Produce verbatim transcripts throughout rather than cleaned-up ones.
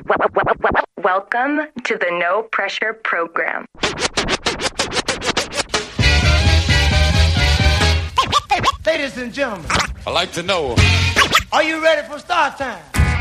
Welcome to the No Pressure Program. Ladies and gentlemen, I'd like to know, are you ready for start time?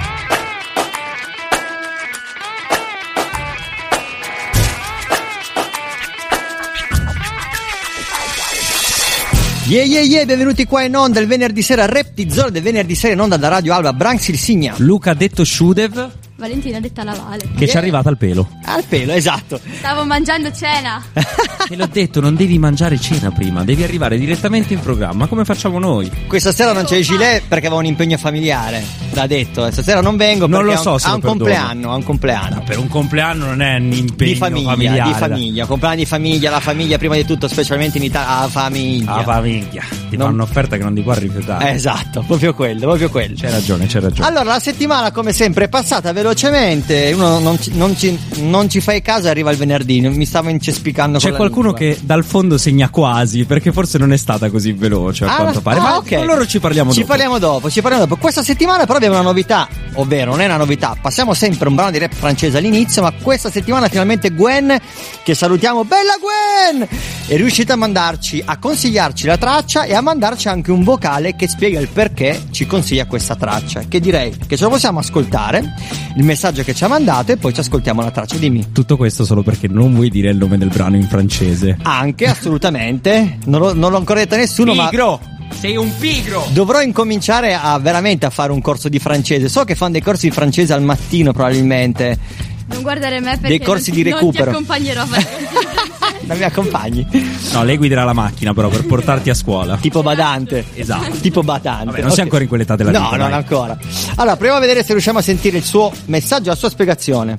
Yeah yeah yeah, benvenuti qua in onda il venerdì sera, Reptizone del venerdì sera in onda da Radio Alba, Branks il Signa. Luca detto Shudev. Valentina detta Lavale. Che Yeah. ci è arrivata al pelo. Al pelo, esatto. Stavo mangiando cena. Te l'ho detto, non devi mangiare cena prima, devi arrivare direttamente in programma, come facciamo noi. Questa sera non c'è il gilet perché aveva un impegno familiare. L'ha detto, eh, stasera non vengo perché Non lo ha un, so se ha lo un perdono. compleanno, ha un compleanno. Per un compleanno non è un impegno Di famiglia, familiare. di famiglia, compleanno di famiglia, la famiglia prima di tutto, specialmente in Italia, la famiglia. La famiglia. Ti Non- fanno offerta che non ti puoi rifiutare. Esatto, proprio quello, proprio quello. C'hai ragione, c'hai ragione. Allora, la settimana come sempre è passata velocemente, uno non ci, non ci, non ci fai caso e arriva il venerdì, mi stavo incespicando C'è con la qualcuno lingua. che dal fondo segna quasi, perché forse non è stata così veloce a Ah, quanto pare. ah, Ma ok. con loro ci parliamo Ci dopo. parliamo dopo, ci parliamo dopo. Questa settimana però abbiamo una novità, ovvero non è una novità, passiamo sempre un brano di rap francese all'inizio, ma questa settimana finalmente Gwen, che salutiamo, bella Gwen, è riuscita a mandarci, a consigliarci la traccia e a mandarci anche un vocale che spiega il perché ci consiglia questa traccia, che direi che ce lo possiamo ascoltare, il messaggio che ci ha mandato, e poi ci ascoltiamo la traccia. Dimmi. Tutto questo solo perché non vuoi dire il nome del brano in francese. Anche, assolutamente, non, lo, non l'ho ancora detto a nessuno, ma Pigro! Sei un pigro! dovrò incominciare a veramente a fare un corso di francese. So che fanno dei corsi di francese al mattino probabilmente. Non guardare me perché Dei corsi non, di recupero. non ti accompagnerò a fare. Non mi accompagni? No, lei guiderà la macchina però per portarti a scuola. Tipo badante. Esatto. Tipo badante. Vabbè, non Ok. sei ancora in quell'età della No, vita, non dai. ancora. Allora, proviamo a vedere se riusciamo a sentire il suo messaggio, la sua spiegazione.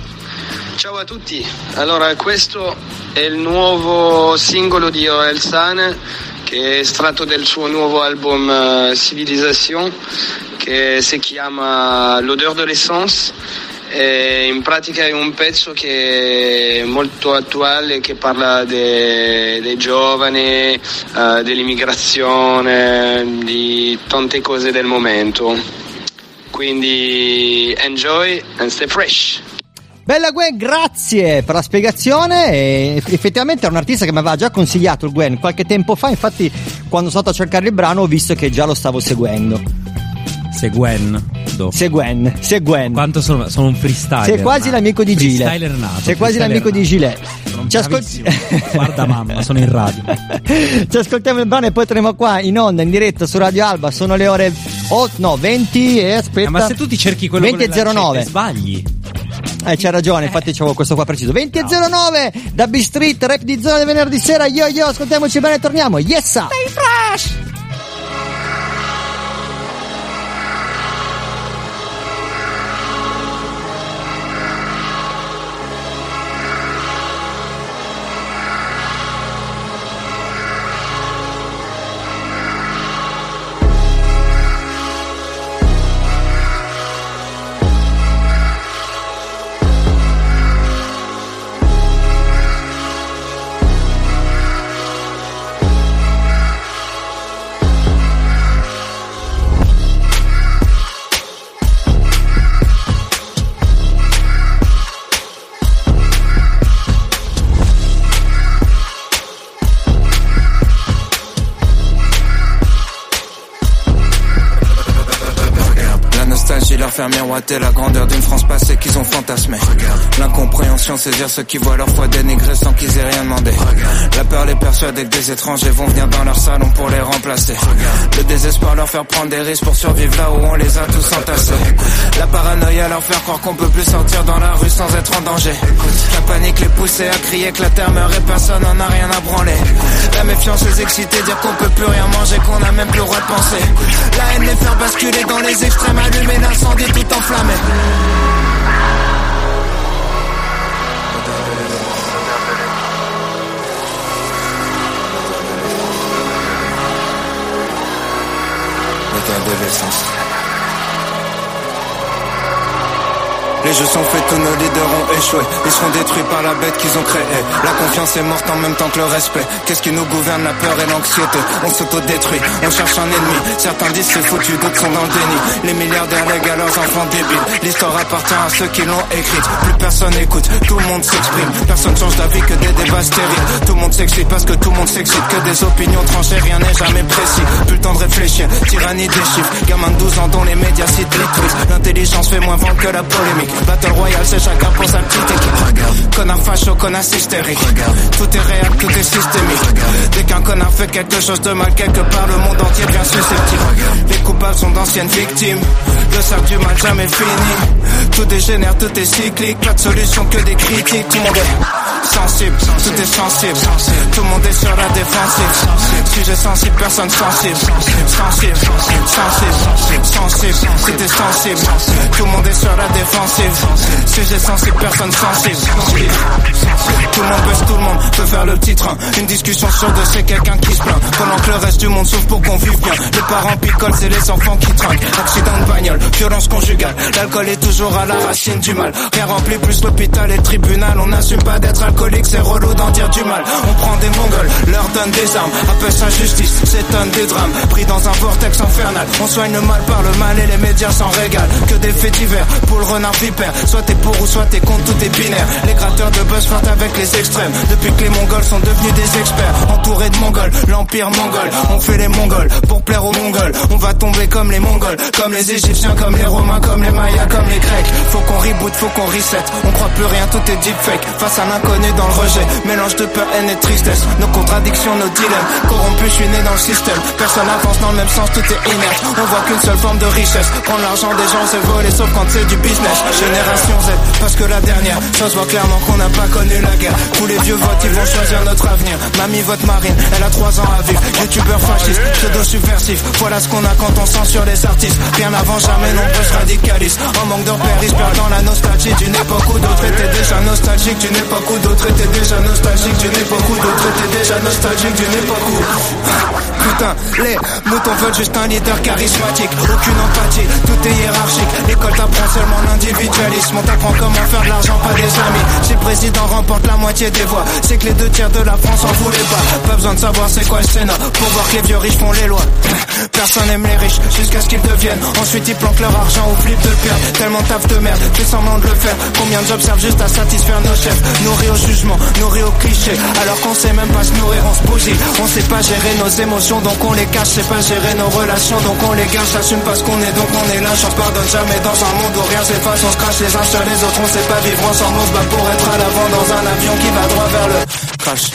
Ciao a tutti, allora questo è il nuovo singolo di Orelsan che è estratto del suo nuovo album eh, Civilisation, che si chiama L'odeur de l'essence, e in pratica è un pezzo che è molto attuale, che parla de- dei giovani, eh, dell'immigrazione, di tante cose del momento, quindi enjoy and stay fresh. Bella Gwen, grazie per la spiegazione. E effettivamente era un artista che mi aveva già consigliato il Gwen qualche tempo fa. Infatti, quando sono andato a cercare il brano, ho visto che già lo stavo seguendo. Seguen. Do. Seguen, Seguen. Quanto sono, sono un freestyler. Sei quasi nato. l'amico di Gile. Freestyler nato. Sei quasi freestyler l'amico di nato. Gile. Sono Ci ascol- bravissimo. Guarda mamma, sono in radio. Ci ascoltiamo il brano e poi torniamo qua in onda in diretta su Radio Alba. Sono le ore oh, no, venti e aspetta. Ah, ma se tu ti cerchi quello con le venti e zero nove. lancette, sbagli. Eh, c'hai ragione, infatti c'avevo questo qua preciso. venti e zero nove da B Street, rap di zona del venerdì sera. Yo yo, ascoltiamoci bene e torniamo. Yessa! Stay fresh! Leur faire miroiter la grandeur d'une France passée qu'ils ont fantasmée. L'incompréhension, saisir ceux qui voient leur foi dénigrée sans qu'ils aient rien demandé. La peur les persuader que des étrangers vont venir dans leur salon pour les remplacer. Le désespoir leur faire prendre des risques pour survivre là où on les a tous entassés. La paranoïa leur faire croire qu'on peut plus sortir dans la rue sans être en danger. La panique les pousser à crier que la terre meurt et personne n'en a rien à branler. La méfiance les exciter, dire qu'on peut plus rien manger, qu'on a même plus le droit de penser. La haine les faire basculer dans les extrêmes, allumer l'incendie tout enflammé. L'odeur de l'essence. Les jeux sont faits, tous nos leaders ont échoué. Ils seront détruits par la bête qu'ils ont créée. La confiance est morte en même temps que le respect. Qu'est-ce qui nous gouverne, la peur et l'anxiété? On s'autodétruit, on cherche un ennemi. Certains disent c'est foutu, d'autres sont dans le déni. Les milliardaires lèguent à leurs enfants débiles. L'histoire appartient à ceux qui l'ont écrite. Plus personne écoute, tout le monde s'exprime. Personne change d'avis que des débats stériles. Tout le monde s'excite parce que tout le monde s'excite. Que des opinions tranchées, rien n'est jamais précis. Plus le temps de réfléchir, tyrannie des chiffres. Gamin de douze ans dont les médias citent les twists. L'intelligence fait moins vendre que la polémique. Battle Royale, c'est chacun pour sa petite équipe. Regarde. Connard facho, connard hystérique. Regarde. Tout est réel, tout est systémique. Regarde. Dès qu'un connard fait quelque chose de mal quelque part, le monde entier devient susceptible. Regarde. Les coupables sont d'anciennes victimes. Le cercle du mal jamais fini. Tout dégénère, tout est cyclique. Pas de solution que des critiques. Tout le monde est sensible, tout est sensible. Tout le monde est sur la défensive. Sujet sensible, personne sensible. Sensible, sensible, sensible. Tout est sensible. Tout le monde est sur la défensive. Sujet sensible, personne sensible. Tout le monde baisse, tout le monde peut faire le petit train. Une discussion sur deux, c'est quelqu'un qui se plaint. Pendant que le reste du monde souffre pour qu'on vive bien. Les parents picolent, c'est les enfants qui trinquent. Accident de bagnole, violence conjugale. L'alcool est toujours à la racine du mal. Rien rempli plus l'hôpital et le tribunal. On n'assume pas d'être alcoolique, c'est relou d'en dire du mal. On prend des mongols, leur donne des armes. Appelle ça justice, s'étonne des drames. Pris dans un vortex infernal. On soigne le mal par le mal et les médias s'en régalent. Que des faits divers, pour le renard vipère. Soit t'es pour ou soit t'es contre, tout est binaire. Les gratteurs de buzz flirtent avec les extrêmes. Depuis que les mongols sont devenus des experts. Entourés de mongols, l'empire mongol. On fait les mongols pour plaire aux mongols. On va tomber comme les mongols, comme les égyptiens, comme les romains, comme les mayas, comme les grecs. Faut qu'on reboot, faut qu'on reset. On croit plus rien, tout est deepfake. Face à l'inconnu dans le rejet, mélange de peur, haine et tristesse. Nos contradictions, nos dilemmes. Corrompus, je suis né dans le système. Personne avance dans le même sens, tout est inerte. On voit qu'une seule forme de richesse. Prendre l'argent des gens, c'est voler, sauf quand c'est du business. Génération Z, parce que la dernière, ça se voit clairement qu'on n'a pas connu la guerre. Tous les vieux votent, ils vont choisir notre avenir. Mamie vote Marine, elle a trois ans à vivre. Youtubeur fasciste, pseudo subversif. Voilà ce qu'on a quand on censure les artistes. Rien avant jamais, nombreux se radicalisent. En manque de repères, ils se perdent dans la nostalgie d'une époque où d'autres étaient déjà nostalgiques. D'une époque où d'autres étaient déjà nostalgiques. D'une époque où d'autres étaient déjà nostalgiques. D'une époque où... Putain, les moutons veulent juste un leader charismatique. Aucune empathie, tout est hiérarchique. L'école t'apprend seulement l'individualisme. On t'apprend comment faire de l'argent, pas des amis. Si le président remporte la moitié des voix, c'est que les deux tiers de la France en voulaient pas. Pas besoin de savoir c'est quoi le Sénat pour voir que les vieux riches font les lois. Personne aime les riches jusqu'à ce qu'ils deviennent. Ensuite ils planquent leur argent ou flippent de le perdre. Tellement taf de merde, fait semblant de le faire. Combien de jobs servent juste à satisfaire nos chefs. Nourris au jugement, nourris au cliché. Alors qu'on sait même pas se nourrir, on se bougie. On sait pas gérer nos émotions donc on les cache. C'est pas gérer nos relations donc on les gâche. J'assume pas ce qu'on est donc on est lâche. On se pardonne jamais dans un monde où rien s'efface. On se crache les uns sur les autres. On sait pas vivre ensemble. On se bat pour être à l'avant dans un avion qui va droit vers le crash.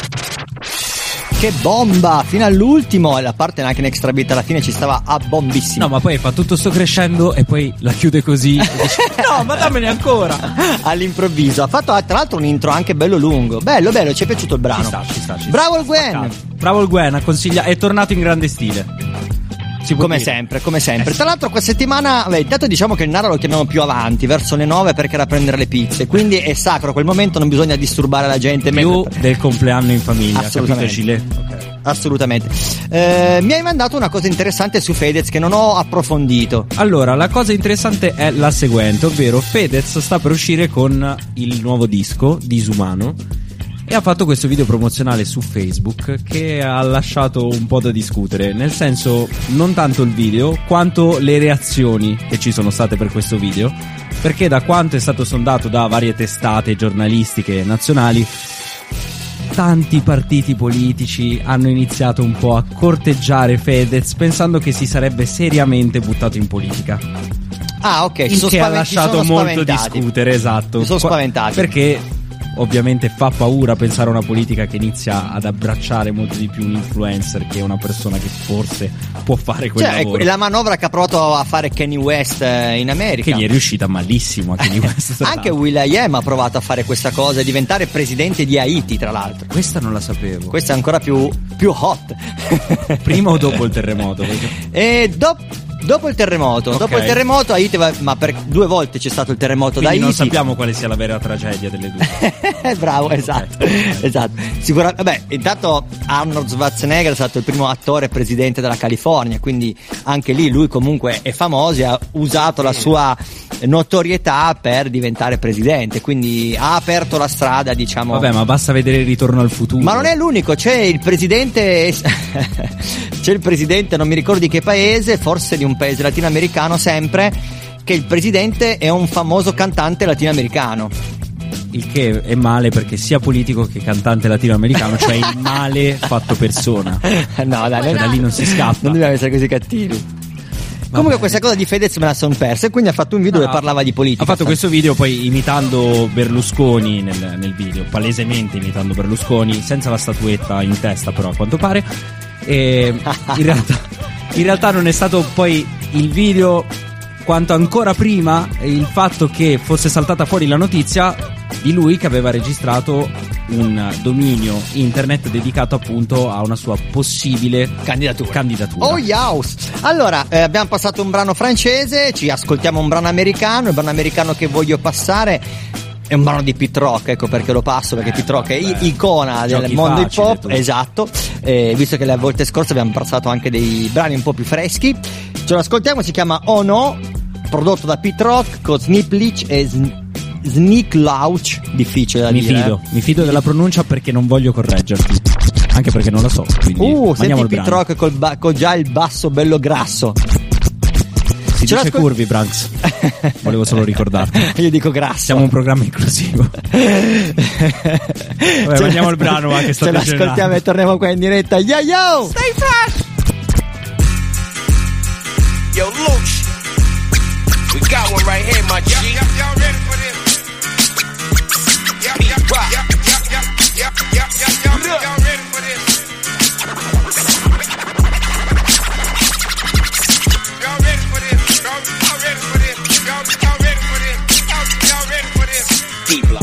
Che bomba, fino all'ultimo, e la parte anche in extra beat alla fine ci stava a bombissimo. No, ma poi fa tutto sto crescendo e poi la chiude così e dice, no, ma dammene ancora. All'improvviso. Ha fatto tra l'altro un intro anche bello lungo. Bello, bello, ci è piaciuto il brano. Ci sta, ci sta, ci sta. Bravo il Gwen. Bravo il Gwen, consiglia, è tornato in grande stile. Come dire. sempre, come sempre. Eh, Tra l'altro questa settimana, beh, intanto diciamo che il Nara lo chiamiamo più avanti, verso le nove, perché era a prendere le pizze. Quindi è sacro quel momento, non bisogna disturbare la gente. Più mentre... del compleanno in famiglia, assolutamente. capito, okay. Assolutamente. Eh, mi hai mandato una cosa interessante su Fedez che non ho approfondito. Allora, la cosa interessante è la seguente, ovvero Fedez sta per uscire con il nuovo disco, Disumano, e ha fatto questo video promozionale su Facebook che ha lasciato un po' da discutere, nel senso non tanto il video quanto le reazioni che ci sono state per questo video, perché da quanto è stato sondato da varie testate giornalistiche nazionali, tanti partiti politici hanno iniziato un po' a corteggiare Fedez pensando che si sarebbe seriamente buttato in politica. Ah, ok, il sono che spaven- ha lasciato sono molto spaventati. discutere, esatto. Mi sono spaventati. Perché ovviamente fa paura pensare a una politica che inizia ad abbracciare molto di più un influencer che una persona che forse può fare quel cioè, lavoro. È la manovra che ha provato a fare Kanye West in America, che gli è riuscita malissimo a Kanye West. Anche will.i.am ha provato a fare questa cosa e diventare presidente di Haiti, tra l'altro. Questa non la sapevo. Questa è ancora più, più hot. Prima o dopo il terremoto? E dopo Dopo il terremoto, Ok. dopo il terremoto Haiti, va- ma per due volte c'è stato il terremoto Quindi da non Haiti. sappiamo quale sia la vera tragedia delle due. Bravo, esatto, esatto. Sicuramente, vabbè, intanto Arnold Schwarzenegger è stato il primo attore presidente della California, quindi anche lì lui comunque è famoso e ha usato la sua notorietà per diventare presidente, quindi ha aperto la strada, diciamo. Vabbè, ma basta vedere il Ritorno al futuro. Ma non è l'unico, c'è il presidente c'è il presidente, non mi ricordo di che paese, forse di un paese latinoamericano sempre, che il presidente è un famoso cantante latinoamericano. Il che è male perché sia politico che cantante latinoamericano, cioè il male fatto persona. No, dai, Cioè, da lì non si scappa. non dobbiamo essere così cattivi. Comunque questa cosa di Fedez me la son persa e quindi ha fatto un video Ah, dove parlava di politica. Ha fatto questo video poi imitando Berlusconi nel, nel video, palesemente imitando Berlusconi, senza la statuetta in testa però a quanto pare. E in realtà, in realtà non è stato poi il video quanto ancora prima il fatto che fosse saltata fuori la notizia di lui che aveva registrato un dominio internet dedicato appunto a una sua possibile candidatura. candidatura. Oh yaus. Allora, eh, abbiamo passato un brano francese, ci ascoltiamo un brano americano. Il brano americano che voglio passare è un brano di Pete Rock, ecco perché lo passo, perché Pete Rock è i- icona del Giochi mondo hip facili, hop, tu. esatto. Eh, visto che le volte scorse abbiamo passato anche dei brani un po' più freschi, ce lo ascoltiamo, si chiama Oh No, prodotto da Pete Rock con Snip Leach e Sn- Sneak Louch, difficile da Mi dire. fido, eh. mi fido della pronuncia perché non voglio correggerti. Anche perché non la so. Quindi Uh, mandiamo senti il Pete brano. Rock col, ba- con già il basso bello grasso. Si Ce dice l'ascol- curvi, Branks. Volevo solo ricordarti. Io dico grasso. Siamo un programma inclusivo. Vabbè, mandiamo il brano, va, che sto ce piacendo. l'ascoltiamo e torniamo qua in diretta. Yo yo! Stay fresh. Yo, Luch, we got one right here, my G. Y'all ready for this? Y'all, y'all, Rock. y'all, y'all, y'all, y'all, y'all, y'all, y'all, y'all ready for this? Y'all ready for this? Y'all, y'all ready for this? Y'all, y'all ready for this? Y'all, y'all ready for this? D-Block.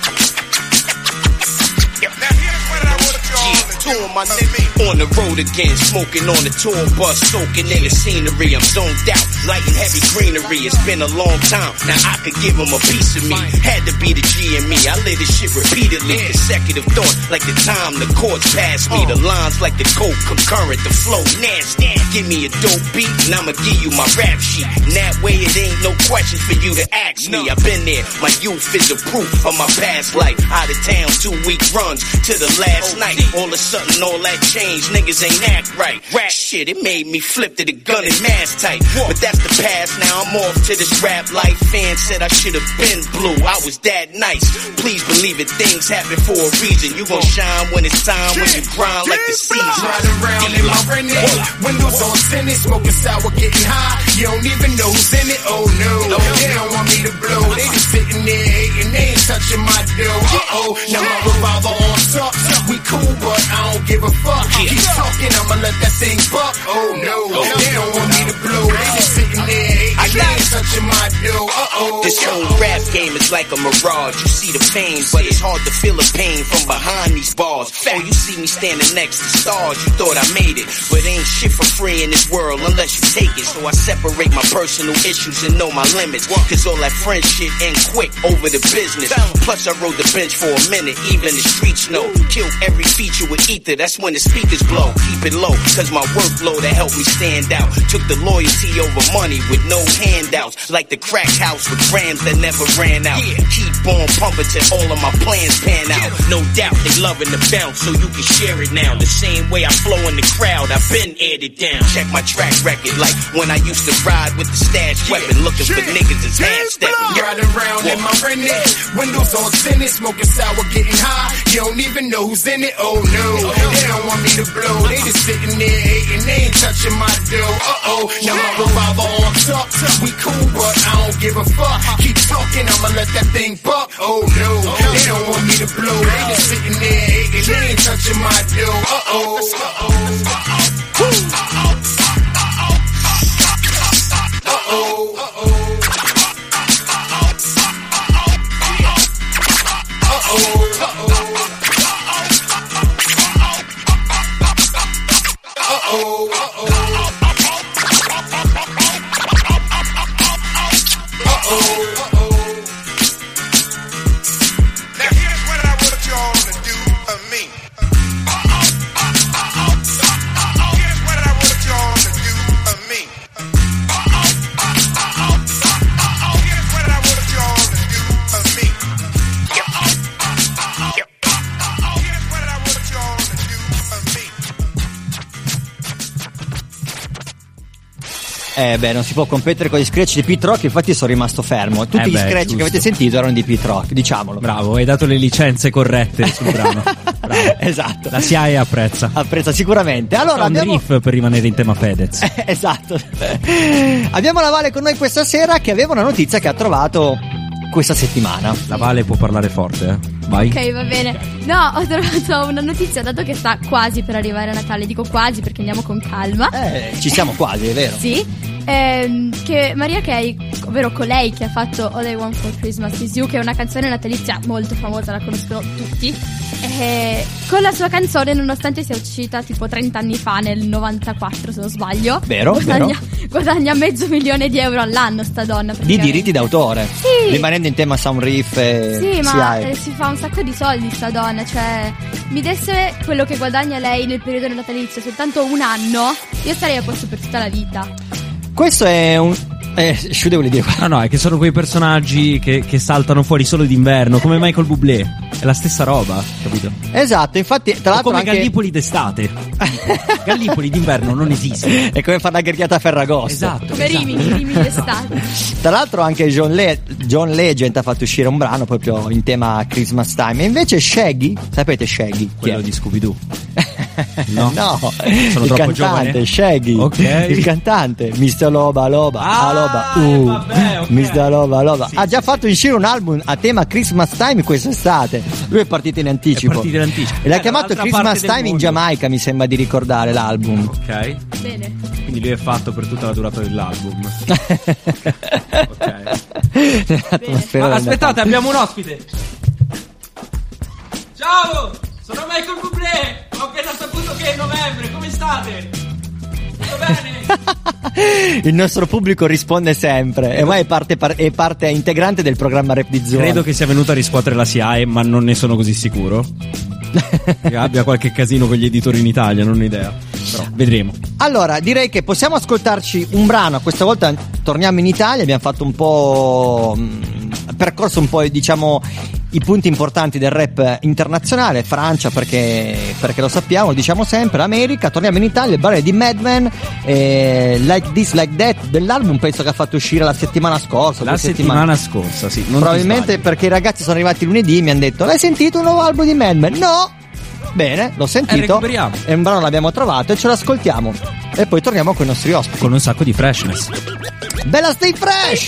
Now here's what I want you all to do. Touring my nigga on the road again, smoking on the tour bus, soaking in the scenery. I'm zoned out, lighting heavy greenery. It's been a long time, now I could give them a piece of me. Had to be the G in me. I live this shit repeatedly, consecutive thought like the time the chords pass me. The lines like the coke, concurrent, the flow nasty. Give me a dope beat and I'ma give you my rap sheet. And that way it ain't no questions for you to ask me. I've been there, my youth is the proof of my past life. Out of town, two week runs to the last night. All of a sudden all that changed, niggas ain't act right. Rap shit, it made me flip to the gun and mask tight. But that's the past, now I'm off to this rap life. Fans said I should've been blue, I was that nice. Please believe it, things happen for a reason. You gon' shine when it's time, when you grind like the season. Riding around in my Renee, windows on tinted, smoking sour, getting high. You don't even know who's in it. Oh no, they don't want me to blow. They just sitting there hating, they ain't touching my dough. Uh oh, now my revolver on top. We cool, but I don't give a fuck. Keep talking, I'ma let that thing buck. Oh no, they don't want me to blow. They just sitting there hating, they ain't touching my dough. Uh oh. This whole rap game is like a mirage. You see the pain, but it's hard to feel the pain from behind these bars. Oh, you see me standing next to stars. You thought I made it, but ain't shit for free in this world unless you take it. So I separate my personal issues and know my limits. Cause all that friend shit end quick over the business. Plus I rode the bench for a minute, even the streets know. Kill every feature with ether, that's when the speakers blow. Keep it low, cause my workload that helped me stand out. Took the loyalty over money with no handouts. Like the crack house with grams that never ran out. Keep on pumping till all of my plans pan out. No doubt they loving the bounce, so you can share it now. The same way I flow in the crowd, I've been aired it down. Check my track record, like when I used to ride with the stash weapon, looking for niggas that's half stepping. Riding around in my Renee, windows on tinted, smoking sour, getting high. You don't even know who's in it. Oh no, they don't want me to blow. They just sitting there hating, they ain't touching my dough. Uh oh, now my revolver on top. We cool, but I don't give a fuck. Keep talking, I'ma let that thing buck. Oh no, they don't want me to blow. They just sitting there hating, they ain't touching my dough. Uh oh, uh oh, uh oh, uh oh, uh oh. Uh-oh, uh-oh. Eh beh, non si può competere con gli scratch di Pete Rock, infatti sono rimasto fermo. Tutti Eh gli beh, scratch giusto. che avete sentito erano di Pete Rock, diciamolo. Bravo, hai dato le licenze corrette sul brano. Bravo. Esatto. La S I A E apprezza. Apprezza sicuramente. Allora, Fa un abbiamo... riff per rimanere in tema Fedez. Esatto. Abbiamo la Vale con noi questa sera che aveva una notizia che ha trovato questa settimana. La Vale può parlare forte, eh. Vai. Ok, va bene. No, ho trovato una notizia, dato che sta quasi per arrivare a Natale. Dico quasi perché andiamo con calma. Eh, ci siamo quasi, è vero. Sì. Ehm, che Mariah Carey, ovvero colei che ha fatto All I Want for Christmas Is You, che è una canzone natalizia molto famosa, la conoscono tutti. E con la sua canzone, nonostante sia uscita tipo trenta anni fa, nel novantaquattro se non sbaglio, Vero, guadagna, vero. guadagna mezzo milione di euro all'anno sta donna. Di diritti d'autore. Sì. Rimanendo in tema Sound Riff e Sì, S I A ma E. eh, si fa un sacco di soldi sta donna, cioè mi desse quello che guadagna lei nel periodo natalizio soltanto un anno, io starei a posto per tutta la vita. Questo è un... Eh, Sciude vuole dire No, no, è che sono quei personaggi che, che saltano fuori solo d'inverno, come Michael Bublé. È la stessa roba, capito? Esatto, infatti tra O l'altro come anche... Gallipoli d'estate. Gallipoli d'inverno non esiste. È come fare la gherghiata a Ferragosto. Esatto. Come esatto. Rimini, Rimini d'estate. Tra l'altro anche John, Le- John Legend ha fatto uscire un brano proprio in tema Christmas Time. E invece Shaggy, sapete Shaggy? Chi Quello è? di Scooby-Doo. No, No, Sono il troppo cantante giovane? Shaggy. Ok. Il cantante mister Loba Loba. Ah, ah, Loba. eh, Uh, vabbè, ok. mister Loba Loba. Sì, ha già sì, fatto uscire un album a tema Christmas Time quest'estate. Lui è partito in anticipo. È partito in anticipo. E l'ha Eh, chiamato dall'altra Christmas parte del Time in mondo. Giamaica, mi sembra di ricordare l'album. Ok. Bene. Quindi lui è fatto per tutta la durata dell'album. Ok. L'atmosfera Ma del aspettate, Natale. abbiamo un ospite. Ciao, sono Michael Bublé. Ho appena saputo che è novembre. Come state? Tutto bene? Il nostro pubblico risponde sempre. E ormai è parte, par- è parte integrante del programma Rap di Zona. Credo che sia venuto a riscuotere la S I A E, ma non ne sono così sicuro. Che abbia qualche casino con gli editori in Italia, non ho idea. Però vedremo. Allora, direi che possiamo ascoltarci un brano. Questa volta torniamo in Italia. Abbiamo fatto un po' mh, percorso un po', diciamo, i punti importanti del rap internazionale. Francia, perché, perché lo sappiamo, lo diciamo sempre. America, torniamo in Italia. Il brano è di Madman, eh, Like This Like That, dell'album penso che ha fatto uscire la settimana scorsa. La due settimana scorsa, sì. Non Probabilmente ti perché i ragazzi sono arrivati lunedì e mi hanno detto: l'hai sentito un nuovo album di Madman? No! Bene, l'ho sentito. Eh, recuperiamo. E un brano l'abbiamo trovato e ce l'ascoltiamo. E poi torniamo con i nostri ospiti. con un sacco di freshness. Bella Stay Fresh!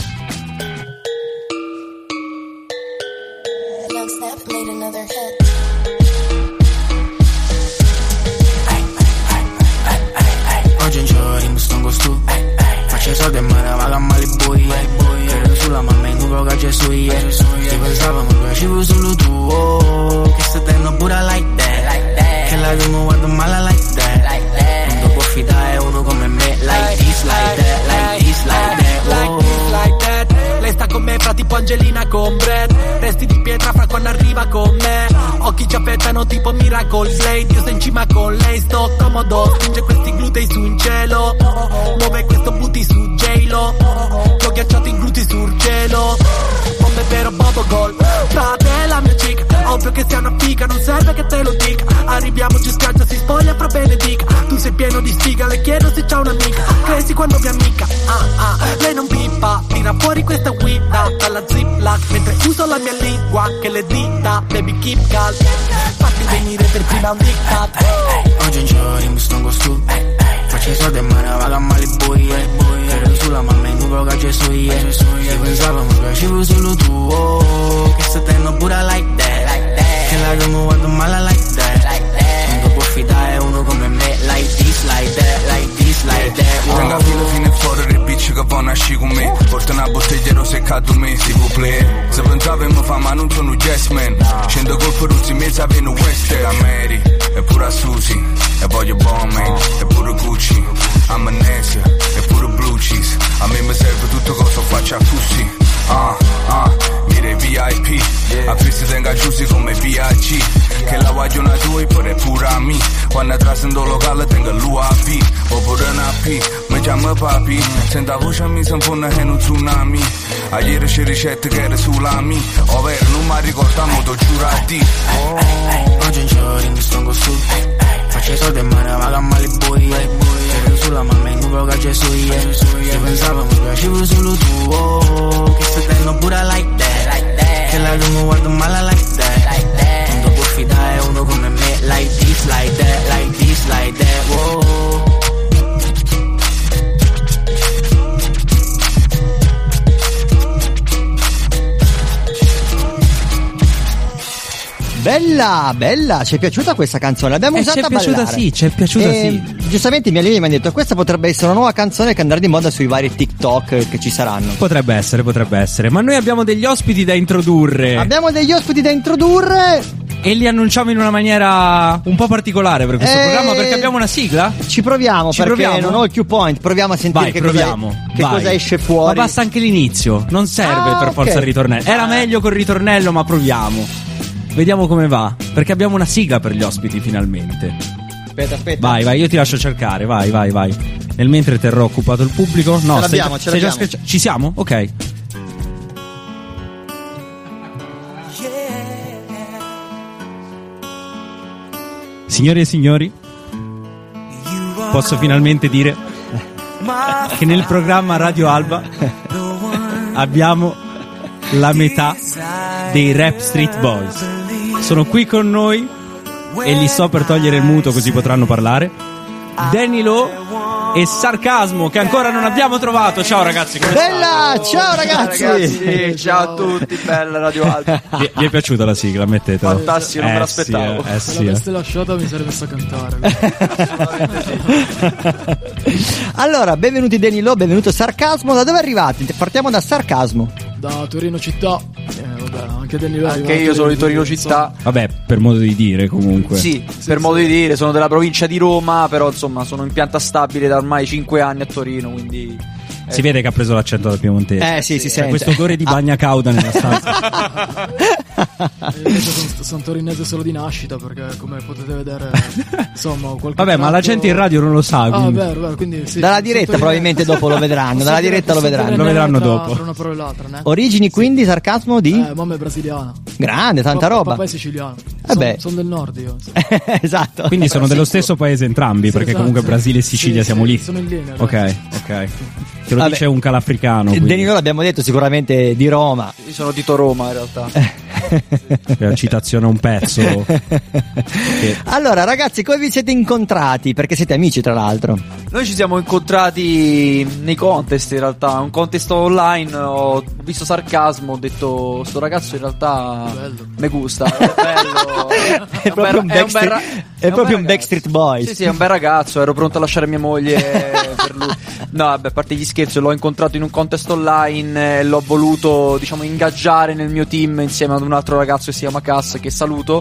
Oggi in giorni mi sto stu. Faccio i soldi e me ne vado a Malibu. Credo sulla mamma in culo che c'è su io. Ti pensavo ma piacevo solo tu. Oh, che stai tenendo pure like that. Che la devo guardo male like that. Non ti può fidare uno come me. Like this, like that, like this, like that. Oh. Like that. Lei sta con me, fra tipo Angelina con Brad. Resti di pietra fra quando arriva con me. Occhi ci affettano tipo Miracle Slade. Io sto in cima con lei, sto comodo. Spinge questi glutei su un cielo. Muove questo booty su J-Lo. L'ho ghiacciato in glutei sul cielo. Bombe vero Bobo Gold. Frate la mia chick, ovvio che sia una figa, non serve che te lo dica. Arriviamo, ci schiaccia, si spoglia fra Benedica. Tu sei pieno di sfiga, le chiedo se c'ha un'amica. Cresi quando mi amica, ah ah. Lei non pippa, tira fuori questa guida dalla ziplock, mentre uso la mia lingua che le dita. Baby keep calm, fatti venire per prima un diktat. Oggi in giorni mi sto stu. Faccio i soldi e me ne vado a Malibu. Credo sulla mamma in culo che c'è su io. Ti pensavo ma piacevo solo tu. Oh, che stai tenendo pure like that. Che la devo guardo male like that. Non ti può fidare uno come me. Like this, like that, like this, like that. Tengo filo fino in fuori dei bitch che vanno a sci con me. Porta una bottiglia rose e cado me, si può play. Se pensavo mi fa ma non sono yes man. Scendo col Peruzzi in mezzo a Veno West. A Mary, e pure a Susie. E voglio Bowman, e pure Gucci. Amnesia, e pure Blue Cheese. A me mi serve tutto cosa faccio a Pussy. Ah, ah, mire V I P. A Cristi tenga giusti come V I G. Che la voglio una tua e pure pure a me. Quando trasendo locale tengo l'U A P. O pure una P, mi chiamo papi. Senta voce mi si impone che non tsunami. A ieri c'è ricette che era sulla mi. Ovvero non mi ricorda molto giurati. Oggi in giorni mi sto stu. Faccio i soldi e me ne vado a Malibu. Ero sulla mamma in un che c'è su io. Se pensavo mi piacevo solo tu, oh. Che se tengo pure like that, like that. Che la mi guardo male like that, like that. Non può fidare uno come me, like this, like that, like this, like that, oh. Bella, bella, ci è piaciuta questa canzone? L'abbiamo Eh, usata ci è a piaciuta, ballare. sì, ci è piaciuta, E sì. Giustamente i miei allievi mi hanno detto: questa potrebbe essere una nuova canzone che andrà di moda sui vari TikTok che ci saranno. Potrebbe essere, potrebbe essere. Ma noi abbiamo degli ospiti da introdurre. Abbiamo degli ospiti da introdurre e li annunciamo in una maniera un po' particolare per questo Eh, programma, perché abbiamo una sigla. Ci proviamo, Ci perché proviamo? non ho il cue point. Proviamo a sentire Vai, che, proviamo. cosa, che vai. cosa esce fuori. Ma basta anche l'inizio, non serve Ah, per forza ok. il ritornello. Era meglio col ritornello, ma proviamo. Vediamo come va, perché abbiamo una sigla per gli ospiti finalmente. Aspetta, aspetta. Vai, vai, io ti lascio cercare, vai, vai, vai. Nel mentre terrò occupato il pubblico. No, Ce l'abbiamo, sei, ce sei già l'abbiamo. schiaccia- Ci siamo? Ok. Signore e signori, posso finalmente dire che nel programma Radio Alba abbiamo la metà dei Rap Street Boys. Sono qui con noi e li sto per togliere il muto così potranno parlare. Danny Lowe e Sarcasmo, che ancora non abbiamo trovato. Ciao ragazzi, come Bella, ciao ragazzi. Ragazzi, ciao a tutti, bella Radio Alba. Vi, vi è piaciuta la sigla, ammettetelo. Fantastico, non me Eh l'aspettavo. sì, eh, eh Se sì, eh. l'aveste lasciata mi sarei messo a cantare. Allora, benvenuti Danny Lowe, benvenuto Sarcasmo. Da dove arrivate? Partiamo da Sarcasmo. Da Torino città. Eh, vabbè, anche Danny Lowe. Anche io sono di Torino città. Vabbè, per modo di dire comunque. Sì, per modo di dire, sono della provincia di Roma, però insomma sono in pianta stabile da ormai cinque anni a Torino, quindi Si vede che ha preso l'accento da piemontese. Eh, sì, si C'è sente. questo odore di bagna cauda nella stanza. E invece sono, sono torinese solo di nascita, perché come potete vedere, insomma, ho qualche Vabbè, ma la tratto- gente in radio non lo sa, Ah, quindi. vero, vero, quindi sì, Dalla sono diretta torinese. probabilmente dopo lo vedranno. Dalla Posso diretta lo dire- posso vedranno. dire Lo vedranno tra- dopo. Tra una parola e l'altra, né? Origini quindi, Sarcasmo di? Eh, mamma è brasiliana. Grande, tanta Papà- roba. Papà è siciliano. Vabbè. Sono del nord io. Esatto. Quindi sono dello stesso paese entrambi, Sì, perché esatto. comunque Brasile e Sicilia Sì, siamo sì, lì. sono in linea, Ok, dai. ok. Te lo Vabbè. dice un calafricano. quindi. Danilo l'abbiamo detto sicuramente di Roma. io sono Tito Roma in realtà. Per citazione a un pezzo. che- Allora ragazzi, come vi siete incontrati? Perché siete amici tra l'altro. Noi ci siamo incontrati nei contest in realtà, un contest online, ho visto Sarcasmo, ho detto sto ragazzo in realtà mi gusta, è bello, È proprio un bel- Backstreet- ra- è proprio un ragazzo. Backstreet Boys. Sì, sì, è un bel ragazzo, ero pronto a lasciare mia moglie per lui. No, vabbè, a parte gli scherzi, l'ho incontrato in un contest online e l'ho voluto, diciamo, ingaggiare nel mio team insieme ad un altro ragazzo che si chiama Cass, che saluto,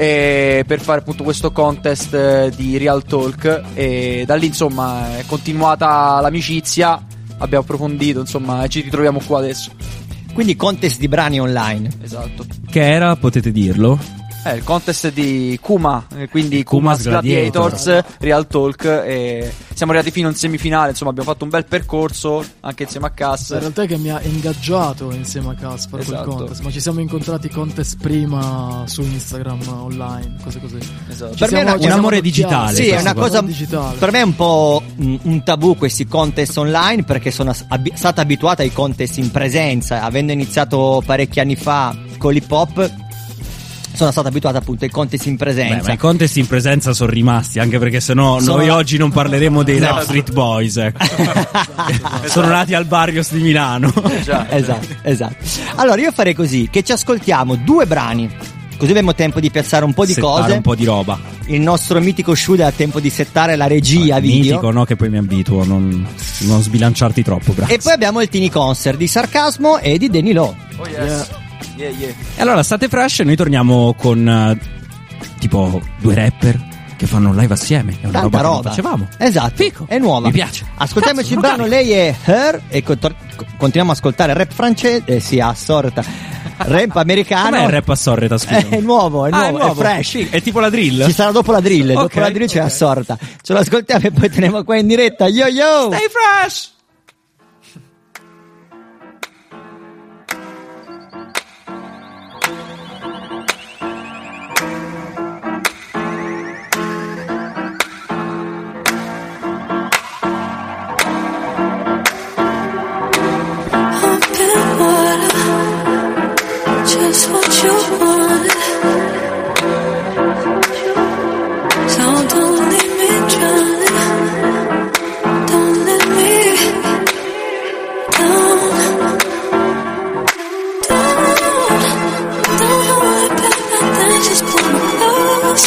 e per fare appunto questo contest eh, di Real Talk, e da lì insomma è continuata l'amicizia, abbiamo approfondito insomma e ci ritroviamo qua adesso. Quindi contest di brani online. Esatto. Che era, potete dirlo? È il contest di Kuma, eh, quindi Kuma's Kuma's Gladiators, Gladiators. Real Talk, e siamo arrivati fino in semifinale, insomma abbiamo fatto un bel percorso anche insieme a Cass. In realtà è che mi ha ingaggiato insieme a Cass per Esatto. quel contest, ma ci siamo incontrati contest prima su Instagram online, cose così. Esatto. Ci Per me è siamo- una- ci un siamo amore adocchiati. digitale, Sì, è questa una cosa. cosa digitale. per me è un po' un, un tabù questi contest online, perché sono as- abi- stata abituata ai contest in presenza, avendo iniziato parecchi anni fa con l'hip hop. Sono stato abituato appunto ai contest in Beh, presenza. ma i contest in presenza sono rimasti, anche perché sennò Sono- noi oggi non parleremo dei No. Rap Street Boys. Ecco. Sono nati al Barrios di Milano. Esatto, esatto. Allora io farei così, che ci ascoltiamo due brani, così abbiamo tempo di piazzare un po' di Settare cose. un po' di roba. Il nostro mitico Shude ha tempo di settare la regia video. Mitico, no? Che poi mi abituo a non, non sbilanciarti troppo, grazie. E poi abbiamo il Tini Concert di Sarcasmo e di Danny Lowe. Oh yes. Yeah, yeah. E allora state fresh e noi torniamo con eh, tipo due rapper che fanno un live assieme. È una Tanta roba, che non roba. facevamo. Esatto. Fico. È nuova. Mi piace. Ascoltiamoci il Cazzo, brano, sono lei è Her e contor- continuiamo a ascoltare rap francese, eh, sì, assorta. Rap americano. Com'è il rap a sorreta, scusa? È nuovo, è Ah, nuovo, è, fresh. Sì, è tipo la drill. Ci sarà dopo la drill, Ok, dopo la drill c'è ok. assorta. Ce lo ascoltiamo e poi teniamo qua in diretta. Yo yo! Stay fresh!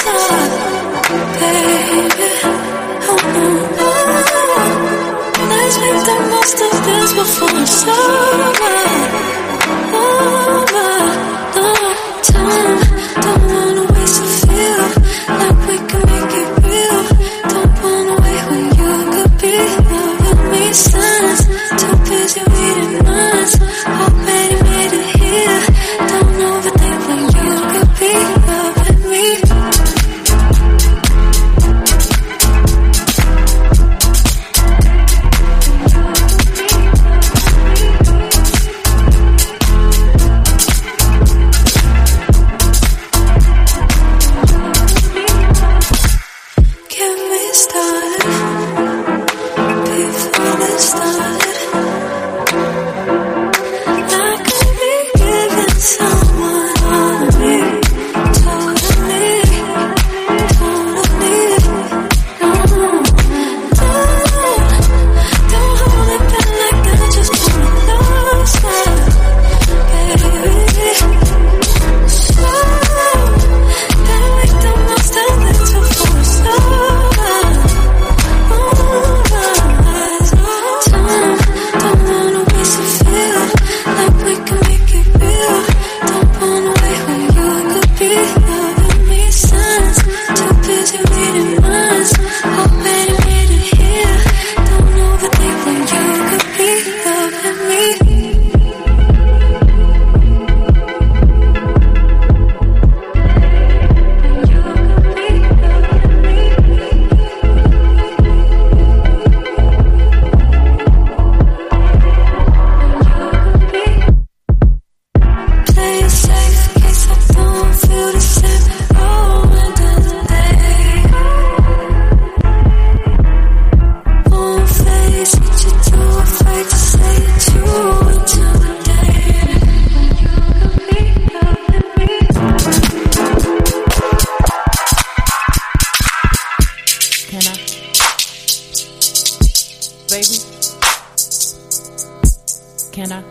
Can I?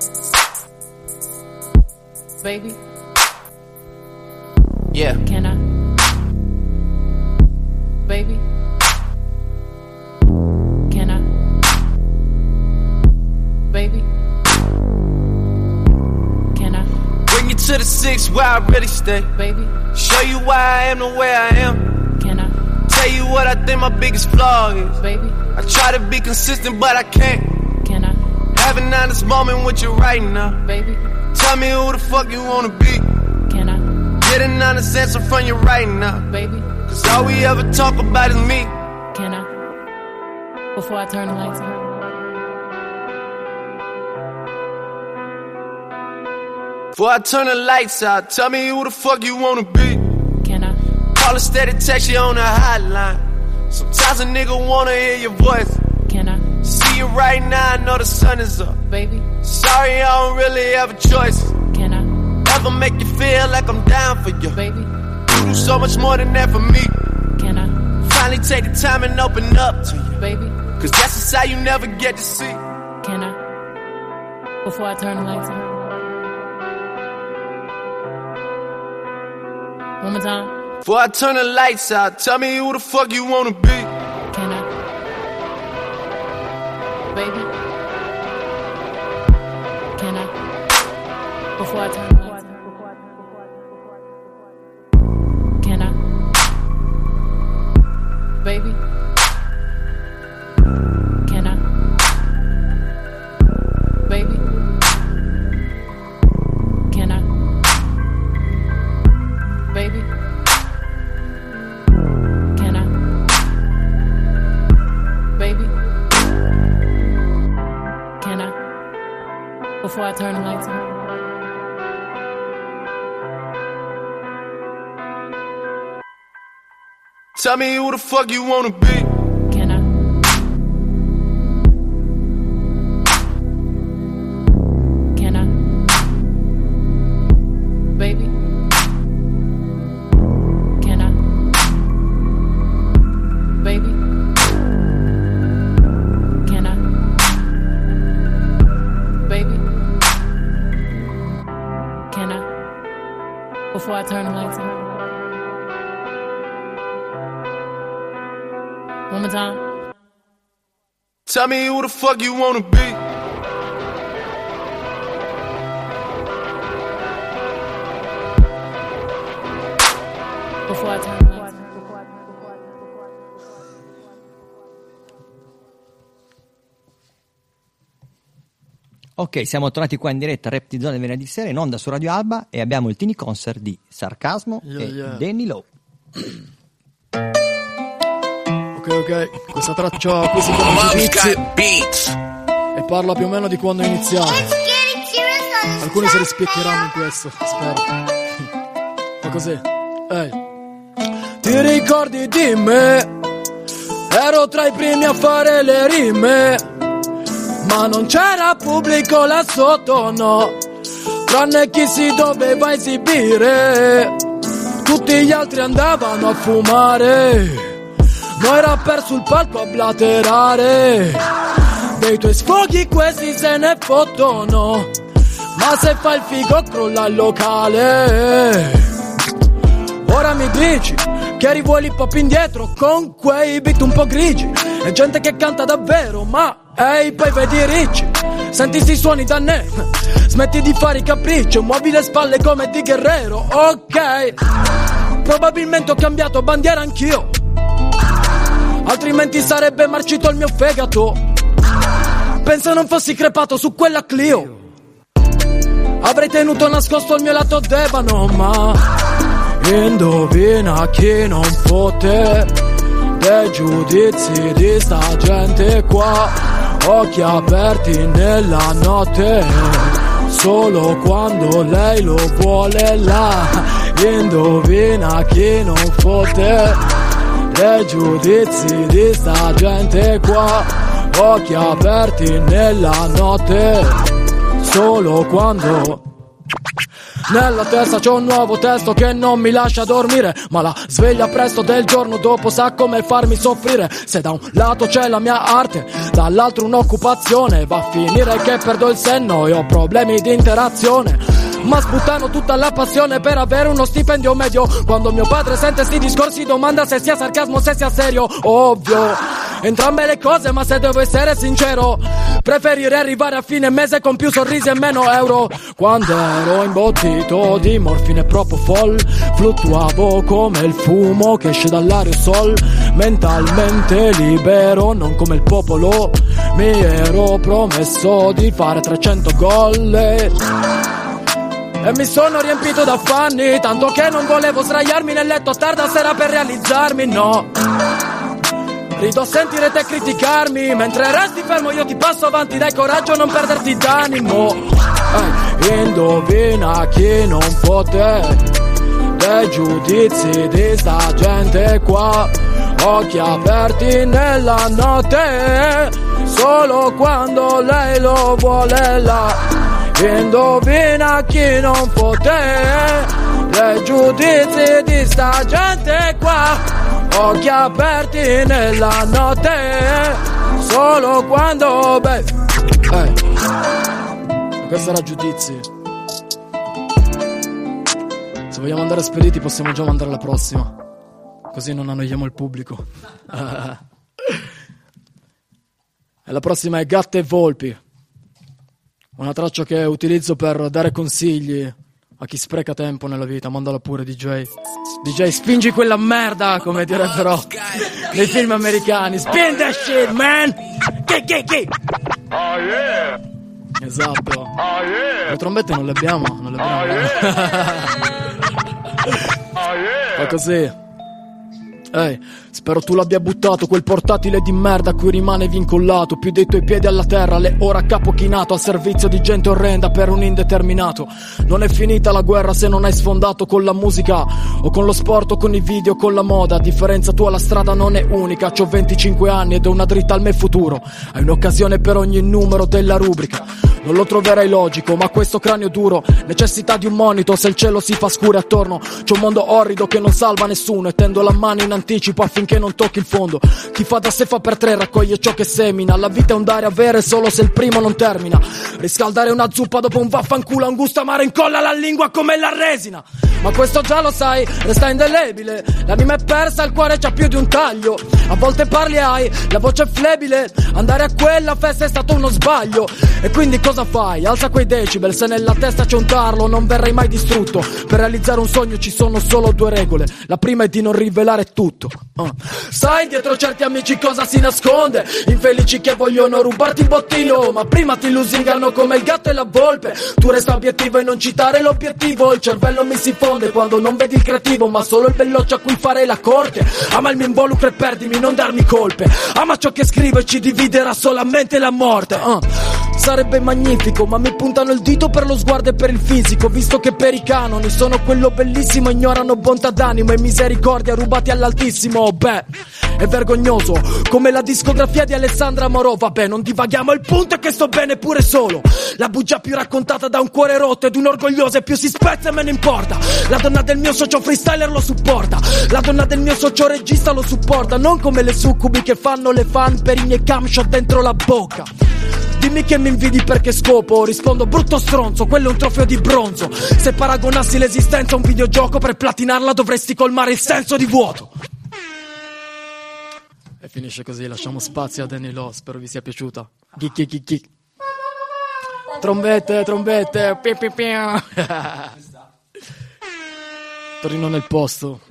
Baby? Yeah. Can I? Baby? Can I? Baby? Can I? Bring you to the six where I really stay. Baby? Show you why I am the way I am. Can I? Tell you what I think my biggest flaw is. Baby? I try to be consistent, but I can't. Can I? Have an honest moment with you right now. Baby? Tell me who the fuck you wanna be. Can I? Get an honest answer from you right now. Baby? Cause all we ever talk about is me. Can I? Before I turn the lights on. Before I turn the lights out, tell me who the fuck you wanna be. Can I? Call a steady text you on the hotline. Sometimes a nigga wanna hear your voice. Can I? See you right now, I know the sun is up. Baby? Sorry, I don't really have a choice. Can I? Ever make you feel like I'm down for you? Baby? You do so much more than that for me. Can I? Finally take the time and open up to you. Baby? Cause that's a side you never get to see. Can I? Before I turn the lights on. One more time. Before I turn the lights out, tell me who the fuck you wanna be. Can I? Baby? Can I? Before I turn the lights on. Can I? Baby? Can I? Baby? Can I? Baby? Can I? Baby? Can I? Before I turn the lights on. Tell me who the fuck you wanna be. Can I? Can I? Baby? Can I? Baby? Can I? Baby? Can I? Before I turn the lights on. One more time. Tell me who the fuck you wanna be. Before I turn the lights. Ok, siamo tornati qua in diretta Rap di Zone venerdì sera in onda su Radio Alba e abbiamo il Tini Concert di Sarcasmo Yeah, e yeah. Danny Lowe. Ok, ok, questa traccia qui si chiama Giudizi e parla più o meno di quando è iniziato. Alcuni si rispecchieranno in questo, spero. Ma così, ehi. Ti ricordi di me? Ero tra i primi a fare le rime, ma non c'era pubblico là sotto, no. Tranne chi si doveva esibire, tutti gli altri andavano a fumare. Noi rapper sul palco a blaterare. Dei tuoi sfoghi questi se ne fottono, ma se fai il figo crolla il locale. Ora mi dici che rivuoi l'hip hop indietro con quei beat un po' grigi e gente che canta davvero, ma ehi, poi vedi ricci. Senti sti suoni da ne, smetti di fare i capricci, muovi le spalle come di Guerrero, ok. Probabilmente ho cambiato bandiera anch'io, altrimenti sarebbe marcito il mio fegato. Penso non fossi crepato su quella Clio, avrei tenuto nascosto il mio lato d'ebano, ma indovina chi non fotte dei giudizi di sta gente qua. Occhi aperti nella notte, solo quando lei lo vuole là. Indovina chi non fotte dei giudizi di sta gente qua. Occhi aperti nella notte, solo quando nella testa c'ho un nuovo testo che non mi lascia dormire, ma la sveglia presto del giorno dopo sa come farmi soffrire. Se da un lato c'è la mia arte, dall'altro un'occupazione, va a finire che perdo il senno e ho problemi di interazione. Ma sputtano tutta la passione per avere uno stipendio medio. Quando mio padre sente sti discorsi domanda se sia sarcasmo, se sia serio. Ovvio, entrambe le cose, ma se devo essere sincero preferirei arrivare a fine mese con più sorrisi e meno euro. Quando ero imbottito di morfine propofol, fluttuavo come il fumo che esce dall'aerosol. Mentalmente libero, non come il popolo, mi ero promesso di fare trecento gol e... E mi sono riempito d'affanni, tanto che non volevo sdraiarmi nel letto tarda sera per realizzarmi, no. Rido a sentirete criticarmi, mentre resti fermo io ti passo avanti, dai coraggio non perderti d'animo. Hey, indovina chi non fotte dei giudizi di sta gente qua. Occhi aperti nella notte, solo quando lei lo vuole là. Indovina chi non fotte dei giudizi di sta gente qua. Occhi aperti nella notte, solo quando beh. Eh. Questo era Giudizi. Se vogliamo andare spediti possiamo già mandare la prossima, così non annoiamo il pubblico. E la prossima è Gatte e Volpi, una traccia che utilizzo per dare consigli a chi spreca tempo nella vita. Mandala pure D J. D J, spingi quella merda, come direbbero nei film americani. Spin that shit, man. Chi, chi, chi. Oh yeah. Esatto. Oh yeah. Le trombette non le abbiamo, non le abbiamo. Oh yeah. Oh yeah. Fa così. Ehi, spero tu l'abbia buttato quel portatile di merda a cui rimanevi incollato, più dei tuoi piedi alla terra, le ore a capo chinato, al servizio di gente orrenda per un indeterminato. Non è finita la guerra se non hai sfondato con la musica o con lo sport o con i video, con la moda. A differenza tua la strada non è unica, c'ho venticinque anni ed ho una dritta al mio futuro. Hai un'occasione per ogni numero della rubrica. Non lo troverai logico, ma questo cranio duro necessita di un monito. Se il cielo si fa scuro attorno c'è un mondo orrido che non salva nessuno, e tendo la mano in anticipo affinché non tocchi il fondo. Chi fa da sé fa per tre, raccoglie ciò che semina. La vita è un dare avere solo se il primo non termina. Riscaldare una zuppa dopo un vaffanculo ha un gusto amaro, incolla la lingua come la resina. ma questo già lo sai, resta indelebile. L'anima è persa, il cuore c'ha più di un taglio. A volte parli e hai la voce flebile. Andare a quella festa è stato uno sbaglio. E quindi cosa fai? Alza quei decibel. Se nella testa c'è un tarlo non verrai mai distrutto. Per realizzare un sogno ci sono solo due regole. La prima è di non rivelare tutto. uh. Sai dietro certi amici cosa si nasconde? Infelici che vogliono rubarti il bottino, ma prima ti lusingano come il gatto e la volpe. Tu resta obiettivo e non citare l'obiettivo. Il cervello mi si fonde quando non vedi il creativo, ma solo il belloccio a cui fare la corte. Ama il mio involucro e perdimi, non darmi colpe. Ama ciò che scrivo e ci dividerà solamente la morte. uh. Sarebbe magnifico, ma mi puntano il dito per lo sguardo e per il fisico. Visto che per i canoni sono quello bellissimo, ignorano bontà d'animo e misericordia rubati all'altissimo. Beh, è vergognoso, come la discografia di Alessandra Morò. Vabbè, non divaghiamo, il punto è che sto bene pure solo. La bugia più raccontata da un cuore rotto ed un orgoglioso, e più si spezza e meno importa. La donna del mio socio freestyler lo supporta. La donna del mio socio regista lo supporta. Non come le succubi che fanno le fan per i miei camshot dentro la bocca. Dimmi che mi invidi perché scopo. Rispondo brutto stronzo, quello è un trofeo di bronzo. Se paragonassi l'esistenza a un videogioco, per platinarla dovresti colmare il senso di vuoto. E finisce così, lasciamo spazio a Danny Law. Spero vi sia piaciuta. Chicchi chicchi. Trombette, trombette. Pi, pi, pi. Torino nel posto.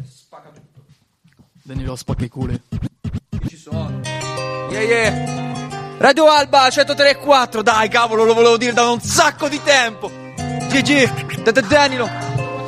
Danny Law spacca i culi. Ci sono. Yeah yeah. Radio Alba centotré e quattro, dai cavolo, lo volevo dire da un sacco di tempo. G G, Tete Danilo.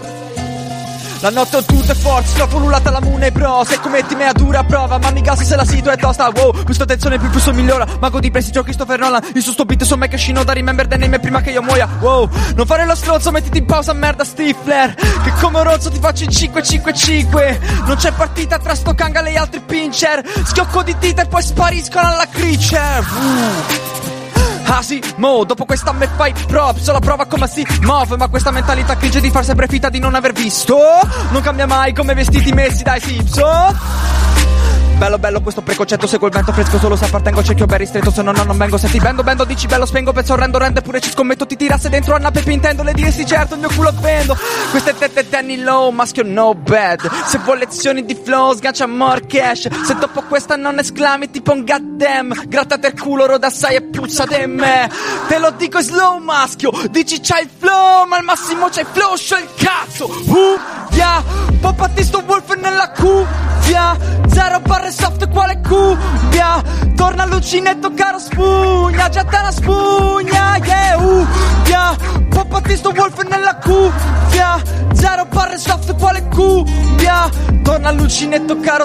La notte ho tutte forze, sto pullata la mune bro. Se commetti me a dura prova, ma mi gas se la sito è tosta. Wow, questa tensione più flusso migliora. Mago di prestigio Christopher Nolan. Il suo sto beat su me che scino da remember the name prima che io muoia. Wow, non fare lo stronzo, mettiti in pausa merda Stifler. Che come un rozzo ti faccio in cinque cinque cinque. Non c'è partita tra sto Kanga e gli altri pincher. Schiocco di dita e poi spariscono alla creature. uh. Ah sì, mo, dopo questa me fai props, la prova come si muove. Ma questa mentalità cringe di far sempre finta di non aver visto. Non cambia mai come vestiti messi dai Simpson. Bello bello questo preconcetto, seguo il vento fresco, solo se appartengo al cerchio ben ristretto. Se no no non vengo, senti bendo bendo, dici bello spengo. Penso orrendo rende pure ci scommetto, ti tirasse dentro Anna Pepe intendo. Le dire sì certo, il mio culo vendo. Queste tette Danny Low, maschio no bad. Se vuoi lezioni di flow, sgancia more cash. Se dopo questa non esclami tipo un goddamn, grattate il culo, roda assai e puzza de me. Te lo dico slow maschio, dici c'hai il flow, ma al massimo c'hai flow, c'ho il cazzo. Uh, yeah, poppati sto wolf nella cuffia. Zero barre soft quale cubbia. Torna all'uncinetto caro spugna. Getta la spugna, yeah, uh, yeah. Poppati sto wolf nella cuffia. Zero barre soft quale cubbia. Torna all'uncinetto caro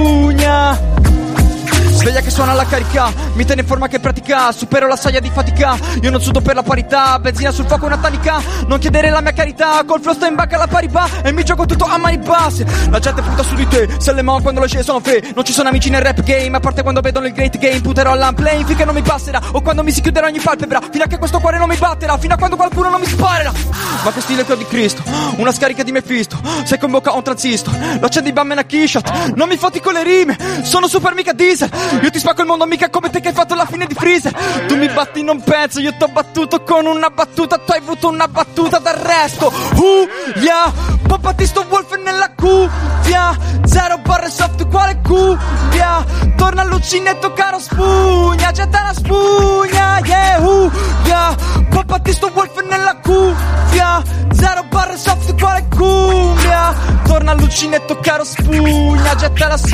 spugna. Sveglia che suona la carica, mi tiene in forma che pratica. Supero la soglia di fatica, io non sudo per la parità. Benzina sul fuoco una tanica, non chiedere la mia carità. Col flow sto in banca alla parità e mi gioco tutto a mani basse. La gente punta su di te, se le mo quando le scene sono fe. Non ci sono amici nel rap game, a parte quando vedono il great game. Punterò all'unplane finché non mi passerà, o quando mi si chiuderà ogni palpebra. Fino a che questo cuore non mi batterà, fino a quando qualcuno non mi sparerà. Ma che stile che ho di Cristo, una scarica di Mephisto. Se con bocca ho un transistor, lo accendi in bammen a keyshot. Non mi fotti con le rime, sono super mica diesel. Io ti spacco il mondo mica come te che hai fatto la fine di Freezer. Tu mi batti non penso, io t'ho battuto con una battuta. Tu hai avuto una battuta d'arresto. Uh, yeah, poppati sto wolf nella cuffia. Zero barre soft quale cubbia. Torna all'uncinetto caro spugna. Getta la spugna, yeah, uh, yeah. Poppati sto wolf nella cuffia. Zero barre soft quale cubbia. Torna all'uncinetto caro spugna. Getta la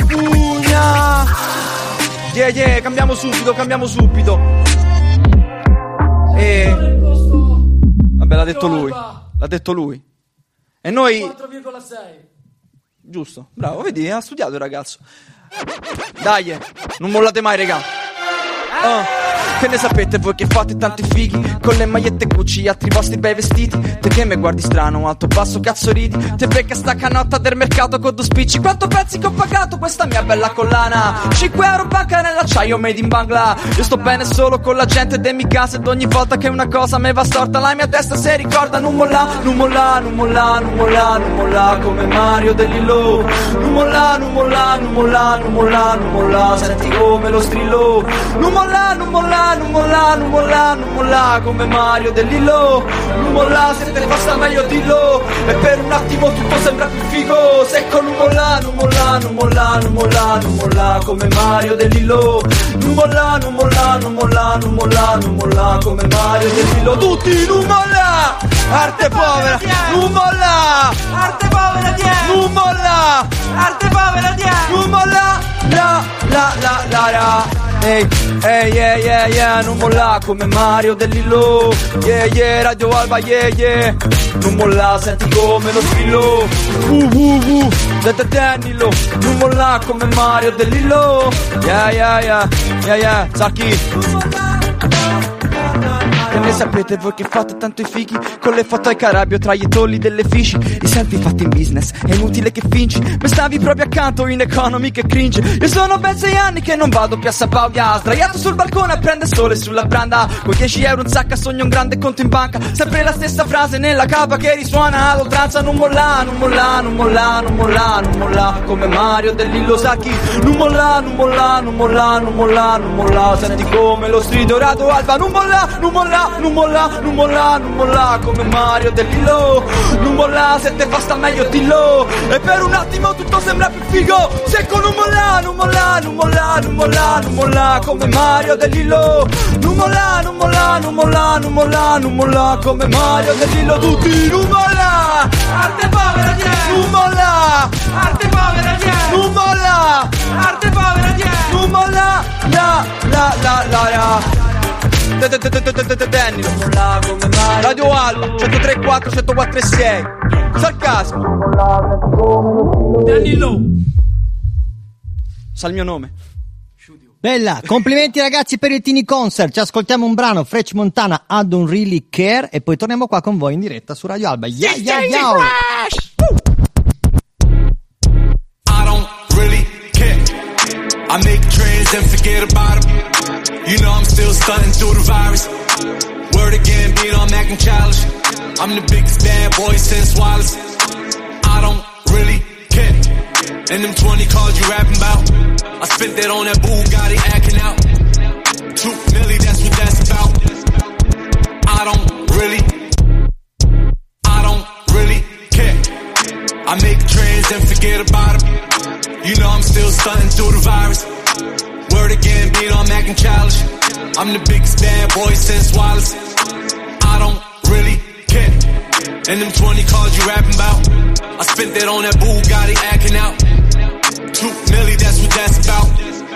spugna. Yeah, yeah, cambiamo subito, cambiamo subito. E... Vabbè, l'ha detto lui. L'ha detto lui. E noi... quattro virgola sei. Giusto, bravo, vedi, ha studiato il ragazzo. Dai, non mollate mai, regà. Oh. Che ne sapete voi che fate tanti fighi con le magliette Gucci, altri vostri bei vestiti. Te che me guardi strano, alto basso cazzo ridi. Te becca sta canotta del mercato con due spicci. Quanto pensi che ho pagato questa mia bella collana? cinque euro banca nell'acciaio made in Bangla. Io sto bene solo con la gente dei miei gas. Ed ogni volta che una cosa me va storta la mia testa si ricorda. Non molla, non molla, non molla, non molla, non molla come Mario dell'Ilo. Non molla, non molla, non molla, non molla, non molla. Senti come lo strillo. Non molla, non molla, non molla, non molla, non molla come Mario dell'Ilo. Non molla, se te ne basta meglio dillo. E per un attimo tutto sembra più figo. Se con un molla, non molla, non molla, non molla, non molla come Mario De Lillo. Non molla, non molla, non molla, non molla, non molla come Mario De Lillo. Tutti non molla, arte povera, non molla, arte povera, non molla, arte povera, non molla, la la la la la. Ehi, ehi, ehi, ehi, yeah, non molla come Mario De Lillo. Yeah, yeah, Radio Alba, yeah, yeah. Non molla, senti come lo sfillo. Uh, uh, uh, detenilo. Non molla come Mario De Lillo. Yeah, yeah, yeah, yeah, yeah, Saki. E ne sapete voi che fate tanto i fighi con le foto ai Carabio tra gli tolli delle fici. I selfie fatti in business, è inutile che finci. Mi stavi proprio accanto in economy che cringe. Io sono ben sei anni che non vado più a Sabaudia, sdraiato sul balcone a prendere sole sulla branda. Con dieci euro in sacca sogno un grande conto in banca. Sempre la stessa frase nella capa che risuona all'oltranza. Non molla, non molla, non molla, non molla, non molla come Mario De Lillo Sacchi. Non molla, non molla, non molla, non molla, non molla. Senti come lo strido Radio Alba. Non molla, non molla, non molla, non molla, non molla come Mario De Lillo. Non molla, se te fa sta meglio dillo. E per un attimo tutto sembra più figo. Se con un molla, non molla, non molla, non molla, non molla come Mario De Lillo. Non molla, non molla, non molla, non molla, non molla come Mario De Lillo. Tutti non molla, arte povera, non molla, arte povera, non molla, arte povera, non molla, la la la la la. Danilo, Radio Alba centotré quattro centoquattro sei. Sarcasmo. Danilo. Sa il mio nome. Bella, complimenti ragazzi per il Tini Concert. Ci ascoltiamo un brano, French Montana, I Don't Really Care, e poi torniamo qua con voi in diretta su Radio Alba. Yeah, yeah, yeah. I don't really care. I make trends and forget about them. You know I'm still stunting through the virus. Word again, beat on Mac and childish. I'm the biggest bad boy since Wallace. I don't really care. And them twenty cards you rapping about, I spent that on that Bugatti acting out. Two milli, that's what that's about. I don't really, I don't really care. I make trends and forget about them. You know I'm still stunting through the virus. Word again, beat on Mac and childish. I'm the biggest bad boy since Wallace. I don't really care. And them twenty cards you rapping about, I spent that on that Bugatti acting out. Two milli, that's what that's about.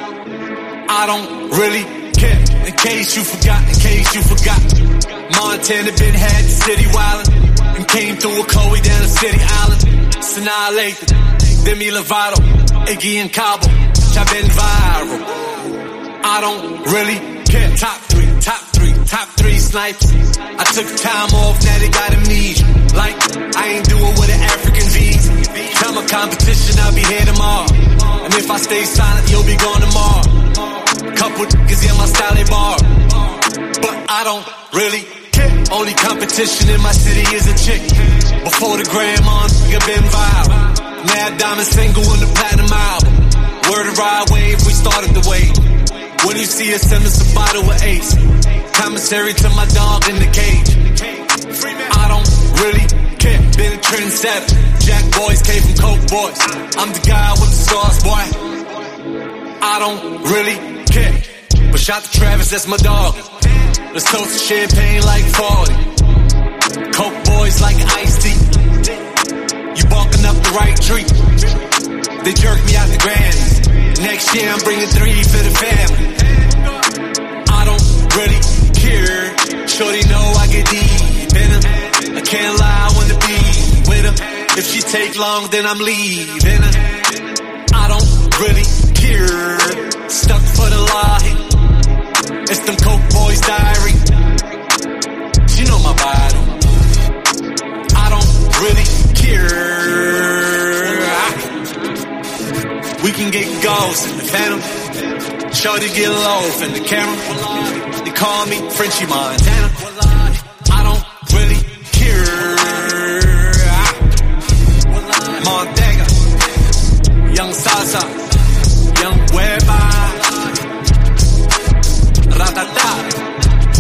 I don't really care. In case you forgot, in case you forgot, Montana been had the city wildin', and came through with Chloe down the city island. Sanaa Lathan, Demi Lovato, Iggy and Cabo, I've been viral. I don't really care. Top three, top three, top three snipes. I took time off, now they got amnesia. Like, I ain't do it with an African visa. Tell my competition I'll be here tomorrow. And if I stay silent, you'll be gone tomorrow. Couple niggas in my style, they bar. But I don't really care. Only competition in my city is a chick. Before the grandma, nigga been viral. Mad Diamond single in the platinum album. Word of ride wave, we started the wave. When you see us, send us a bottle of Ace. Commissary to my dog in the cage. I don't really care. Been a trendsetter. Jack boys came from Coke boys. I'm the guy with the sauce, boy. I don't really care. But shout to Travis, that's my dog. Let's toast to champagne like forty. Coke boys like iced tea. You barking up the right tree. They jerk me out the Grammys. Next year I'm bringing three for the family. I don't really care. Shorty know I get deep in them. I can't lie, I wanna be with them. If she take long, then I'm leaving her. I don't really care. Stuck for the lie. It's them Coke boys' diary. She know my body. I don't really care. We can get ghosts in the Phantom. Shorty get low from the camera. They call me Frenchie Montana. I don't really care. Montega, Young Salsa, Young Hueva, Ratata,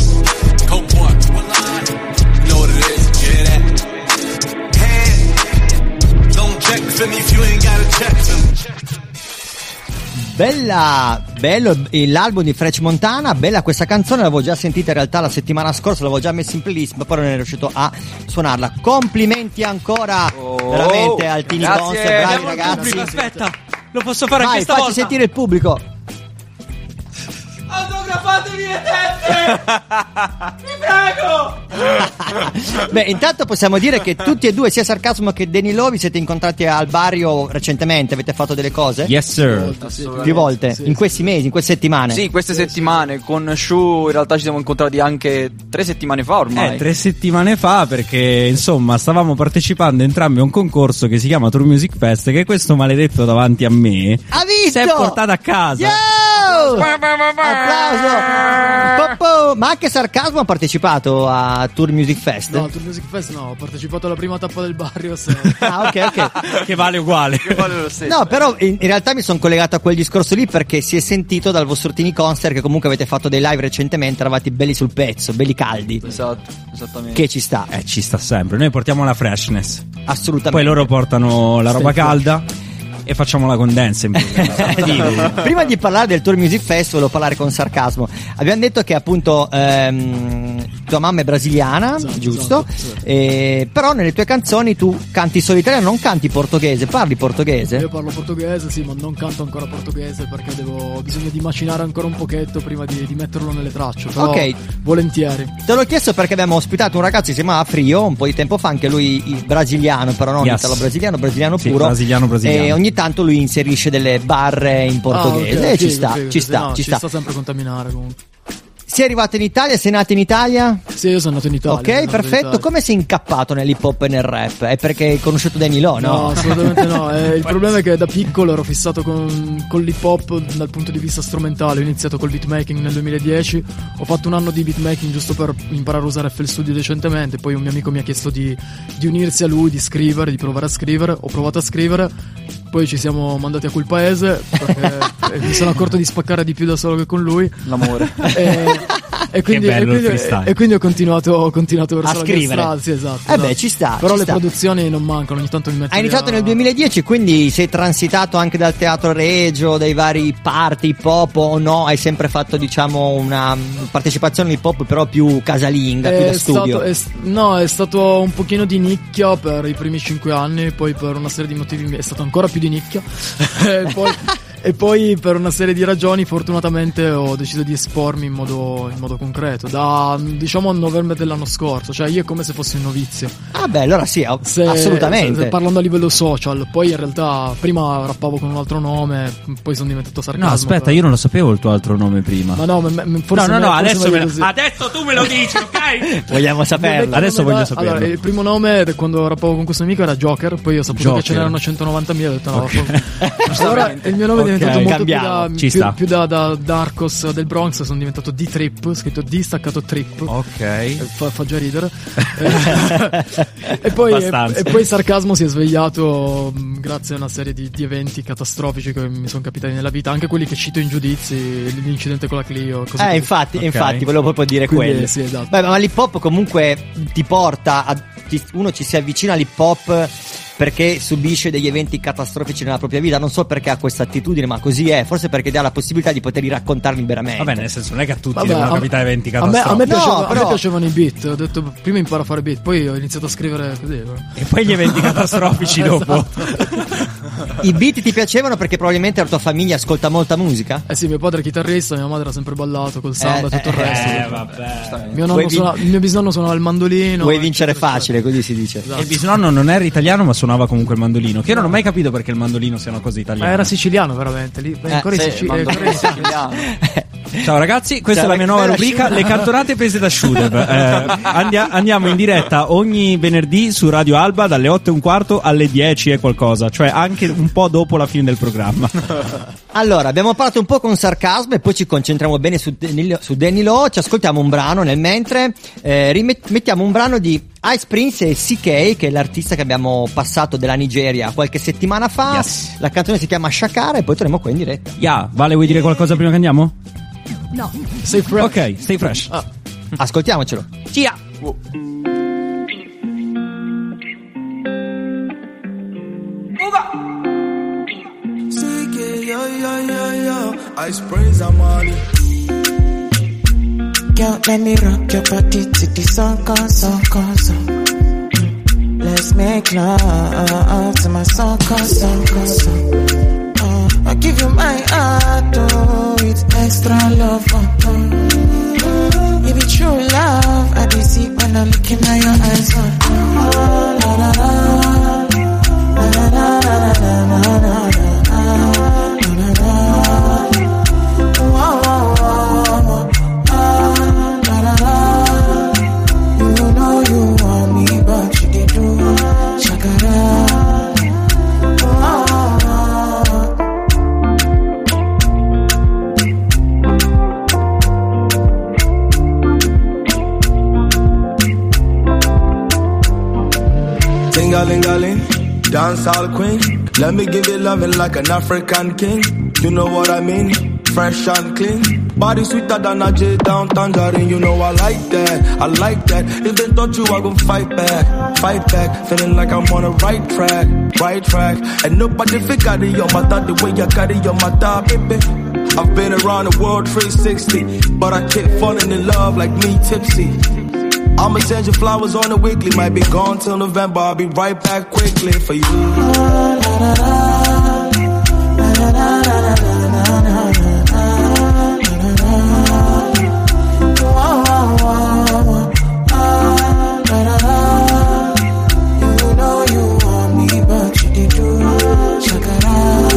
Coke boy. You know what it is? Yeah, that. Hand to me if you ain't got a check to me. Bella, bello l'album di French Montana, bella questa canzone, l'avevo già sentita in realtà la settimana scorsa, l'avevo già messa in playlist, ma poi non ero riuscito a suonarla. Complimenti ancora, oh, veramente al Tini Concert, bravi ragazzi. Pubblico, aspetta, lo posso fare Vai, anche facci stavolta. sentire il pubblico. Autografatevi le tette! Vi prego! Beh, intanto possiamo dire che tutti e due, sia Sarcasmo che Danny Lowe, vi siete incontrati al Barrio recentemente, avete fatto delle cose? Yes sir. Più volte, sì, in questi mesi, in queste settimane? Sì, queste settimane. Con Shu in realtà ci siamo incontrati anche tre settimane fa ormai. Eh, tre settimane fa, perché insomma stavamo partecipando entrambi a un concorso che si chiama Tour Music Fest, che questo maledetto davanti a me ha visto? si è portato a casa. Yo! Applauso! Po-po! Ma anche Sarcasmo ha partecipato a Tour Music Fest? No, Tour Music Fest no, ho partecipato alla prima tappa del Barrio. Se... Ah, ok, ok. Che vale uguale. Che vale lo stesso. No, però in, in realtà mi sono collegato a quel discorso lì perché si è sentito dal vostro Tini Concert che comunque avete fatto dei live recentemente, eravate belli sul pezzo, belli caldi. Esatto, esattamente. Che ci sta. Eh, ci sta sempre. Noi portiamo la freshness. Assolutamente. Poi loro portano la roba Stai calda e facciamo la condensa in più. Prima di parlare del Tour Music Fest volevo parlare con Sarcasmo. Abbiamo detto che appunto ehm, tua mamma è brasiliana, esatto, giusto? Esatto, sì. E, però nelle tue canzoni tu canti solo italiano, non canti portoghese, parli portoghese? Io parlo portoghese, sì, ma non canto ancora portoghese perché devo, ho bisogno di macinare ancora un pochetto prima di, di metterlo nelle tracce. Però ok, volentieri. Te l'ho chiesto perché abbiamo ospitato un ragazzo che si chiamava Frio un po' di tempo fa, anche lui brasiliano, però non Yes. italo brasiliano, brasiliano Sì, puro. brasiliano, brasiliano. E ogni tanto lui inserisce delle barre in portoghese. Ah, ok, e ci figo, sta, figo, ci sì, sta, no, ci sta. sta sempre a contaminare comunque. Sei arrivato in Italia? Sei nato in Italia? Sì, io sono nato in Italia. Ok, sono nato in perfetto. Italia. Come sei incappato nell'hip hop e nel rap? È perché hai conosciuto Danny Lowe, no? No, assolutamente no. Eh, il problema è che da piccolo ero fissato con, con l'hip hop dal punto di vista strumentale. Ho iniziato col beatmaking nel duemiladieci. Ho fatto un anno di beatmaking giusto per imparare a usare F L Studio decentemente. Poi un mio amico mi ha chiesto di, di unirsi a lui, di scrivere, di provare a scrivere. Ho provato a scrivere. Poi ci siamo mandati a quel paese perché mi sono accorto di spaccare di più da solo che con lui. L'amore. E, e, quindi, bello e, il quindi, freestyle. e quindi ho continuato, ho continuato verso A la scrivere. mia strada, sì, esatto. Eh beh, esatto. ci sta, Però ci le sta. produzioni non mancano, ogni tanto mi metto Hai lì iniziato a- nel duemiladieci, quindi sei transitato anche dal teatro regio, dai vari party hip hop o no? Hai sempre fatto, diciamo, una partecipazione hip hop però più casalinga, più da È studio? stato, è, no, è stato un pochino di nicchia per i primi cinque anni, poi per una serie di motivi è stato ancora più di nicchia. e, poi, e poi per una serie di ragioni fortunatamente ho deciso di espormi in modo, in modo concreto, da diciamo a novembre dell'anno scorso, cioè io è come se fossi un novizio. Ah beh, allora sì, a- Se- assolutamente. se- parlando a livello social, poi in realtà prima rappavo con un altro nome, poi sono diventato Sarcasmo. No, aspetta, però- io non lo sapevo il tuo altro nome prima. Ma no, me- me- forse no, no, me- no, forse adesso, meglio me lo- così. adesso tu me lo dici, ok? Vogliamo saperlo. Adesso nome voglio da- saperlo. Allora, il primo nome da- quando rappavo con questo amico era Joker, poi ho saputo Joker. che ce n'erano centonovantamila, ho detto no, Ok. vabbè. Allora il mio nome è Ok. diventato molto più Cambiamo. da, Ci più, sta. più da, da Darkos del Bronx, sono diventato D-Trip, scritto D staccato Trip. Ok. Eh, Fa, fa già ridere. Eh, e, poi, e, Abbastanza. e poi Sarcasmo si è svegliato mh, grazie a una serie di, di eventi catastrofici che mi sono capitati nella vita, anche quelli che cito in giudizi, l'incidente con la Clio. cose Eh, così. infatti, Ok. infatti, volevo proprio dire Quindi, quello. sì, esatto. Beh, ma l'hip hop comunque ti porta a. ti- uno ci si avvicina all'hip hop perché subisce degli eventi catastrofici nella propria vita. Non so perché ha questa attitudine, ma così è. Forse perché dà la possibilità di poterli raccontare liberamente. Vabbè, nel senso, non è che a tutti Vabbè, devono a- capitare eventi A me, a, me catastrofici. piaceva- No, a me però- piacevano i beat, ho detto prima imparo a fare beat, poi ho iniziato a scrivere così. però. E poi gli eventi catastrofici dopo. I beat ti piacevano perché probabilmente la tua famiglia ascolta molta musica? Eh sì, mio padre è chitarrista, mia madre ha sempre ballato col samba e Eh, tutto il eh, resto. Eh, vabbè. Mio, nonno Vuoi vin- suona- il mio bisnonno suonava il mandolino. Vuoi eccetera, vincere eccetera. facile, così si dice. Esatto. E il bisnonno non era italiano, ma suonava comunque il mandolino. Che io non ho mai capito perché il mandolino siano così italiano. Ma era siciliano veramente, lì, Eh, ancora in Sì, Sicilia. mandolino ancora in Sicilia. siciliano. Ciao ragazzi, questa Ciao, è la mia nuova ragazzi, rubrica, asciuga. le cantonate prese da Shudev. Eh, andia- andiamo in diretta ogni venerdì su Radio Alba dalle otto e un quarto alle dieci e qualcosa, cioè anche un po' dopo la fine del programma. Allora, abbiamo parlato un po' con Sarcasmo e poi ci concentriamo bene su Danny, su Danny Lowe. Ci ascoltiamo un brano nel mentre. Eh, rimet- mettiamo un brano di Ice Prince e C K, che è l'artista che abbiamo passato della Nigeria qualche settimana fa. Yes. La canzone si chiama Shakara e poi torniamo qua in diretta. Ya, Vale, vuoi dire qualcosa prima che andiamo? No. Sei fresh. Ok, stay fresh. Ah. Ascoltiamocelo. Say, yo, yo, yo, yo. Ice Prince Amani. Girl, let me rock your body to the song, song, song. Let's make love to my song, song, song. Uh, I give you my heart, oh, with extra love. Oh, oh. It be true love, I be see when I'm looking at your eyes. Oh, oh, la, la, la, la, la, la, la, la, la, la. Ling-a-ling-a-ling, dancehall queen. Let me give you loving like an African king. You know what I mean? Fresh and clean. Body sweeter than a J down tangerine. You know I like that, I like that. If they touch you, I gon' fight back, fight back. Feeling like I'm on the right track, right track. And nobody fit carry your matter the way you carry your matter, baby. I've been around the world three sixty, but I keep falling in love like me tipsy. I'ma send you flowers on the weekly. Might be gone till November. I'll be right back quickly for you. You know you want me, but you did do shakara.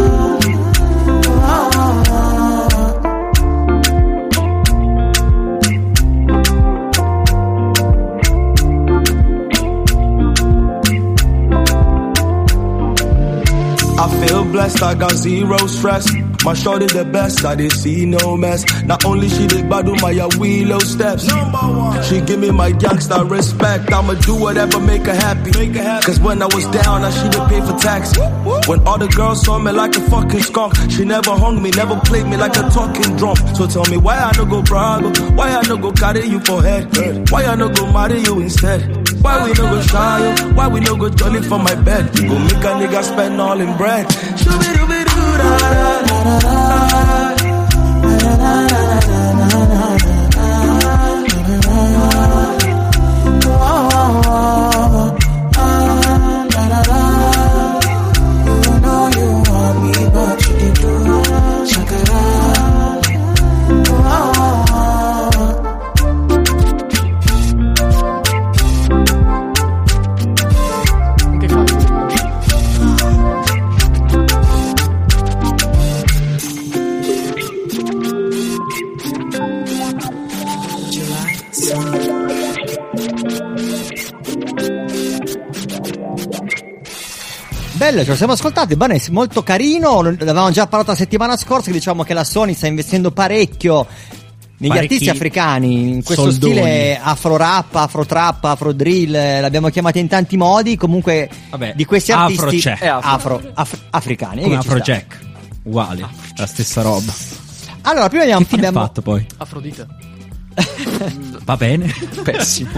I feel blessed, I got zero stress. My shorty the best, I didn't see no mess. Not only she did badu my willow steps. She give me my gangster respect. I'ma do whatever make her happy. Cause when I was down, I she did pay for taxi. When all the girls saw me like a fucking skunk, she never hung me, never played me like a talking drum. So tell me why I no go bravo, why I no go carry you for head, why I no go marry you instead. Why we no go shy, yo? Why we no go jolly for my bed? You go make a nigga spend all in bread. You know you want me, but you did do shakara. Bello, ce lo siamo ascoltati, bene, molto carino, l'avevamo già parlato la settimana scorsa, che diciamo che la Sony sta investendo parecchio negli Parecchi artisti africani, in questo soldoni. stile afro rap, afro trap, afro drill, l'abbiamo chiamata in tanti modi, comunque Vabbè, di questi afro artisti c'è. afro, afro, af- africani. Come che ci Afro sta. Jack, uguale, la stessa roba. Allora, prima abbiamo, Che fine ha abbiamo... fatto poi? Afrodite. Va bene. Pessimo.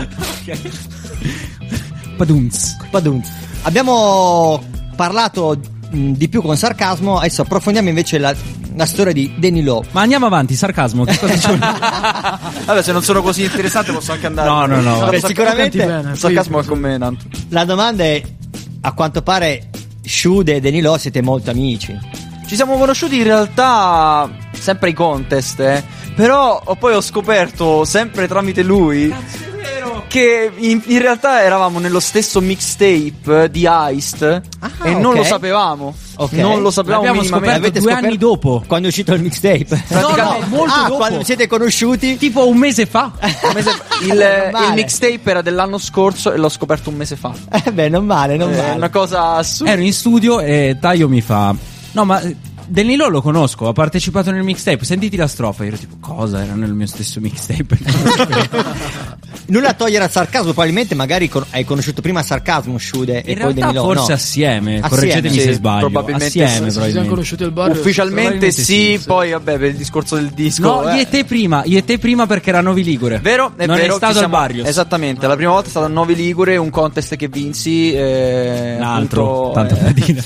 Padunz. Padunz. Abbiamo parlato mh, di più con sarcasmo, adesso approfondiamo invece la, la storia di Danny Lowe. Ma andiamo avanti, sarcasmo, che cosa c'è? Vabbè, se non sono così interessante posso anche andare. No, no, no. Vabbè, Sarcasmo- sicuramente il sarcasmo è con me, Nanto. la domanda è, a quanto pare Shude e Danny Lowe siete molto amici. Ci siamo conosciuti in realtà sempre ai contest, eh. Però ho- poi ho scoperto, sempre tramite lui, che in, in realtà eravamo nello stesso mixtape di Heist e non ok. lo sapevamo. Ok. Non lo sapevamo L'abbiamo minimamente. scoperto Avete due scoperto anni dopo. quando è uscito il mixtape? No, no, molto ah, dopo. quando siete conosciuti? Tipo un mese fa. Un mese- il, Non male. il mixtape era dell'anno scorso e l'ho scoperto un mese fa. Eh beh, non male, non È male. una cosa assurda. Ero in studio e Taio mi fa: no, ma Danilo lo conosco, ha partecipato nel mixtape, sentiti la strofa. Io ero tipo, cosa? Era nel mio stesso mixtape. nulla a togliere al sarcasmo, probabilmente magari con- hai conosciuto prima Sarcasmo, Sciude, e In poi realtà Denilo. forse no. assieme, Assieme, correggetemi sì, se sbaglio. probabilmente assieme, sì, sì, Ci siamo probabilmente. conosciuti al bar. Ufficialmente sì, Probabilmente sì, poi vabbè per il discorso del disco. No, eh. io e te prima, io e te prima perché era Novi Ligure. Vero? È non vero, è stato ci al siamo- Barrios. Esattamente, la prima volta è stato a Novi Ligure, un contest che vinsi. Eh, Un altro, appunto, tanto eh, per dire.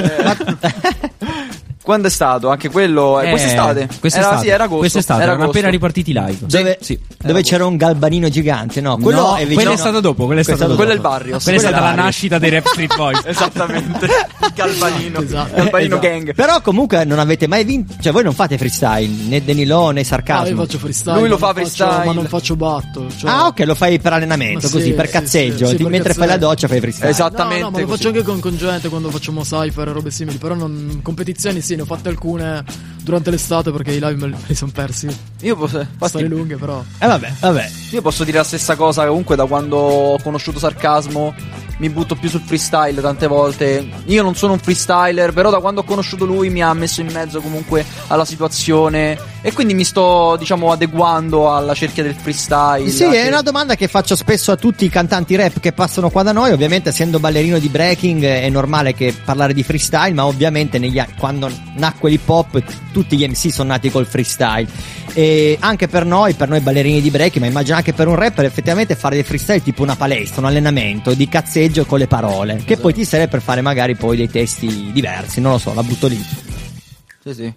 Quando è stato? Anche quello? Eh, Eh, quest'estate? quest'estate. Era, sì, era agosto. Quest'estate, era erano agosto. appena ripartiti live. Dove, Sì, dove c'era un galbanino gigante, no? Quello No, è vicino. quello è stato dopo, quello è stato dopo. Quello è il Barrios. Quella è Quello stata è la Barrios. nascita dei Rap Street Boys. Esattamente. Il Galbanino. Esatto. Galbanino Esatto. Gang. Però comunque non avete mai vinto, cioè voi non fate freestyle, né Denilo né Ah, Sarcasmo. io faccio freestyle. Lui lo ma fa non faccio- freestyle. ma non faccio batto. Cioè... Ah, ok, lo fai per allenamento, Ma così, sì, per sì, cazzeggio. sì, sì, Ti- per mentre fai la cazzeggio. doccia fai freestyle. Esattamente. No, no, ma lo così. faccio anche con, con gente quando facciamo cypher e robe simili. Però non, competizioni sì, ne ho fatte alcune durante l'estate perché i live me li, me li sono persi. Io posso, infatti, Storie lunghe, però. Eh vabbè, vabbè. io posso dire la stessa cosa. Comunque, da quando ho conosciuto Sarcasmo, mi butto più sul freestyle tante volte. Io non sono un freestyler, però da quando ho conosciuto lui mi ha messo in mezzo comunque alla situazione. E quindi mi sto, diciamo, adeguando alla cerchia del freestyle. Sì, anche- è una domanda che faccio spesso a tutti i cantanti rap che passano qua da noi. Ovviamente, essendo ballerino di breaking, è normale che parlare di freestyle, ma ovviamente negli anni, quando nacque l'hip hop, t- tutti gli M C sono nati col freestyle. E anche per noi, per noi ballerini di breaking, ma immagino anche per un rapper, effettivamente fare del freestyle è tipo una palestra, un allenamento di cazzeggio con le parole, che poi ti serve per fare magari poi dei testi diversi, non lo so, la butto lì. Sì, sì.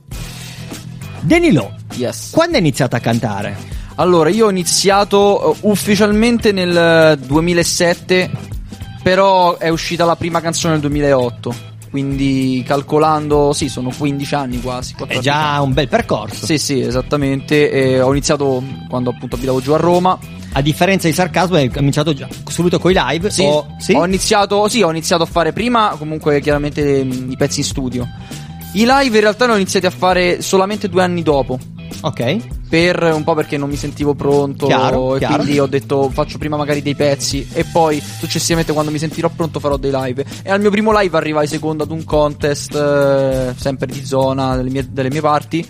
Denilo, Yes. quando hai iniziato a cantare? Allora, io ho iniziato uh, ufficialmente nel eh, duemilasette, però è uscita la prima canzone nel duemilaotto. Quindi calcolando, sì, sono quindici anni quasi. È quattordici già anni. un bel percorso. Sì, sì, esattamente. E ho iniziato quando appunto abitavo giù a Roma. A differenza di Sarcasmo, hai cominciato già subito con i live? Sì, o- sì? ho iniziato, sì, ho iniziato a fare prima comunque chiaramente mh, i pezzi in studio. I live in realtà li ho iniziati a fare solamente due anni dopo. Ok. Per un po' perché non mi sentivo pronto. Chiaro, e chiaro. quindi ho detto faccio prima magari dei pezzi e poi successivamente quando mi sentirò pronto farò dei live. E al mio primo live arrivai secondo ad un contest eh, sempre di zona delle mie, delle mie parti.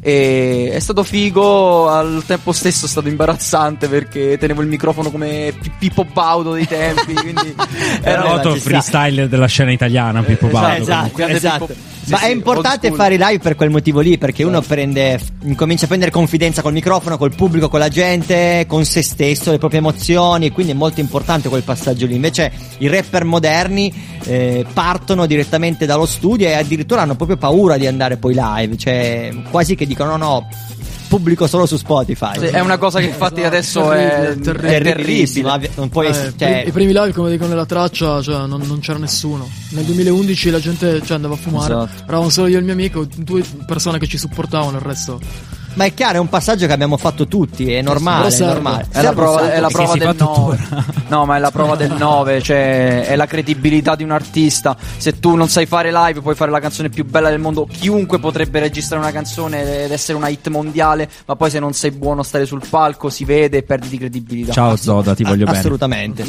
E è stato figo, al tempo stesso è stato imbarazzante perché tenevo il microfono come Pi- Pippo Baudo dei tempi. Quindi Era vabbè, noto ci sta. freestyler della scena italiana, Pippo Eh, Baudo. Esatto, Grande esatto. Pippo- sì, Ma sì, è old importante school. fare i live per quel motivo lì, perché uno prende, incomincia a prendere confidenza col microfono, col pubblico, con la gente, con se stesso, le proprie emozioni, e quindi è molto importante quel passaggio lì. Invece i rapper moderni eh, partono direttamente dallo studio e addirittura hanno proprio paura di andare poi live, cioè quasi che dicono no no, pubblico solo su Spotify. Sì, è una cosa che infatti adesso è, Terribile, terribile. è terribilissimo, terribile. non puoi, Eh, cioè, I primi live, come dicono nella traccia, cioè, non, non c'era nessuno. Nel duemilaundici la gente cioè, andava a fumare. Esatto. Eravamo solo io e il mio amico, due persone che ci supportavano, il resto. ma è chiaro, è un passaggio che abbiamo fatto tutti, è normale, Però è serve. normale. È la Serve prova, un sacco. è la Che prova si del fa nove. tuttora. No, ma è la prova del nove, cioè è la credibilità di un artista. Se tu non sai fare live, puoi fare la canzone più bella del mondo. Chiunque potrebbe registrare una canzone ed essere una hit mondiale, ma poi se non sei buono a stare sul palco, si vede e perdi di credibilità. Ciao Zoda, ti voglio bene. Assolutamente.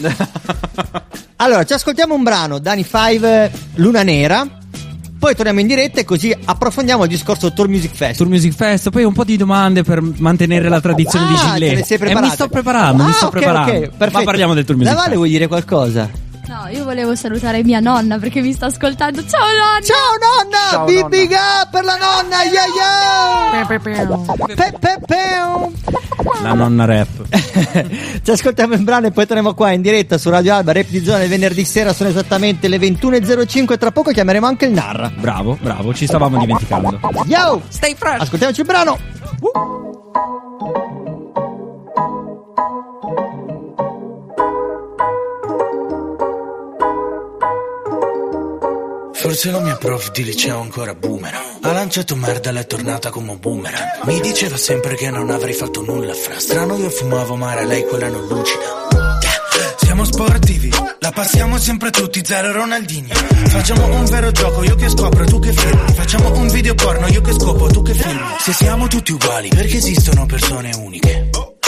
Allora, ci ascoltiamo un brano, Dani Five, Luna Nera. Poi torniamo in diretta e così approfondiamo il discorso Tour Music Fest. Tour Music Fest, poi un po' di domande per mantenere la tradizione di Ah, te Gilet. le sei E preparate? mi sto preparando, mi Ah, sto ok, preparando. ok, perfetto. Ma parliamo del Tour Music La Vale Fest. vuoi dire qualcosa? No, io volevo salutare mia nonna perché mi sta ascoltando. Ciao nonna! Ciao nonna! Ciao, Big nonna. big up per la nonna! Yeah, yeah! Pe, pe, peu. La nonna rap. Ci ascoltiamo il brano e poi torniamo qua in diretta su Radio Alba, Rap di Zona, il venerdì sera sono esattamente le ventuno e zero cinque. Tra poco chiameremo anche il Narra. Bravo, bravo, ci stavamo dimenticando. Yo! Stay fresh. Ascoltiamoci il brano! Forse la mia prof di liceo ancora boomer. Ha lanciato merda, l'è tornata come un boomerang. Mi diceva sempre che non avrei fatto nulla, fra. Strano, io fumavo mare, lei quella non lucida. Yeah. Siamo sportivi, la passiamo sempre tutti, zero Ronaldinho. Facciamo un vero gioco, io che scopro, tu che filmi. Facciamo un video porno, io che scopo, tu che filmi. Se siamo tutti uguali, perché esistono persone uniche? Muore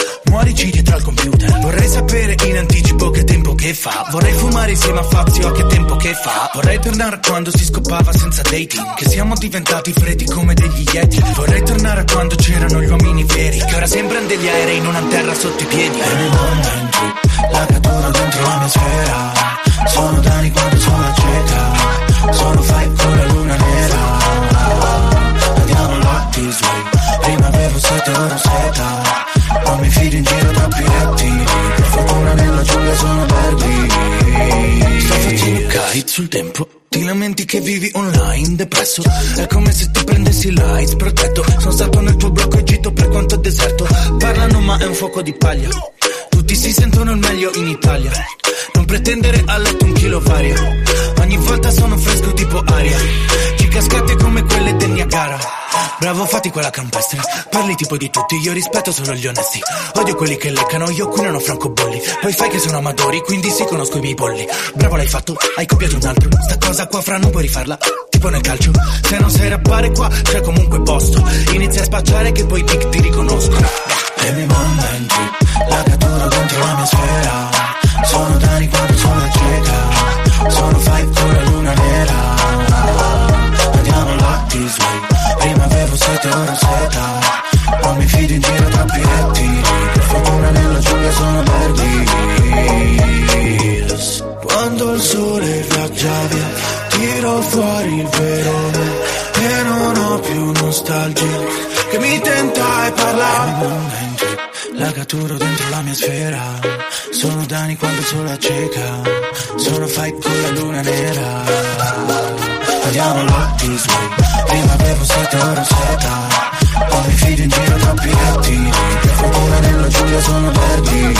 storici dietro al computer. Vorrei sapere in anticipo che tempo che fa. Vorrei fumare insieme a Fazio, che tempo che fa. Vorrei tornare a quando si scopava senza dating, che siamo diventati freddi come degli yeti. Vorrei tornare a quando c'erano gli uomini veri, che ora sembrano degli aerei, non hanno terra sotto i piedi. E nei momenti, la cattura dentro la mia sfera. Sono Dani quando sono cieca. Sono five con la luna nera. Andiamo là this way. Prima avevo sete, ora seta. Non mi fido in giro troppi rettili. Per fortuna nella giungla sono verdi. Sto facendo kite sul tempo. Ti lamenti che vivi online depresso. È come se ti prendessi l'AIDS protetto. Sono stato nel tuo blocco Egitto per quanto è deserto. Parlano ma è un fuoco di paglia. Tutti si sentono il meglio in Italia. Non pretendere a letto un chilo varia. Ogni volta sono fresco tipo aria. Ci cascate come quelle del Niagara. Bravo fatti quella campestre. Parli tipo di tutti, io rispetto solo gli onesti. Odio quelli che leccano, io qui non ho francobolli. Poi fai che sono amatori, quindi sì conosco i miei polli. Bravo l'hai fatto, hai copiato un altro. Sta cosa qua fra non puoi rifarla, tipo nel calcio. Se non sai rappare qua, c'è comunque posto. Inizia a spacciare che poi tic ti riconosco. E mi momenti, la cattura dentro la mia sfera. Sono Dani quando sono cieca. Sono five con la luna nera. Andiamo là this way. Prima avevo sete, ora seta. Non mi fido in giro troppi rettili. Per fortuna nella giungla sono verdi. Quando il sole viaggia via, tiro fuori il vero me. E non ho più nostalgia che mi tenta e parla. La catturo dentro la mia sfera. Sono Dani quando il sole acceca. Sono fight con la luna nera. Andiamo là this way. Prima avevo sete, ora seta. Non mi fido in giro troppi rettili. Per fortuna nella giungla sono verdi.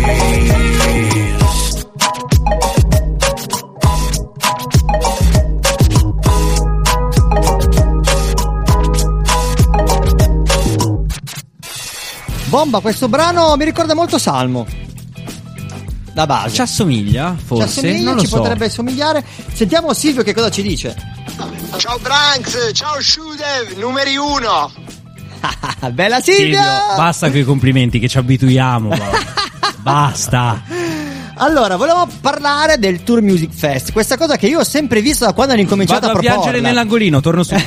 Bomba, questo brano mi ricorda molto Salmo. La base. Ci assomiglia, forse? Ci assomiglia, non lo ci so. potrebbe somigliare. Sentiamo Silvio che cosa ci dice. Ciao Branks, ciao Shudev, numeri uno. Bella Silvio! Silvio, basta con i complimenti che ci abituiamo. Basta. Allora, volevamo parlare del Tour Music Fest. Questa cosa che io ho sempre visto da quando hanno incominciato Vado a a proporla. piangere nell'angolino, torno su.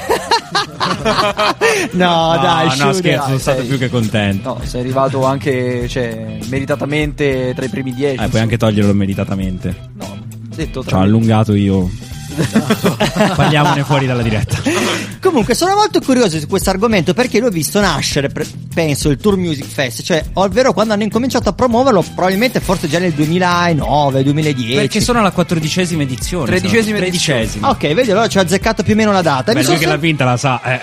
No, dai, no, Shudev, scherzo, sono dai, stato sei- più che contento. No, sei arrivato anche, cioè, meritatamente tra i primi dieci. Eh, puoi anche toglierlo meritatamente. No, detto Ci tra ho allungato io. Parliamone fuori dalla diretta. Comunque sono molto curioso su questo argomento perché l'ho visto nascere, pre- penso, il Tour Music Fest, cioè, ovvero quando hanno incominciato a promuoverlo, probabilmente forse già nel duemilanove, duemiladieci. Perché sono alla quattordicesima edizione. Tredicesima sono. Tredicesima. Ok, vedi, allora ci ho azzeccato più o meno la data. Beh, Mi lui sono che sem- l'ha vinta la sa, eh.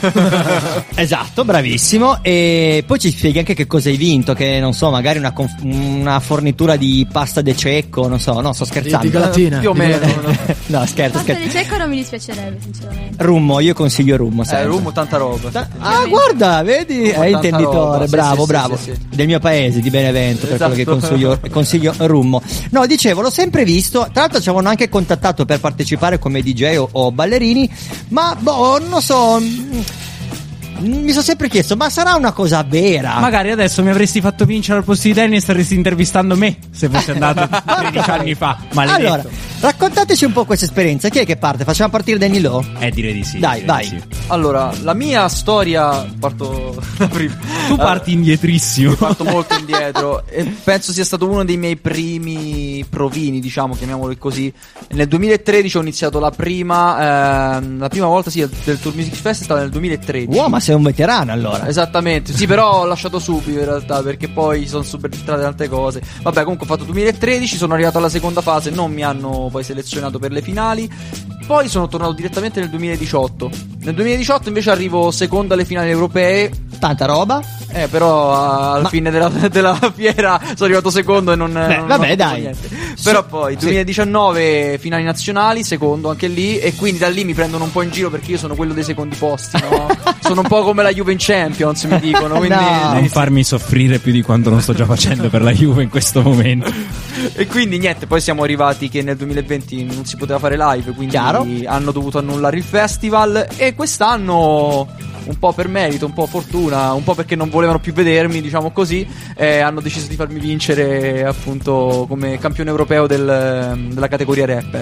Esatto, bravissimo. E poi ci spieghi anche che cosa hai vinto, che non so, magari una, conf- una fornitura di pasta de cecco, non so, no, sto scherzando. Di gelatina. Più o Di meno. gelatina. No, scherzo, Pasta scherzo. di cecco non mi dispiacerebbe, sinceramente. Rummo, io consiglio rummo, Eh, sempre. Rumo, tanta roba. Ah, guarda, vedi? Rummo, È tanta intenditore, roba. Sì, bravo, sì, bravo. sì, sì, sì. Del mio paese, di Benevento, per Esatto. quello che consiglio, consiglio rummo. No, dicevo, l'ho sempre visto. Tra l'altro ci avevano anche contattato per partecipare come D J o, o ballerini. Ma, boh, non so. mm, Mi sono sempre chiesto, ma sarà una cosa vera? Magari adesso mi avresti fatto vincere al posto di Danny e staresti intervistando me se fossi andato tredici anni fa. Maledetto. Allora, raccontateci un po' questa esperienza. Chi è che parte? Facciamo partire Danny Lo? Eh, direi di sì. Dai, direi vai. di sì. Allora, la mia storia, parto da prima. Tu parti indietrissimo. Parto molto indietro e penso sia stato uno dei miei primi provini, diciamo, chiamiamolo così. Nel duemilatredici ho iniziato la prima ehm, la prima volta sì del Tour Music Fest, è stata nel duemilatredici. Wow, ma sei un veterano allora. Esattamente, sì, però ho lasciato subito in realtà perché poi sono subentrate altre cose. Vabbè, comunque ho fatto duemilatredici, sono arrivato alla seconda fase, non mi hanno poi selezionato per le finali. Poi sono tornato direttamente nel duemiladiciotto. Nel duemiladiciotto invece arrivo secondo alle finali europee. Tanta roba. Eh, però a- alla Ma- fine della, della fiera sono arrivato secondo e non, Beh, non vabbè, ho fatto dai. niente. Però poi Sì. duemiladiciannove finali nazionali, secondo anche lì, e quindi da lì mi prendono un po' in giro perché io sono quello dei secondi posti, no? Sono un po' come la Juve in Champions, mi dicono, quindi No. Non farmi soffrire più di quanto non sto già facendo per la Juve in questo momento. E quindi niente, poi siamo arrivati che nel duemilaventi non si poteva fare live, quindi Chiaro. hanno dovuto annullare il festival e quest'anno un po' per merito, un po' fortuna, un po' perché non volevano più vedermi, diciamo così, eh, hanno deciso di farmi vincere appunto come campione europeo del, della categoria rapper.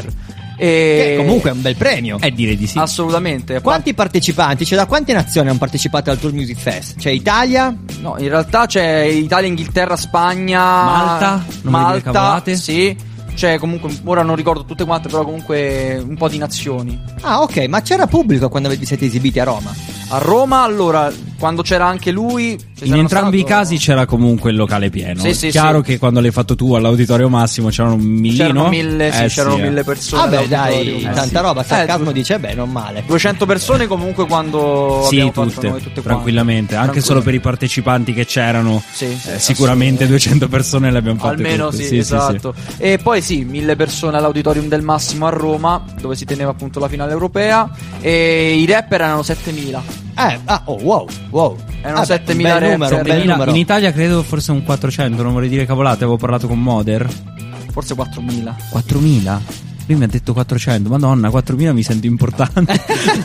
E che comunque è un bel premio. Eh, direi di sì. Assolutamente. Quanti partecipanti? Cioè, da quante nazioni hanno partecipato al Tour Music Fest? C'è Italia? No, in realtà c'è Italia, Inghilterra, Spagna, Malta, non Malta, sì. Cioè, comunque, ora non ricordo tutte quante, però comunque un po' di nazioni. Ah, ok, ma c'era pubblico quando vi siete esibiti a Roma? A Roma, allora, quando c'era anche lui, in entrambi stato... i casi c'era comunque il locale pieno. Sì, sì, chiaro sì. che quando l'hai fatto tu all'Auditorio Massimo c'erano un millino. C'erano mille, sì, eh, c'erano sì, mille eh. persone. Vabbè, dai, eh, tanta sì. roba. Sarcasmo eh, dice, beh, non male. duecento persone comunque quando sì, abbiamo tutte, fatto noi tutte tranquillamente. Quante. Anche solo per i partecipanti che c'erano, sì, sì, eh, sicuramente duecento persone le abbiamo fatte. Almeno tutte. sì, sì, esatto. Sì, sì. E poi sì, mille persone all'Auditorium del Massimo a Roma, dove si teneva appunto la finale europea. E i rapper erano settemila. Eh, ah, oh, wow, wow. Erano ah, settemila rapper. Numero, un bel numero. In Italia credo forse un quattrocento, non vorrei dire cavolate, avevo parlato con Moder. Forse quattromila. quattromila? Lui mi ha detto quattrocento, madonna, quattromila mi sento importante.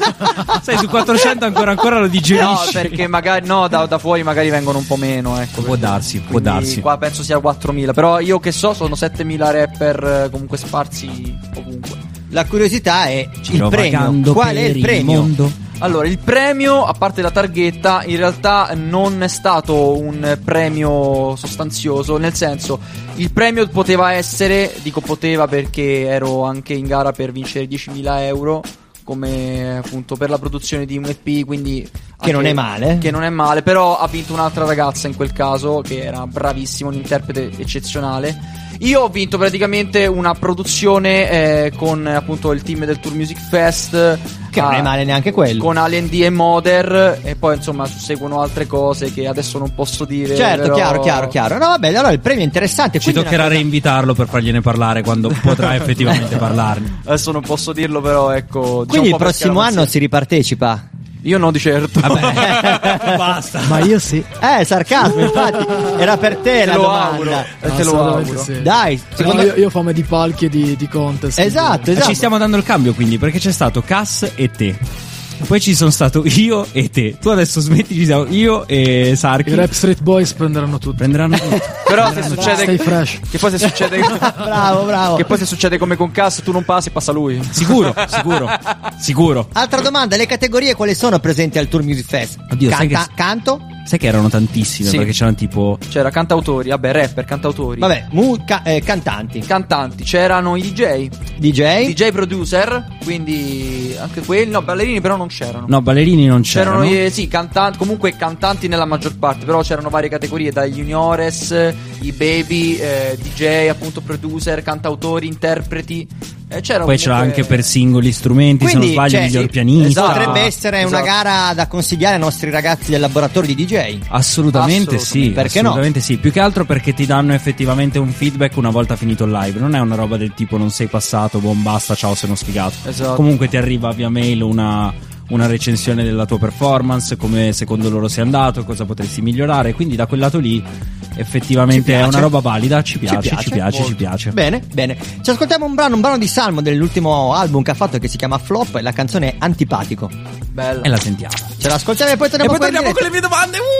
Sai, su quattrocento ancora ancora lo digerisci. No, perché magari no, da, da fuori magari vengono un po' meno, ecco. Può darsi, può darsi. Qua penso sia quattromila, però io che so sono settemila rapper comunque sparsi ovunque. La curiosità è Ci il premio. Qual è il premio? Mondo. Allora, il premio, a parte la targhetta, in realtà non è stato un premio sostanzioso, nel senso, il premio poteva essere, dico poteva perché ero anche in gara per vincere diecimila euro, come appunto per la produzione di un E P, quindi che non è male. Che non è male, però ha vinto un'altra ragazza in quel caso, che era bravissima, un interprete eccezionale. Io ho vinto praticamente una produzione eh, con appunto il team del Tour Music Fest, che non è male neanche quello, con Alien D e Moder, e poi insomma seguono altre cose che adesso non posso dire. Certo, però... chiaro, chiaro, chiaro. No, vabbè, allora il premio è interessante. Ci toccherà cosa... reinvitarlo per fargliene parlare quando potrà effettivamente parlarne. Adesso non posso dirlo, però ecco. Quindi il prossimo anno si ripartecipa? Io no, di certo. Vabbè, basta. Ma io sì. Eh, sarcasmo, infatti. Era per te, te la lo domanda. Auguro. Eh, te lo auguro. Sì. Dai, secondo... io, io ho fame di palchi e di, di contest. Esatto, esatto. Ci stiamo dando il cambio quindi, perché c'è stato Cass e te. Poi ci sono stato io e te. Tu adesso smetti, ci siamo io e Sarki. I Rap Street Boys prenderanno tutto. Prenderanno tutto. Però prenderanno se succede Stay fresh. Che poi se succede Bravo, bravo. Che poi se succede come con Cass, tu non passi, passa lui. Sicuro, sicuro. Sicuro. Altra domanda, le categorie quali sono presenti al Tour Music Fest? Oddio, Canta- sai che... Canto? Sai che erano tantissime, sì. Perché c'erano tipo c'era cantautori, vabbè, rapper, cantautori. Vabbè, mu- ca- eh, cantanti. Cantanti, c'erano i D J. D J? D J producer, quindi anche quelli, no, ballerini però non c'erano. No, ballerini non c'erano. C'erano eh, sì, cantanti, comunque cantanti nella maggior parte, però c'erano varie categorie, dai juniores, i baby, eh, D J, appunto producer, cantautori, interpreti. Eh, c'era Poi comunque... c'era anche per singoli strumenti, quindi, se non sbaglio, cioè, miglior sì, pianista. esatto, potrebbe essere esatto. una gara da consigliare ai nostri ragazzi del laboratorio di D J. Assolutamente, Assolutamente. sì. Perché assolutamente no? sì. Più che altro perché ti danno effettivamente un feedback una volta finito il live. Non è una roba del tipo non sei passato, buon basta, ciao, sei uno sfigato. Esatto. Comunque ti arriva via mail una, una recensione della tua performance, come secondo loro sei andato, cosa potresti migliorare. Quindi da quel lato lì effettivamente è una roba valida. Ci piace, ci piace, ci piace, ci piace. Bene, bene. Ci ascoltiamo un brano, un brano di Salmo dell'ultimo album che ha fatto, che si chiama Flop, e la canzone è Antipatico. Bella. E la sentiamo. Ce la ascoltiamo e poi torniamo, e poi qua in torniamo con le diretta.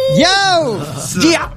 mie domande. Yo! Gia!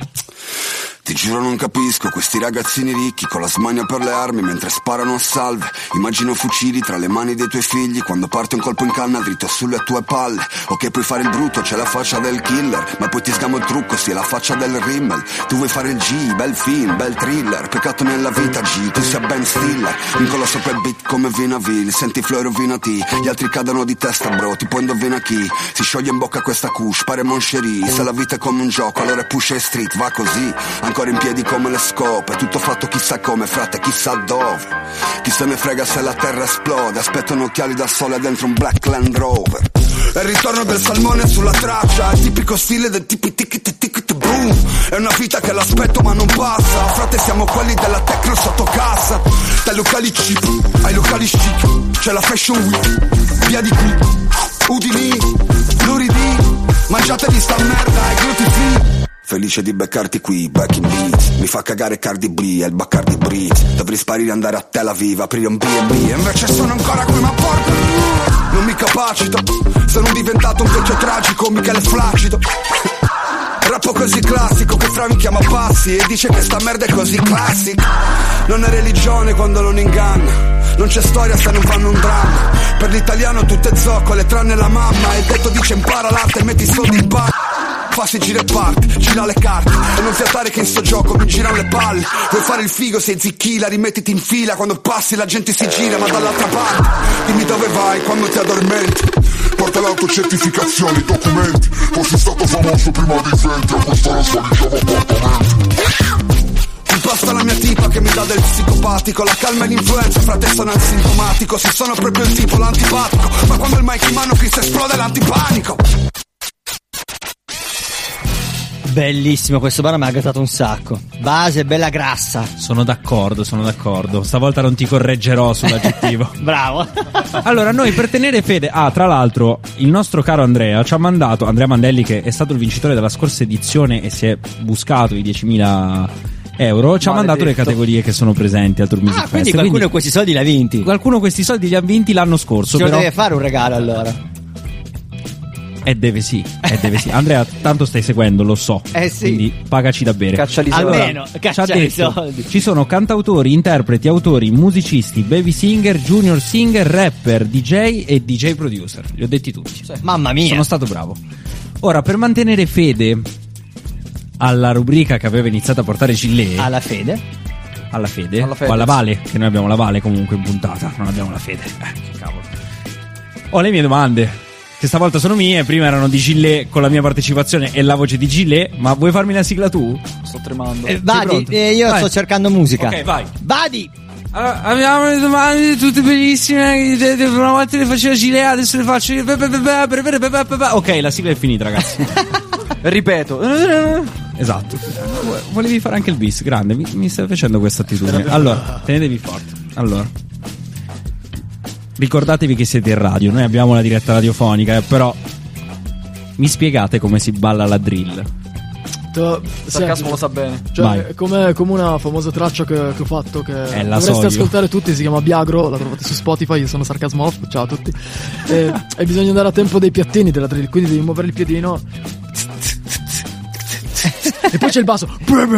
Ti giuro non capisco questi ragazzini ricchi con la smania per le armi mentre sparano a salve. Immagino fucili tra le mani dei tuoi figli quando parte un colpo in canna dritto sulle tue palle. Ok, puoi fare il brutto, c'è la faccia del killer, ma poi ti sgamo il trucco, sì, è la faccia del rimmel. Tu vuoi fare il G, bel film, bel thriller, peccato nella vita G, tu sei Ben Stiller. Incolla sopra il beat come Vinaville, senti i flow rovinati, gli altri cadono di testa bro, tipo indovina chi. Si scioglie in bocca questa couche, pare Moncherie. Se la vita è come un gioco, allora è push e street, va così. Ancora in piedi come le scope, tutto fatto chissà come, frate, chissà dove. Chi se ne frega se la terra esplode, aspettano occhiali da sole dentro un Black Land Rover. È il ritorno del salmone sulla traccia, il tipico stile del tipi ticket ticket boom. È una vita che l'aspetto ma non passa, frate siamo quelli della techno sotto cassa. Dai locali cheap ai locali chic, c'è la fashion week, via di qui, Udini, Luridi, mangiatevi sta merda e gluten free. Felice di beccarti qui, back in beat. Mi fa cagare Cardi B e il Bacardi Brit. Dovrei sparire e andare a Tel Aviv, aprire un B and B. E invece sono ancora qui ma porco, non mi capacito. Sono diventato un vecchio tragico, Michele Flaccido. Rappo così classico che Fra mi chiama Bassi e dice che sta merda è così classic. Non è religione quando non inganna, non c'è storia se non fanno un dramma. Per l'italiano tutte zoccole tranne la mamma. E detto dice impara l'arte e metti i soldi in banca. Fassi gira e parte, gira le carte e non fiatare che in sto gioco mi girano le palle. Vuoi fare il figo, sei zicchila, rimettiti in fila. Quando passi la gente si gira ma dall'altra parte. Dimmi dove vai quando ti addormenti. Porta l'autocertificazione, i documenti. Fossi stato famoso prima di venti, a quest'ora svaliggiavo appartamenti. Basta la mia tipa che mi dà del psicopatico. La calma e l'influenza, frate sono asintomatico. Se sono proprio il tipo, l'antipatico. Ma quando il mic in mano Chris esplode l'antipanico. Bellissimo, questo brano mi ha gasato un sacco. Base bella grassa. Sono d'accordo, sono d'accordo. Stavolta non ti correggerò sull'aggettivo. Bravo. Allora, noi per tenere fede. Ah, tra l'altro, il nostro caro Andrea ci ha mandato, Andrea Mandelli, che è stato il vincitore della scorsa edizione e si è buscato i diecimila euro, ci ha mandato le categorie che sono presenti al Tour Music Ah, Fest. quindi qualcuno quindi, questi soldi li ha vinti. Qualcuno questi soldi li ha vinti l'anno scorso. Ci però deve fare un regalo allora. E deve sì, e deve sì. Andrea, tanto stai seguendo, lo so. Eh sì. Quindi pagaci da bere. Cacciali soldi. Almeno, cacciali soldi. Ci sono cantautori, interpreti, autori, musicisti, baby singer, junior singer, rapper, D J e D J producer. Li ho detti tutti. Sì. Mamma mia. Sono stato bravo. Ora, per mantenere fede alla rubrica che aveva iniziato a portare Gillet. Alla fede? Alla fede? Alla o alla Vale, che noi abbiamo la Vale comunque in puntata. Non abbiamo la fede. Eh, che cavolo. Ho le mie domande, che stavolta sono mie, prima erano di Gillet con la mia partecipazione e la voce di Gillet. Ma vuoi farmi la sigla tu? Sto tremando. Eh, Vadi, eh, io Vai. sto cercando musica. Ok, vai. Vadi! Allora, abbiamo le domande tutte bellissime. Una volta le faceva Gillet, adesso le faccio io. Ok, la sigla è finita, ragazzi. Ripeto. Esatto. Volevi fare anche il bis, grande. Mi, mi stai facendo questa attitudine. Allora, tenetevi forte. Allora, ricordatevi che siete in radio. Noi abbiamo la diretta radiofonica, eh, però mi spiegate come si balla la drill? Il sarcasmo lo sa bene. Cioè, è come, come una famosa traccia che, che ho fatto, che È la dovreste so io. ascoltare tutti, si chiama Biagro, la trovate su Spotify, io sono Sarcasmo Off, ciao a tutti. E, e bisogna andare a tempo dei piattini della drill, quindi devi muovere il piedino. E poi c'è il basso.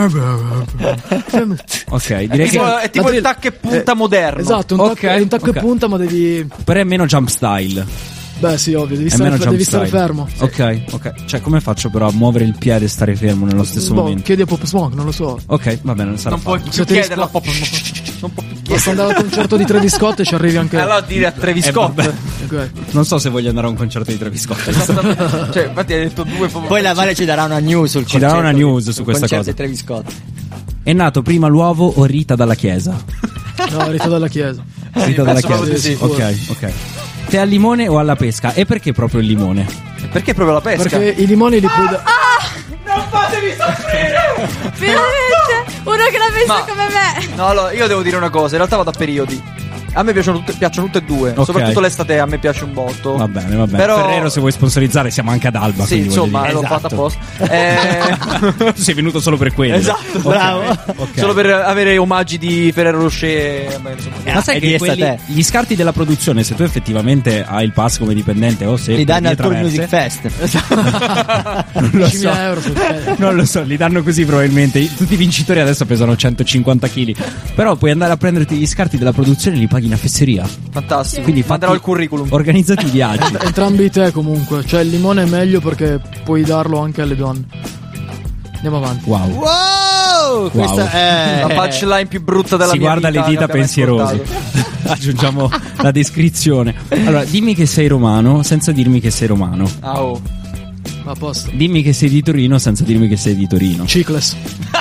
Ok, direi tipo, che è tipo il tac e punta eh, moderno. Esatto, un Ok, tac, un tac ok. e punta, ma devi. però è meno jump style. Beh, sì, ovvio, devi È stare, meno jump devi stare style. fermo. Ok, ok. Cioè, come faccio però a muovere il piede e stare fermo nello stesso Boh, momento? chiedi a Pop Smoke, non lo so. Ok, va bene, non sarà Non puoi fatto. più Se ti chiederla rispo- pop. Non può più Basta andare al concerto di Travis Scott e ci arrivi anche. Allora dire a Travis Eh, Scott. vabbè. Ok. Non so se voglio andare a un concerto di Travis Scott. Esattamente. Cioè, infatti hai detto due po- Poi la Vale ci darà una news sul Ci darà concerto una news di- su sul questa concerto cosa. di Travis Scott. È nato prima l'uovo o Rita dalla chiesa? No, Rita dalla chiesa. Rita dalla penso proprio chiesa. di sì. Ok, ok. Te al limone o alla pesca? E perché proprio il limone? Perché proprio la pesca? Perché i limoni li puoi da- Non fatevi soffrire! Finalmente! Uno che l'ha messo Ma- come me! No, allora, io devo dire una cosa, in realtà vado a periodi. A me piacciono tutte, piacciono tutte e due. Ok. Soprattutto l'estate a me piace un botto. Va bene, va bene. Però- Ferrero, se vuoi sponsorizzare, siamo anche ad Alba. Sì, quindi voglio insomma, dire. l'ho Esatto. fatta apposta. Eh, Tu sei venuto solo per quello. esatto, Ok, bravo. ok. Solo per avere omaggi di Ferrero Rocher. Beh, insomma. Ma sai e che di quelli, estate. gli scarti della produzione, se tu effettivamente hai il pass come dipendente o se Li danno al per Tour vie Music traverse- Fest. non lo so. diecimila euro sul- Non lo so, li danno così probabilmente. Tutti i vincitori adesso pesano centocinquanta chili. Però puoi andare a prenderti gli scarti della produzione e li paghi in una fesseria. Fantastico. Quindi manderò fatti- il curriculum. Organizzati i viaggi. Entrambi i te comunque. Cioè il limone è meglio perché puoi darlo anche alle donne. Andiamo avanti. Wow. Wow! Questa è La punchline più brutta della Si mia guarda vita. le dita che abbiamo pensierosi. ascoltato. Aggiungiamo la descrizione. Allora, dimmi che sei romano senza dirmi che sei romano. Ah, oh. A posto. Dimmi che sei di Torino senza dirmi che sei di Torino. Cicles.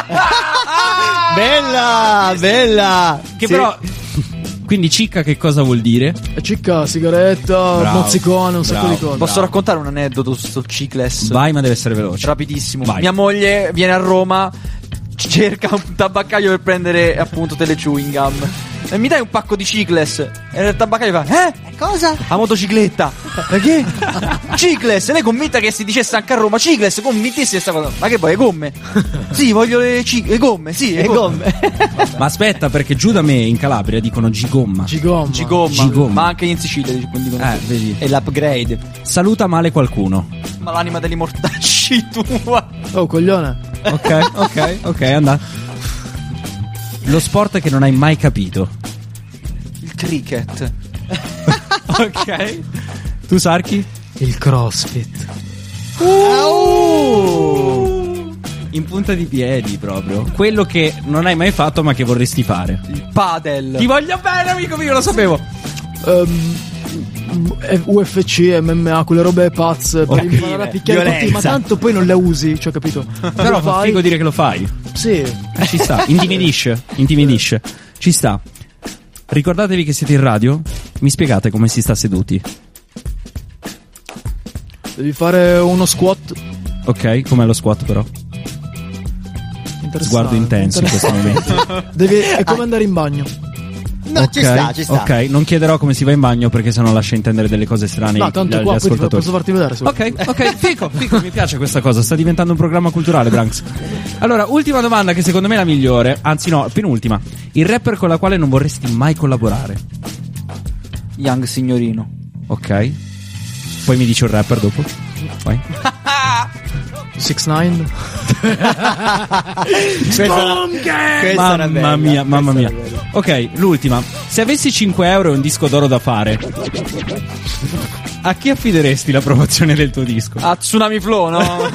bella, bella. Che Sì. però. Quindi cicca che cosa vuol dire? E cicca, sigaretta, Bravo, mozzicone, un sacco bravo. di cose. Posso raccontare un aneddoto su sto Cicles? Vai, ma deve essere veloce. Rapidissimo. Vai. Mia moglie viene a Roma, cerca un tabaccaio per prendere appunto delle chewing gum. E mi dai un pacco di Cicles? E il tabaccaio fa: Eh? Cosa? La motocicletta. Perché? Cicles, lei è convinta che si dicesse anche a Roma Cicles, convintissima questa cosa. Ma che poi, le gomme? Sì, voglio le, ci- le gomme, sì, le, Le gomme. Ma aspetta, perché giù da me in Calabria dicono gigomma. Gigomma. Gigomma. Gigomma. Ma anche in Sicilia dicono. Eh, vedi. È l'upgrade. Saluta male qualcuno. Ma l'anima degli mortacci tua. Oh, coglione. Ok, ok, ok, andà. Lo sport che non hai mai capito. Il cricket. Ok. Tu, Sarchi? Il CrossFit. Uh! In punta di piedi proprio. Quello che non hai mai fatto ma che vorresti fare. Il padel. Ti voglio bene, amico mio, lo sapevo. Um, U F C, M M A, quelle robe pazze per Ok, imparare a picchiare violenza. tutti, ma tanto poi non le usi, cioè, capito? Però Lo fa fai- figo dire che lo fai. Sì. Eh, ci sta, intimidisce, intimidisce. Ci sta. Ricordatevi che siete in radio. Mi spiegate come si sta seduti? Devi fare uno squat. Ok, com'è lo squat però? Interessante, Sguardo intenso in questo interessante. momento. Devi, è come andare in bagno. No, Ok, ci sta, ci sta. Ok, non chiederò come si va in bagno perché sennò lascia intendere delle cose strane No, tanto agli qua poi ascoltatori. posso farti vedere. se vuoi. Ok, ok, fico, fico, mi piace questa cosa, sta diventando un programma culturale, Branks. Allora, ultima domanda che secondo me è la migliore, anzi no, penultima. Il rapper con la quale non vorresti mai collaborare? Young Signorino. Ok. Poi mi dici un rapper dopo? Vai. six nine. Questa era- questa era Mamma bella, mia, mamma questa mia. era bella. Ok, l'ultima. Se avessi cinque euro e un disco d'oro da fare, a chi affideresti la promozione del tuo disco? A Tsunami Flow, no?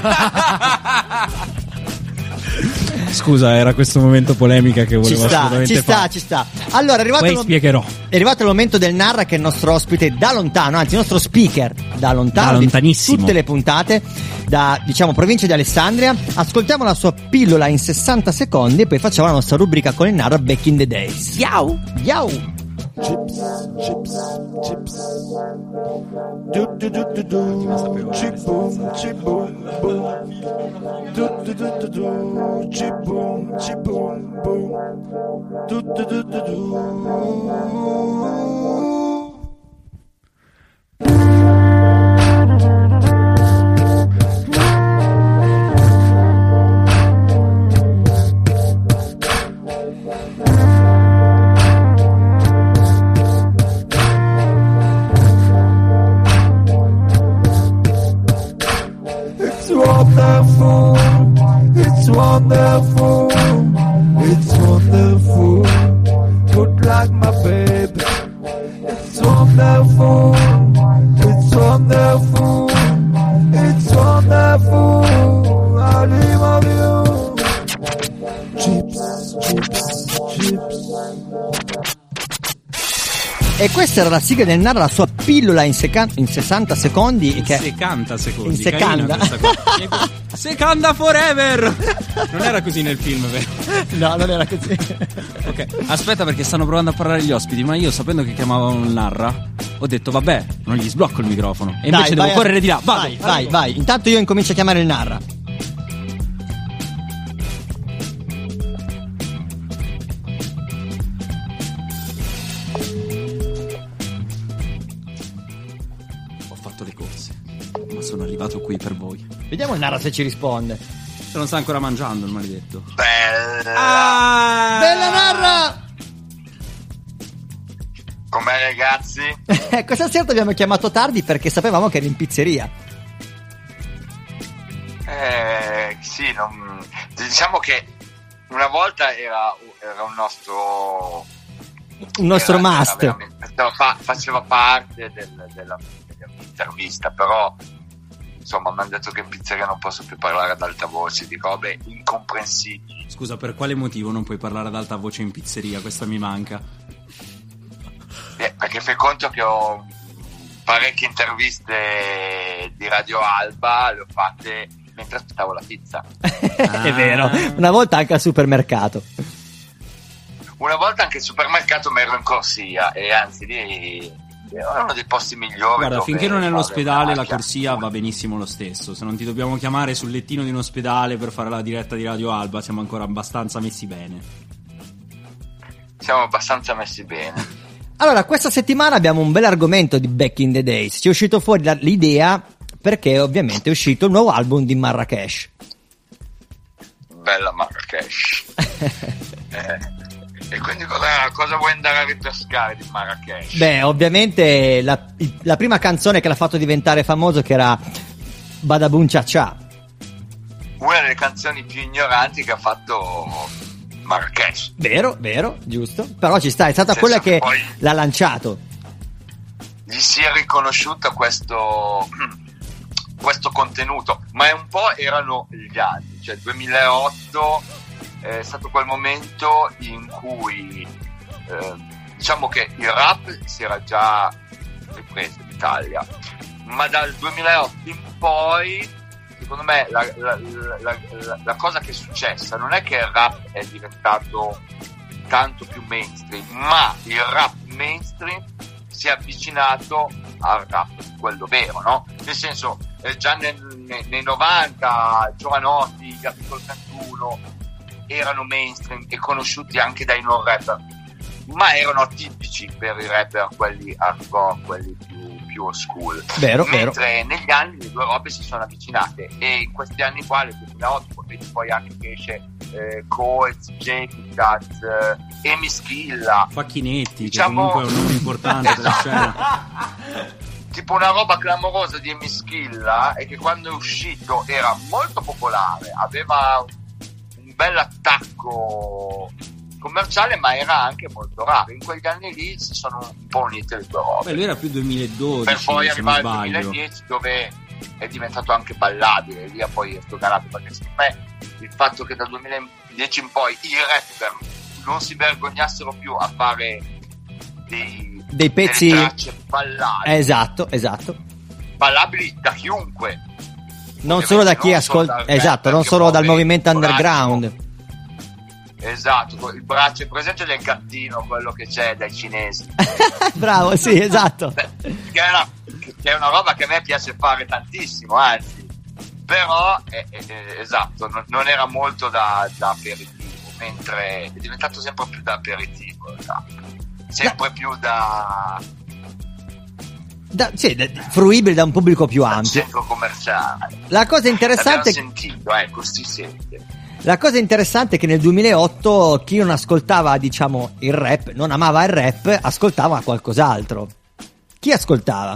Scusa, era questo momento polemica che Ci volevo sta, assolutamente ci sta, fare. ci sta. Allora, è arrivato, Poi lo- spiegherò. è arrivato il momento del Narra, che è il nostro ospite da lontano, anzi il nostro speaker da lontano, Da di lontanissimo. tutte le puntate, da, diciamo, provincia di Alessandria. Ascoltiamo la sua pillola in sessanta secondi e poi facciamo la nostra rubrica con il Narra Back in the Days. Yau! Yau! Chips, chips, chips. Do do do do do. Chip boom, chip boom, boom. Do do do do do. Chip boom, chip boom, boom. Do do do do do. It's wonderful, it's wonderful, it's wonderful, good like my baby. It's wonderful, it's wonderful, it's wonderful, I dream of you. Chips, chips, chips. E questa era la sigla del Narra, la sua pillola in, seca- in sessanta secondi. In che... secanta secondi. In secanda. Carina questa cosa. Secanda forever. Non era così nel film, vero? No, non era così. Ok, aspetta, perché stanno provando a parlare gli ospiti, ma io, sapendo che chiamavano il Narra, ho detto vabbè, non gli sblocco il microfono. E invece Dai, devo vai, correre di là. Vado. Vai, vai, vai. Intanto io incomincio a chiamare il Narra. Ho fatto le corse, ma sono arrivato qui per voi. Vediamo il Narra se ci risponde. Se non sta ancora mangiando il maledetto. Bella. Ah! Bella Narra! Com'è, ragazzi? Questa sera ti abbiamo chiamato tardi perché sapevamo che eri in pizzeria. Eh, sì, non... diciamo che una volta era, era un nostro... Un nostro era- era must. veramente- faceva, fa- faceva parte del- della, dell'intervista, però insomma mi hanno detto che in pizzeria non posso più parlare ad alta voce di robe incomprensibili. Scusa, per quale motivo non puoi parlare ad alta voce in pizzeria? Questa mi manca. Eh, perché fai conto che ho parecchie interviste di Radio Alba, le ho fatte mentre aspettavo la pizza. È vero. Una volta anche al supermercato. Una volta anche al supermercato mi ero in corsia e anzi lì era uno dei posti migliori. Guarda, dove finché non è fare all'ospedale una la corsia va benissimo lo stesso. Se non ti dobbiamo chiamare sul lettino di un ospedale per fare la diretta di Radio Alba, siamo ancora abbastanza messi bene. Siamo abbastanza messi bene. Allora, questa settimana abbiamo un bel argomento di Back in the Days. Ci è uscito fuori la- l'idea perché ovviamente è uscito il nuovo album di Marrakesh. Bella Marrakesh. eh. E quindi cosa, cosa vuoi andare a ripescare di Marrakesh? Beh, ovviamente la, la prima canzone che l'ha fatto diventare famoso, che era Badabun Cha Cha. Una delle canzoni più ignoranti che ha fatto Marrakesh. Vero, vero, giusto. Però ci sta, è stata Nel quella senso che che poi l'ha lanciato. gli si è riconosciuto questo, questo contenuto, ma è un po' erano gli anni, cioè duemilaotto è stato quel momento in cui eh, diciamo che il rap si era già ripreso in Italia, ma dal duemilaotto in poi secondo me la, la, la, la, la cosa che è successa non è che il rap è diventato tanto più mainstream, ma il rap mainstream si è avvicinato al rap, quello vero, no? Nel senso, eh, già nel, nei, nei novanta Giovanotti, gli Articolo trentuno erano mainstream e conosciuti anche dai non rapper, ma erano atipici per i rapper, quelli hardcore, quelli più, più old school. Vero, Mentre vero. negli anni le due robe si sono avvicinate, e in questi anni qua, nel duemilaotto, vedi poi anche che esce eh, Coez, Jake Cat, eh, Emi Schilla, Facchinetti, diciamo... che comunque è un nome importante della scena. Tipo una roba clamorosa di Emi Schilla, e che quando è uscito era molto popolare, aveva un bel attacco commerciale, ma era anche molto raro. In quegli anni lì si sono un po' unite le due robe. Beh, lui era più duemiladodici, per poi se non arrivare al sbaglio. duemiladieci, dove è diventato anche ballabile. Lì ha poi sdoganato, perché secondo me il fatto che dal duemiladieci in poi i rapper non si vergognassero più a fare dei, Dei pezzi delle tracce ballabili, esatto, esatto. ballabili da chiunque, Non solo da chi non ascolta, solo dal esatto, rapper non che solo dal muove movimento il braccio. underground. Esatto, il braccio, per esempio del gattino, quello che c'è dai cinesi. Bravo, sì, esatto. Che è, una, che è una roba che a me piace fare tantissimo, anzi, però è, è, è, esatto, non, non era molto da, da aperitivo, mentre è diventato sempre più da aperitivo, esatto. Sempre più da, Da, sì, da- fruibile da un pubblico più da ampio. centro commerciale. La cosa interessante L'abbiamo sentito, ecco, si sente. La cosa interessante è che nel duemilaotto chi non ascoltava, diciamo, il rap, non amava il rap, ascoltava qualcos'altro. Chi ascoltava?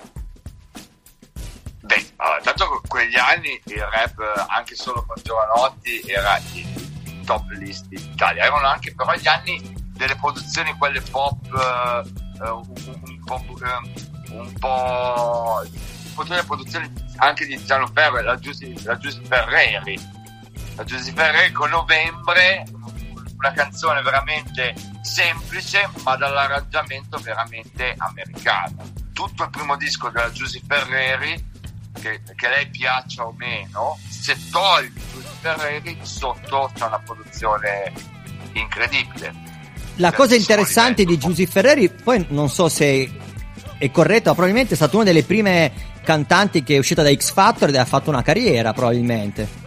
Beh, allora, tanto quegli anni il rap, anche solo con Giovanotti, era il top list d'Italia. Erano anche però gli anni delle produzioni, quelle pop, eh, un, un, un po', eh, un po' delle produzioni anche di Gianni Ferro, la Giusy, la Giusy Ferreri. La Giusy Ferreri con Novembre, una canzone veramente semplice, ma dall'arrangiamento veramente americano. Tutto il primo disco della Giusy Ferreri, che, che lei piaccia o meno, se togli Giusy Ferreri, sotto c'è una produzione incredibile. La cosa interessante di Giusy Ferreri, poi non so se è corretto, ma probabilmente è stata una delle prime cantanti che è uscita da X Factor ed ha fatto una carriera, probabilmente.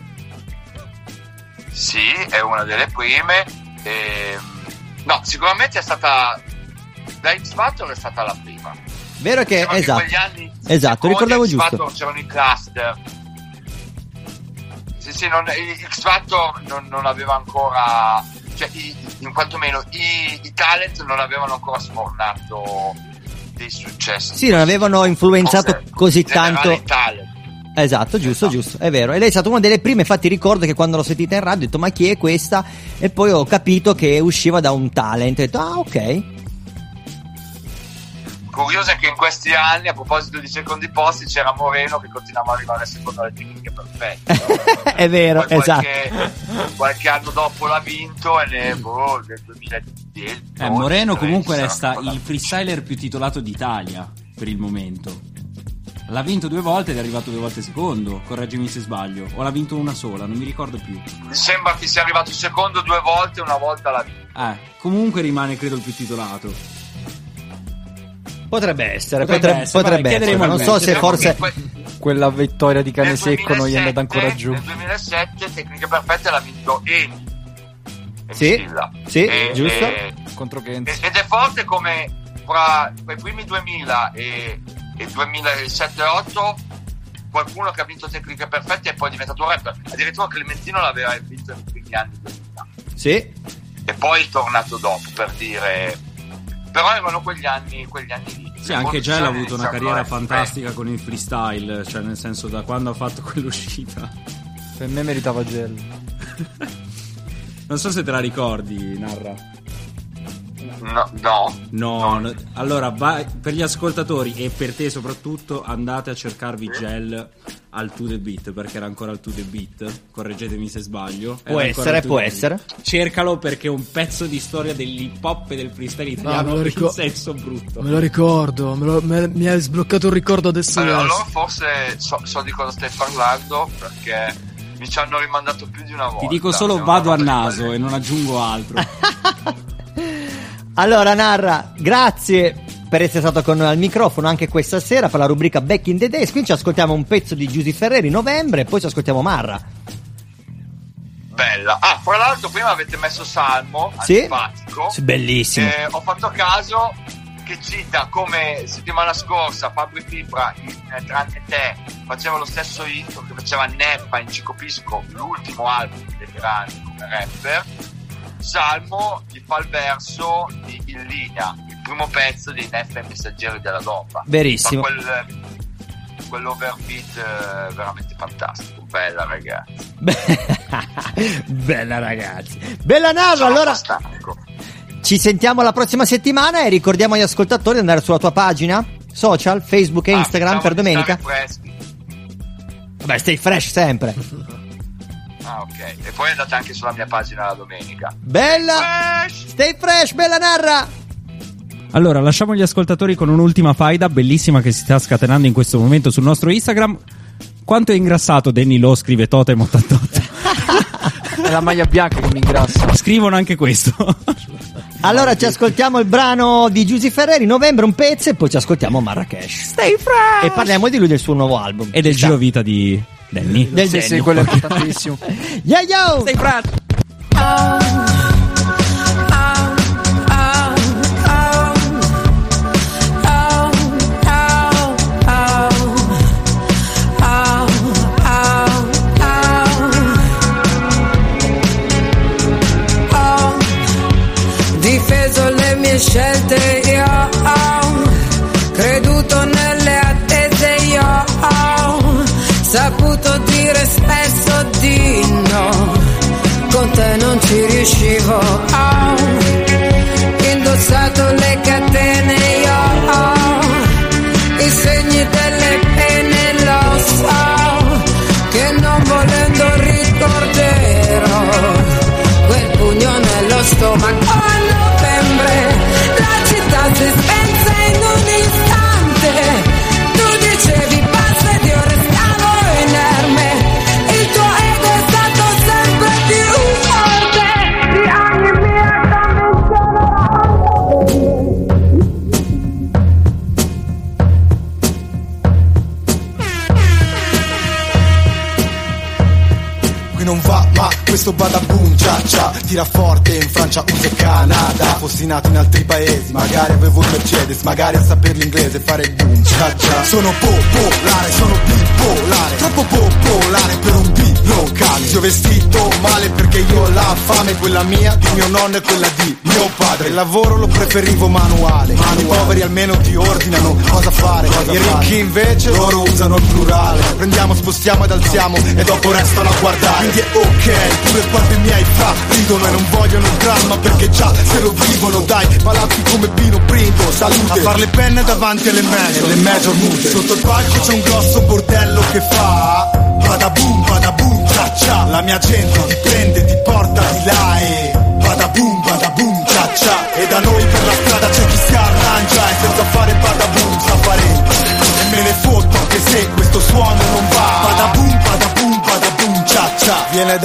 Sì, è una delle prime. E... no, sicuramente è stata da X Factor, è stata la prima. Vero che, Diciamo esatto, in quegli anni, esatto, ricordavo X giusto. Factor c'erano i cluster. Sì, sì, non, il X Factor non, non aveva ancora, cioè i, in quantomeno i, i talent non avevano ancora sfornato dei successi. Sì, non avevano influenzato Forse, così in generale, tanto. i talent. Esatto, giusto, giusto, è vero. E lei è stata una delle prime, infatti ricordo che quando l'ho sentita in radio ho detto ma chi è questa? E poi ho capito che usciva da un talent, ho detto ah ok. Curioso è che in questi anni, a proposito di secondi posti, c'era Moreno che continuava ad arrivare secondo le tecniche perfette. È vero, Poi esatto. qualche, qualche anno dopo l'ha vinto, e ne, boh, nel duemiladieci. Eh, Moreno tredici, comunque sarà resta ancora- il freestyler più titolato d'Italia per il momento. L'ha vinto due volte ed è arrivato due volte secondo, correggimi se sbaglio. O l'ha vinto una sola, non mi ricordo più. Mi sembra che sia arrivato secondo due volte, una volta l'ha vinto. Eh, comunque rimane credo il più titolato. Potrebbe essere, Potrebbe potrebbe, essere, potrebbe vai, essere. chiederemo Non al so Messi. se forse Quella vittoria di cane Nel secco non gli è andata ancora giù. Nel duemilasette Tecniche Perfette l'ha vinto Emi. Sì, sì, e, giusto. E, contro Kenz. ed è forte come fra i primi duemila e, e duemilasette otto qualcuno che ha vinto Tecniche Perfette e poi è diventato un rapper. Addirittura Clementino l'aveva vinto nei primi anni duemila. Sì. E poi è tornato dopo, per dire. Però erano quegli anni, quegli anni lì. Sì, anche Gel ha avuto una carriera eh, fantastica con il freestyle, cioè nel senso da quando ha fatto quell'uscita. Per me meritava Gel. Non so se te la ricordi, Narra. No, no. No, no. Allora, vai, per gli ascoltatori e per te soprattutto, andate a cercarvi Gel al To The Beat, perché era ancora al To The Beat. Correggetemi se sbaglio. Può essere, può essere. Cercalo perché è un pezzo di storia dell'hip hop e del freestyle italiano Ah, ricor- in senso brutto. Me lo ricordo, me lo, me, mi hai sbloccato un ricordo adesso. Allora, adesso. allora forse so, so di cosa stai parlando, perché mi ci hanno rimandato più di una volta. Ti dico solo È vado a una roba naso e non aggiungo altro. Allora Narra, grazie per essere stato con noi al microfono anche questa sera per la rubrica Back in the Days. Quindi ci ascoltiamo un pezzo di Giusy Ferreri, Novembre, e poi ci ascoltiamo Marra. bella. Ah, fra l'altro prima avete messo Salmo, Sì, antipatico. sì, bellissimo. Eh, ho fatto caso che cita come settimana scorsa Fabri Fibra in eh, Tranne Te faceva lo stesso intro che faceva Neppa in Cico Pisco, l'ultimo album dei grandi come rapper. Salmo gli fa il verso di In Linea, il primo pezzo dei Neffe Messaggeri della Domba. Verissimo. Fa quel, quell'overbeat eh, veramente fantastico. Bella ragazzi. Bella ragazzi. Bella Narra, Sono allora stanco. ci sentiamo la prossima settimana e ricordiamo agli ascoltatori di andare sulla tua pagina social, Facebook e Ah, Instagram per pensavo di domenica. stare freschi. Vabbè, stay fresh sempre. Ah, ok. E poi andate anche sulla mia pagina la domenica. Bella! Stay fresh, bella Narra! Allora, lasciamo gli ascoltatori con un'ultima faida bellissima che si sta scatenando in questo momento sul nostro Instagram. Quanto è ingrassato Danny Lo, scrive Totem ottantotto. È la maglia bianca che mi ingrassa. Scrivono anche questo. Allora ci ascoltiamo il brano di Giusy Ferreri, Novembre, un pezzo, e poi ci ascoltiamo Marrakesh. Stay fresh! E parliamo di lui, del suo nuovo album. E del giro vita di Danny. Del Sì, Danny. sì, quello è importantissimo. Yo yo! Stay fresh! Difeso le mie scelte, io ho creduto nelle attese, io ho saputo dire spesso di no, con te non ci riuscivo, ho indossato le catene, io ho i segni delle pene, lo so, che non volendo ricorderò quel pugno nello stomaco. A novembre la città si spense in un istante, tu dicevi basta ed io restavo inerme, il tuo ego è stato sempre più forte di ogni mia Qui non va, ma questo badaboom, cia cia, tira forte in Francia, U S A e Canada. Fossi nato in altri paesi, magari avevo il Mercedes, magari a saper l'inglese fare il boom, cia cia. Sono popolare, sono bipolare, troppo popolare per un beat locale. Ti ho vestito male perché io ho la fame, quella mia, di mio nonno e quella di mio padre. Il lavoro lo preferivo manuale, manuale. I poveri almeno ti ordinano cosa fare, cosa I ricchi fare. Invece loro usano il plurale. Prendiamo, spostiamo ed alziamo e dopo restano a guardare. Quindi è ok, pure quando i miei fra ridono e non vogliono il dramma perché già se lo vivono. Dai, palazzi come Pino Printo, salute. A far le penne davanti alle major, le major mute. Sotto il palco c'è un grosso bordello che fa badaboom, badaboom, cia cia. La mia gente ti prende, ti porta di là e badaboom, badaboom, cia cia. E da noi per la strada c'è chi si arrangia e senza fare badaboom sa fare. E me ne fotto anche se questo suono non va. Badaboom, badaboom, badaboom, cia cia. Viene dalla strada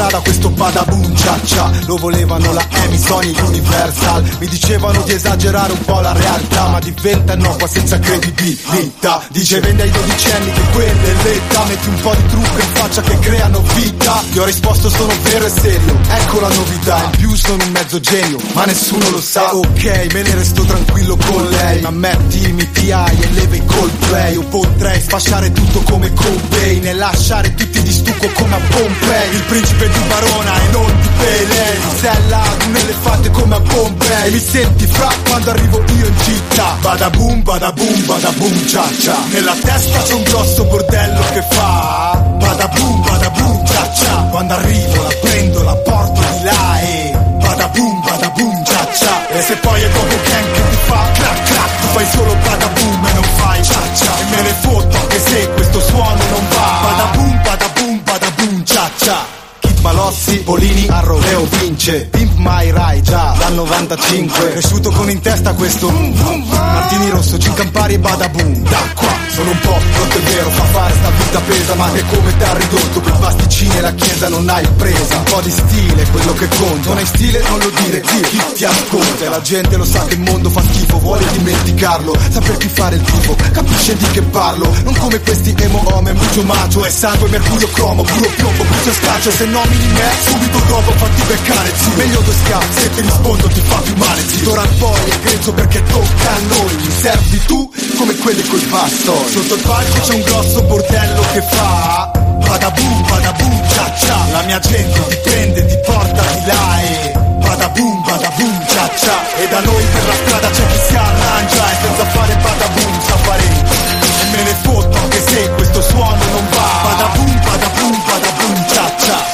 strada questo badaboom cia cia. Lo volevano la Amy, Sony, Universal. Mi dicevano di esagerare un po' la realtà, ma diventa innocua senza credibilità. Dice vende ai dodicenni che quella è l'età. Metti un po' di trucco in faccia che creano vita. Ti ho risposto sono vero e serio, ecco la novità. In più sono un mezzo genio, ma nessuno lo sa. Ok, me ne resto tranquillo con lei, ma mettimi P I e leva i Coldplay. O potrei sfasciare tutto come Cobain e lasciare tutti di stucco come a Pompei. Il principe di Barona e non di Pelé, di sella ad un elefante come a Pompei. Mi senti fra quando arrivo io in città. Badaboom, badaboom, badaboom, cia cia. Nella testa c'è un grosso bordello che fa badaboom, badaboom, cia cia. Quando arrivo la prendo, la porto di là e badaboom, badaboom, cia cia. E se poi è Bobo Gang che ti fa crack crack, tu fai solo badaboom e non fai cia cia. E me ne fotto anche se questo suono non va. Badaboom, badaboom, badaboom, cia cia. Malossi, Polini, Arroveo vince. Pimp My Ride già dal novantacinque. Cresciuto con in testa questo Martini Rosso, Gin Campari e Badaboom. Da qua sono un po' rotto, è vero, fa fare sta vita pesa, ma che come t'ha ridotto per pasticcini e la chiesa non hai presa. Un po' di stile, quello che conta. Non hai stile, non lo dire, zio, chi ti ascolta. E la gente lo sa che il mondo fa schifo, vuole dimenticarlo, saperti fare il tifo, capisce di che parlo. Non come questi emo ome, mucho macho e sangue, mercurio cromo, puro piombo, brucio scaccio. Se nomini me, subito dopo fatti beccare, zio. Meglio due schiaffi, se ti rispondo ti fa più male, zio. D'ora in poi è grezzo perché tocca a noi. Mi servi tu come quelli coi bastoni. Sotto il palco c'è un grosso bordello che fa badaboom, badaboom, cia cia. La mia gente ti prende, ti porta di là e badaboom, badaboom, cia cia. E da noi per la strada c'è chi si arrangia e senza fare badaboom sa fare. E me ne fotto anche se questo suono non va. Badaboom, badaboom, badaboom, cia cia.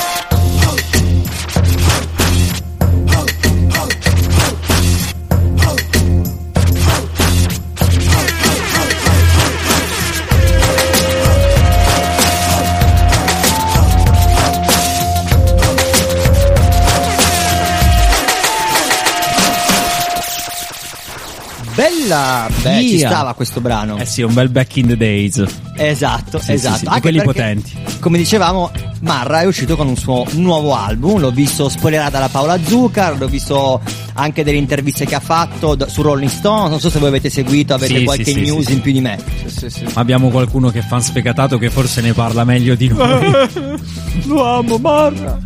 Bella, beh, ci stava questo brano. Eh sì, un bel back in the days. Esatto, sì, esatto. Sì, sì, Anche quelli perché, potenti. Come dicevamo, Marra è uscito con un suo nuovo album. L'ho visto spoilerare dalla Paola Zuccar, l'ho visto anche delle interviste che ha fatto su Rolling Stone. Non so se voi avete seguito, avete sì, qualche sì, news sì, in più di me. Sì, sì, sì. Abbiamo qualcuno che è fan sfegatato che forse ne parla meglio di noi. Lo amo, Marra.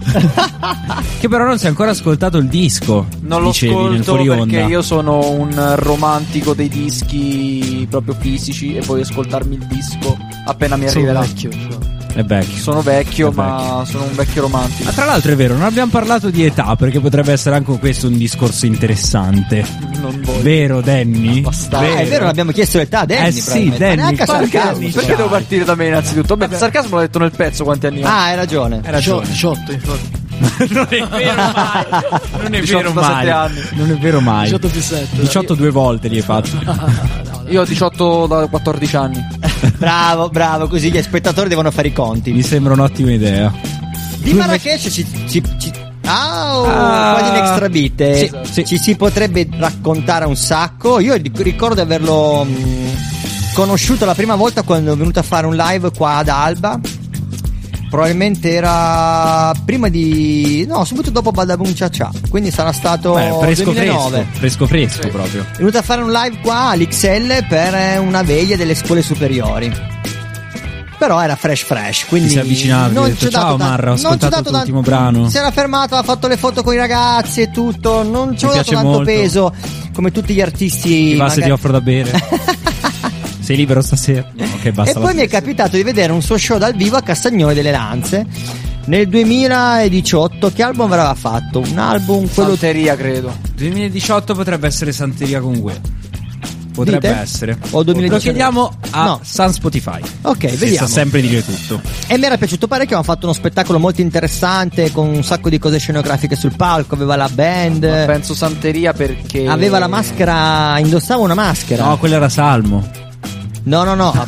Che però non si è ancora ascoltato il disco. Non lo dicevi, nel ascolto fuori perché onda. io sono un romantico dei dischi proprio fisici e voglio ascoltarmi il disco appena mi Sono arriverà. vecchio, cioè. È vecchio. Sono vecchio, È ma vecchio. sono un vecchio romantico. Ma tra l'altro è vero, non abbiamo parlato di età, perché potrebbe essere anche questo un discorso interessante. Non voglio. Vero, Danny? Ah, è vero, l'abbiamo chiesto l'età a Danny. Eh sì, probabilmente. Danny, Ma neanche a quanti sarcasmo. anni Perché c'hai? devo partire da me innanzitutto? Beh, il sarcasmo l'ho detto nel pezzo quanti anni ho. Ah, hai ragione. Hai ragione. diciotto, infatti. Non è vero mai. Non è diciotto vero da mai. sette anni. Non è vero mai. diciotto più sette. diciotto due volte li hai fatti. Io ho diciotto da quattordici anni. Bravo, bravo, così gli spettatori devono fare i conti. Mi sembra un'ottima idea. Di Marrakesh ci, ci, ci... Ah, Ah, quasi in extra beat eh. sì, sì. Ci si potrebbe raccontare un sacco. Io ric- ricordo di averlo mh, conosciuto la prima volta quando è venuto a fare un live qua ad Alba. Probabilmente era prima di... no, subito dopo Badaboom Cia Cia. Quindi sarà stato Beh, fresco duemilanove. fresco. Fresco fresco Sì. proprio. È venuto a fare un live qua all'X L per una veglia delle scuole superiori. Però era fresh fresh, quindi Ti sei avvicinato, non ti hai detto, ci ho dato ciao tan- Marra, ho non ci ho ascoltato dato il tuo tan- ultimo brano. Si era fermato, ha fatto le foto con i ragazzi e tutto. Non ci ho dato piace tanto molto. peso come tutti gli artisti. Ti va se magari- ti offro da bere? Sei libero stasera? No, ok, basta. E poi mi è capitato di vedere un suo show dal vivo a Castagnone delle Lanze nel duemiladiciotto. Che album aveva fatto? Un album quello Santeria, credo. duemiladiciotto potrebbe essere Santeria con Gue. Potrebbe Dite? essere. O duemiladiciotto? Lo chiediamo a No. San Spotify. Ok, Che sa vediamo. sempre dire tutto. E mi era piaciuto parecchio, hanno fatto uno spettacolo molto interessante con un sacco di cose scenografiche sul palco, aveva la band, Ma penso Santeria perché aveva la maschera, indossava una maschera. No, quello era Salmo. No, no, no.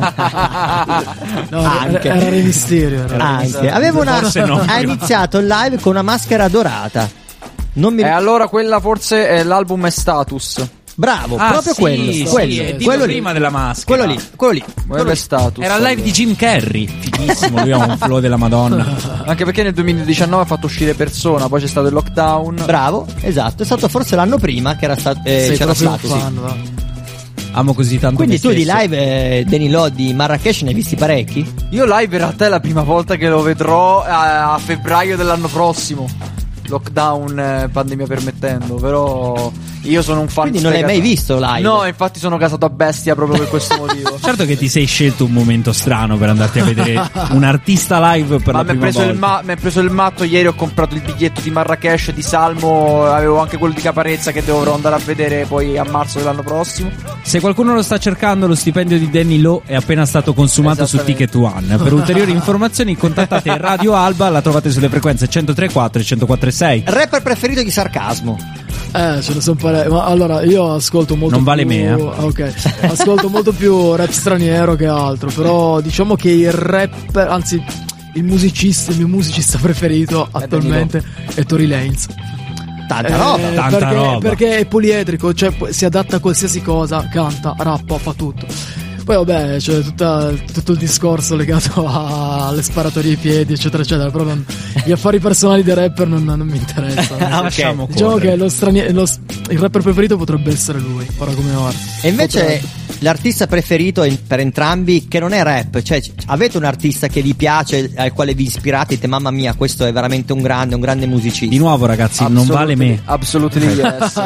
No, Anche. era Re Mysterio. Era Re Anche. Mysterio. Aveva una, Forse no. ha iniziato il live con una maschera dorata. Non mi E ricordo. allora quella forse è l'album è Status. Bravo, Ah, proprio sì, quello, sì, quello, è tipo quello lì. prima della maschera. Quello lì, quello lì. Quello è stato. Era il live di Jim Carrey, fighissimo, lui ha un flow della Madonna. Anche perché nel duemiladiciannove ha fatto uscire Persona, poi c'è stato il lockdown. Bravo, esatto, è stato forse l'anno prima che era stato eh, Sei c'era proprio un stato, sì. fan, va. Amo così tanto Quindi me tu di stesso. live eh, Danny Lo di Marrakesh ne hai visti parecchi? Io live in realtà è la prima volta che lo vedrò a, a febbraio dell'anno prossimo. Lockdown, eh, pandemia permettendo, però io sono un fan. Quindi non l'hai sfegato. mai visto live? No, infatti sono casato a bestia proprio per questo motivo. Certo che ti sei scelto un momento strano per andarti a vedere un artista live per Ma la mi è prima preso, il volta. ma- mi è preso il matto. Ieri ho comprato il biglietto di Marrakesh, di Salmo. Avevo anche quello di Caparezza che dovrò andare a vedere poi a marzo dell'anno prossimo. Se qualcuno lo sta cercando, lo stipendio di Danny Lo è appena stato consumato su Ticket One. Per ulteriori informazioni contattate Radio Alba, la trovate sulle frequenze centotré e quattro e centoquattro e sei. Rapper preferito di Sarcasmo? Eh, ce ne sono parecchi. Ma allora, io ascolto molto Non vale più... me, eh. Ah, ok. Ascolto molto più rap straniero che altro. Però diciamo che il rapper, anzi, il musicista, il mio musicista preferito attualmente è Tory Lanez. Tanta roba, Eh, tanta perché, roba. perché è poliedrico, cioè pu- si adatta a qualsiasi cosa, canta, rappa, fa tutto. Poi vabbè, c'è tutta, tutto il discorso legato a- alle sparatorie ai piedi, eccetera, eccetera. Però non- gli affari personali dei rapper non, non mi interessano. Ah, ok. Lasciamo Diciamo correre. che lo stranie- lo s- il rapper preferito potrebbe essere lui, ora come ora. E invece Potrebbe. l'artista preferito in- per entrambi che non è rap, cioè c- avete un artista che vi piace, al quale vi ispirate e dite mamma mia questo è veramente un grande, un grande musicista? Di nuovo ragazzi, non vale me. Absolutely yes.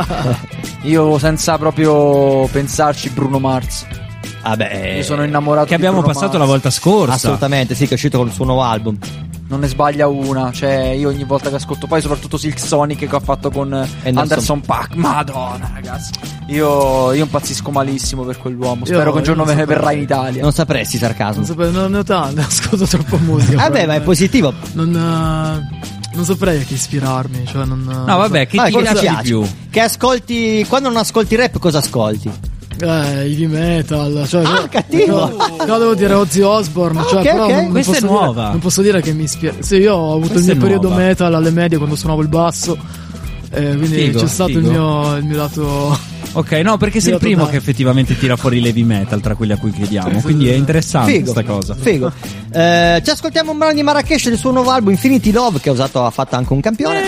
Io senza proprio pensarci Bruno Mars. Vabbè, Io sono innamorato Che abbiamo di Bruno passato Mars. la volta scorsa. assolutamente, sì, che è uscito con il suo nuovo album. Non ne sbaglia una. Cioè io ogni volta che ascolto, poi soprattutto Silk Sonic che ha fatto con Anderson, Anderson Paak. Madonna ragazzi, Io, io impazzisco malissimo per quell'uomo. Spero Io- che un giorno io non me ne saprei. verrà in Italia. Non sapresti Sarcasmo. Non sapevo, non ne ho tante, ascolto troppa musica. Vabbè, ma è probabilmente. positivo. Non, eh, non saprei a chi ispirarmi. Cioè non, No vabbè, che Vabbè, ti cosa piace di piace? più? Che ascolti, quando non ascolti rap cosa ascolti? Eh, heavy metal. Cioè, Ah, cattivo. No, no, devo dire Ozzy Osbourne. Cioè, ok, però ok. non, non Questa è posso nuova. Dire, non posso dire che mi ispira. Sì, io ho avuto Questa il mio è periodo nuova. metal alle medie quando suonavo il basso. Eh, quindi Figo, c'è stato il figo. mio, il mio lato. Ok, no, perché sei il Tirato primo dai. che effettivamente tira fuori l'heavy metal tra quelli a cui crediamo. Quindi è interessante Figo, questa cosa. figo. Eh, ci ascoltiamo un brano di Marrakesh del suo nuovo album Infinity Love, che ha usato, ha fatto anche un campione.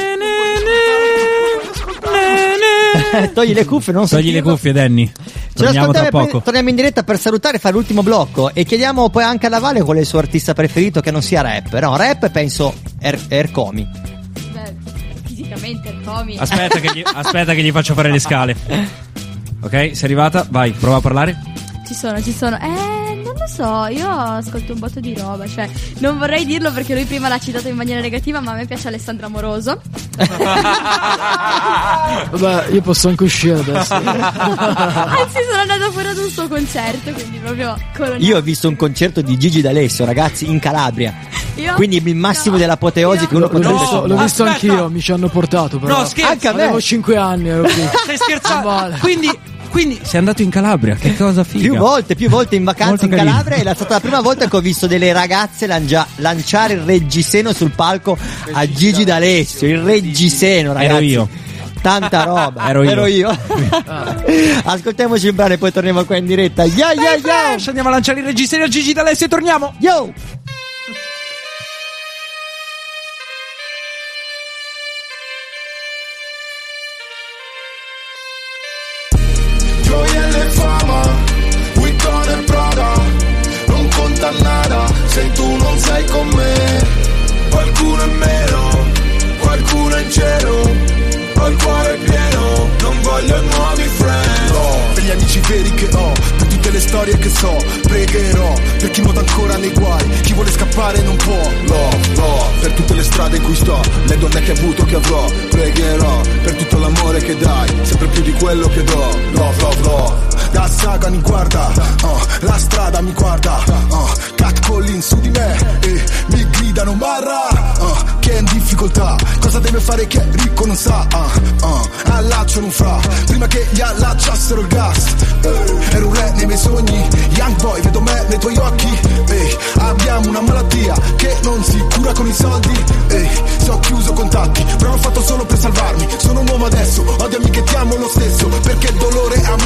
Togli le cuffie, non Togli le sentirlo. cuffie, Danny. Ci Torniamo tra ascoltiamo e poi poco. torniamo in diretta per salutare e fare l'ultimo blocco. E chiediamo poi anche alla Vale qual è il suo artista preferito che non sia rap. No, rap penso Er- Ercomi. Beh, fisicamente il comico. Aspetta che, gli, aspetta che gli faccio fare le scale. Ok, sei arrivata? Vai, prova a parlare. Ci sono, ci sono. Eh, non lo so, io ascolto un botto di roba. Cioè, non vorrei dirlo perché lui prima l'ha citato in maniera negativa, ma a me piace Alessandro Amoroso. Vabbè, io posso anche uscire adesso. Anzi, sono andata fuori ad un suo concerto, quindi proprio colonna- Io ho visto un concerto di Gigi D'Alessio, ragazzi, in Calabria. Io- Quindi il massimo dell'apoteosi che uno L'ho potrebbe visto, l'ho visto anch'io, mi ci hanno portato. Però. No, scherzo. Anche a me. Avevo cinque anni, ero qui. Stai scherzando? Non vale. Quindi, quindi sei andato in Calabria. Che cosa figa. Più volte, più volte in vacanza Molto in carino. Calabria. Ed è stata la prima volta che ho visto delle ragazze lancia- lanciare il reggiseno sul palco a Gigi D'Alessio. Il reggiseno, ragazzi. Ero io. Tanta roba. Ero io. Ero io. Ascoltiamoci un brano e poi torniamo qua in diretta. Yeah, yeah, yeah. Andiamo a lanciare il registro a Gigi D'Alessio e torniamo. Yo. Gioielli e fama, Vuitton e Prada, non conta nada se tu non sei con me. Qualcuno è meno, qualcuno è in cielo, ho il cuore pieno, non voglio nuovi friend. No, per gli amici veri che ho, per tutte le storie che so, pregherò per chi nuota ancora nei guai, chi vuole scappare non può. No, no, per tutte le strade in cui sto, le donne che ho avuto che avrò, pregherò per tutto l'amore che dai, sempre più di quello che do. Love, love, love. La saga mi guarda, uh, la strada mi guarda, uh, catcalling su di me e mi gridano barra, uh, che è in difficoltà, cosa deve fare che ricco non sa, uh, uh, allacciano un fra, prima che gli allacciassero il gas, uh, ero un re nei miei sogni, young boy, vedo me nei tuoi occhi, ehi, abbiamo una malattia che non si cura con i soldi, ehi, se ho chiuso contatti, però l'ho fatto solo per salvarmi, sono un uomo adesso, odiami che ti amo lo stesso, perché il dolore a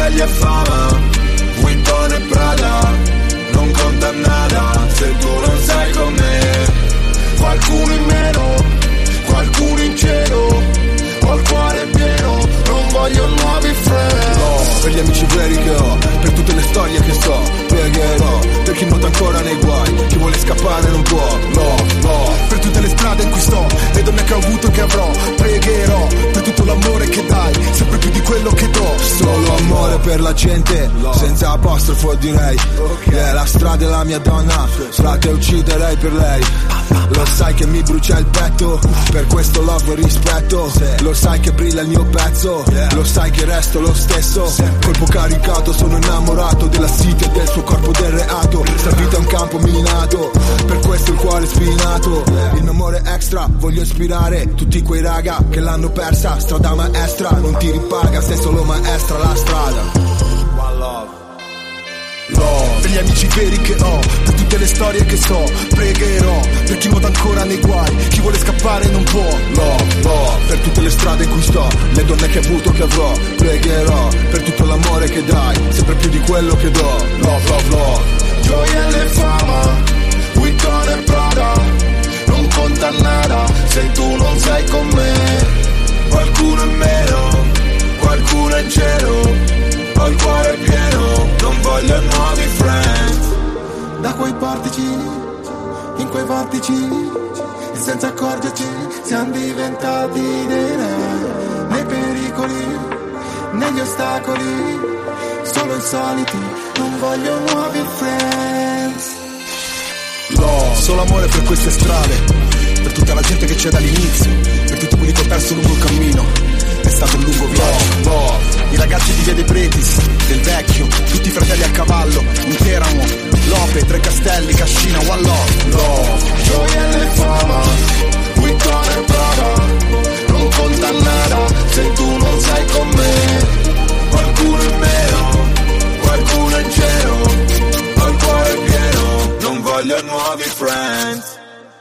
gioielli e fama, Vuitton e Prada, non conta nada se tu non sei con me. Qualcuno in meno, qualcuno in cielo, ho il cuore pieno, non voglio nuovi friend. No, per gli amici veri che ho, per tutte le storie che so, pregherò, per chi nuota ancora nei guai, chi vuole scappare non può, no, no, per tutte le strade in cui sto, le donne che ho avuto e che avrò, pregherò, per tutto l'amore che dai, sempre più di quello che do. Solo amore per la gente, senza apostrofo direi, che è la strada è la mia donna, frate ucciderei per lei. Lo sai che mi brucia il petto, per questo love e rispetto, lo sai che brilla il mio pezzo, lo sai che resto lo stesso, colpo caricato, sono innamorato della city e del suo corpo del reato, sta vita è un campo minato, per questo il cuore spinato, il mio amore extra, voglio ispirare tutti quei raga che l'hanno persa, strada maestra, non ti ripaga, sei solo maestra la strada. Love, per gli amici veri che ho, per tutte le storie che so, pregherò, per chi nuota ancora nei guai, chi vuole scappare non può. Love, love, per tutte le strade in cui sto, le donne che ho avuto che avrò, pregherò, per tutto l'amore che dai, sempre più di quello che do. Love, love, love. Gioielli e fama, Vuitton e Prada, non conta nada se tu non sei con me. Qualcuno in meno, qualcuno in cielo, ho il cuore pieno, non voglio nuovi friends. Da quei portici, in quei vortici, e senza accorgerci siamo diventati dei re. Nei pericoli, negli ostacoli, solo insoliti, non voglio nuovi friends. Love, solo amore per queste strade, per tutta la gente che c'è dall'inizio, per tutti quelli che ho perso lungo il cammino. È stato un lungo viaggio, love. I ragazzi di Via dei Pretis, del vecchio, tutti i fratelli a cavallo, un Teramo, Lope, Tre Castelli, Cascina, one love, love. Gioielli e fama, Vuitton e Prada, non conta nada se tu non sei con me. Qualcuno in meno, qualcuno in cielo, ho il cuore pieno, non voglio nuovi friends.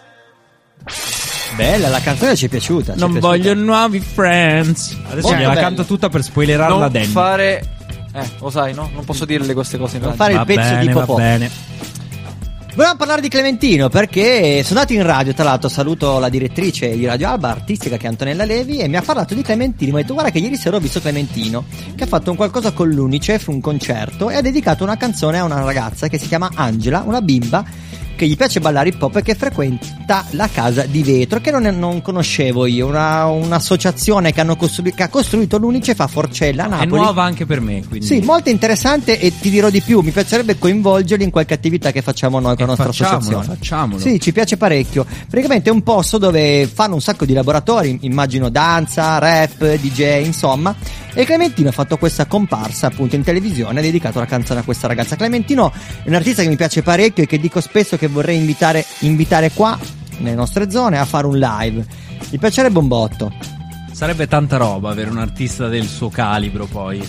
Bella, la canzone ci è piaciuta. ci è Non piaciuta. voglio nuovi friends. Adesso Molto gliela bella. canto tutta per spoilerarla a Non Danny. fare... Eh, lo sai, no? Non posso dirle queste cose in Non radio. fare il Va pezzo bene, di va Popò. bene. Volevamo parlare di Clementino perché sono andato in radio, tra l'altro saluto la direttrice di Radio Alba artistica che è Antonella Levi e mi ha parlato di Clementino, mi ha detto guarda che ieri sera ho visto Clementino che ha fatto un qualcosa con l'Unicef, un concerto e ha dedicato una canzone a una ragazza che si chiama Angela, una bimba che gli piace ballare hip hop e che frequenta la Casa di Vetro, che non, non conoscevo io, una, un'associazione che, hanno costru- che ha costruito l'Unicef a Forcella, a È Napoli. nuova anche per me, quindi. Sì, molto interessante e ti dirò di più, mi piacerebbe coinvolgerli in qualche attività che facciamo noi con la nostra facciamolo, associazione. facciamolo. Sì, ci piace parecchio. Praticamente è un posto dove fanno un sacco di laboratori, immagino danza, rap, D J, insomma. E Clementino ha fatto questa comparsa appunto in televisione, ha dedicato la canzone a questa ragazza. Clementino è un artista che mi piace parecchio e che dico spesso che vorrei invitare, invitare qua, nelle nostre zone, a fare un live. Mi piacerebbe un botto. Sarebbe tanta roba avere un artista del suo calibro poi.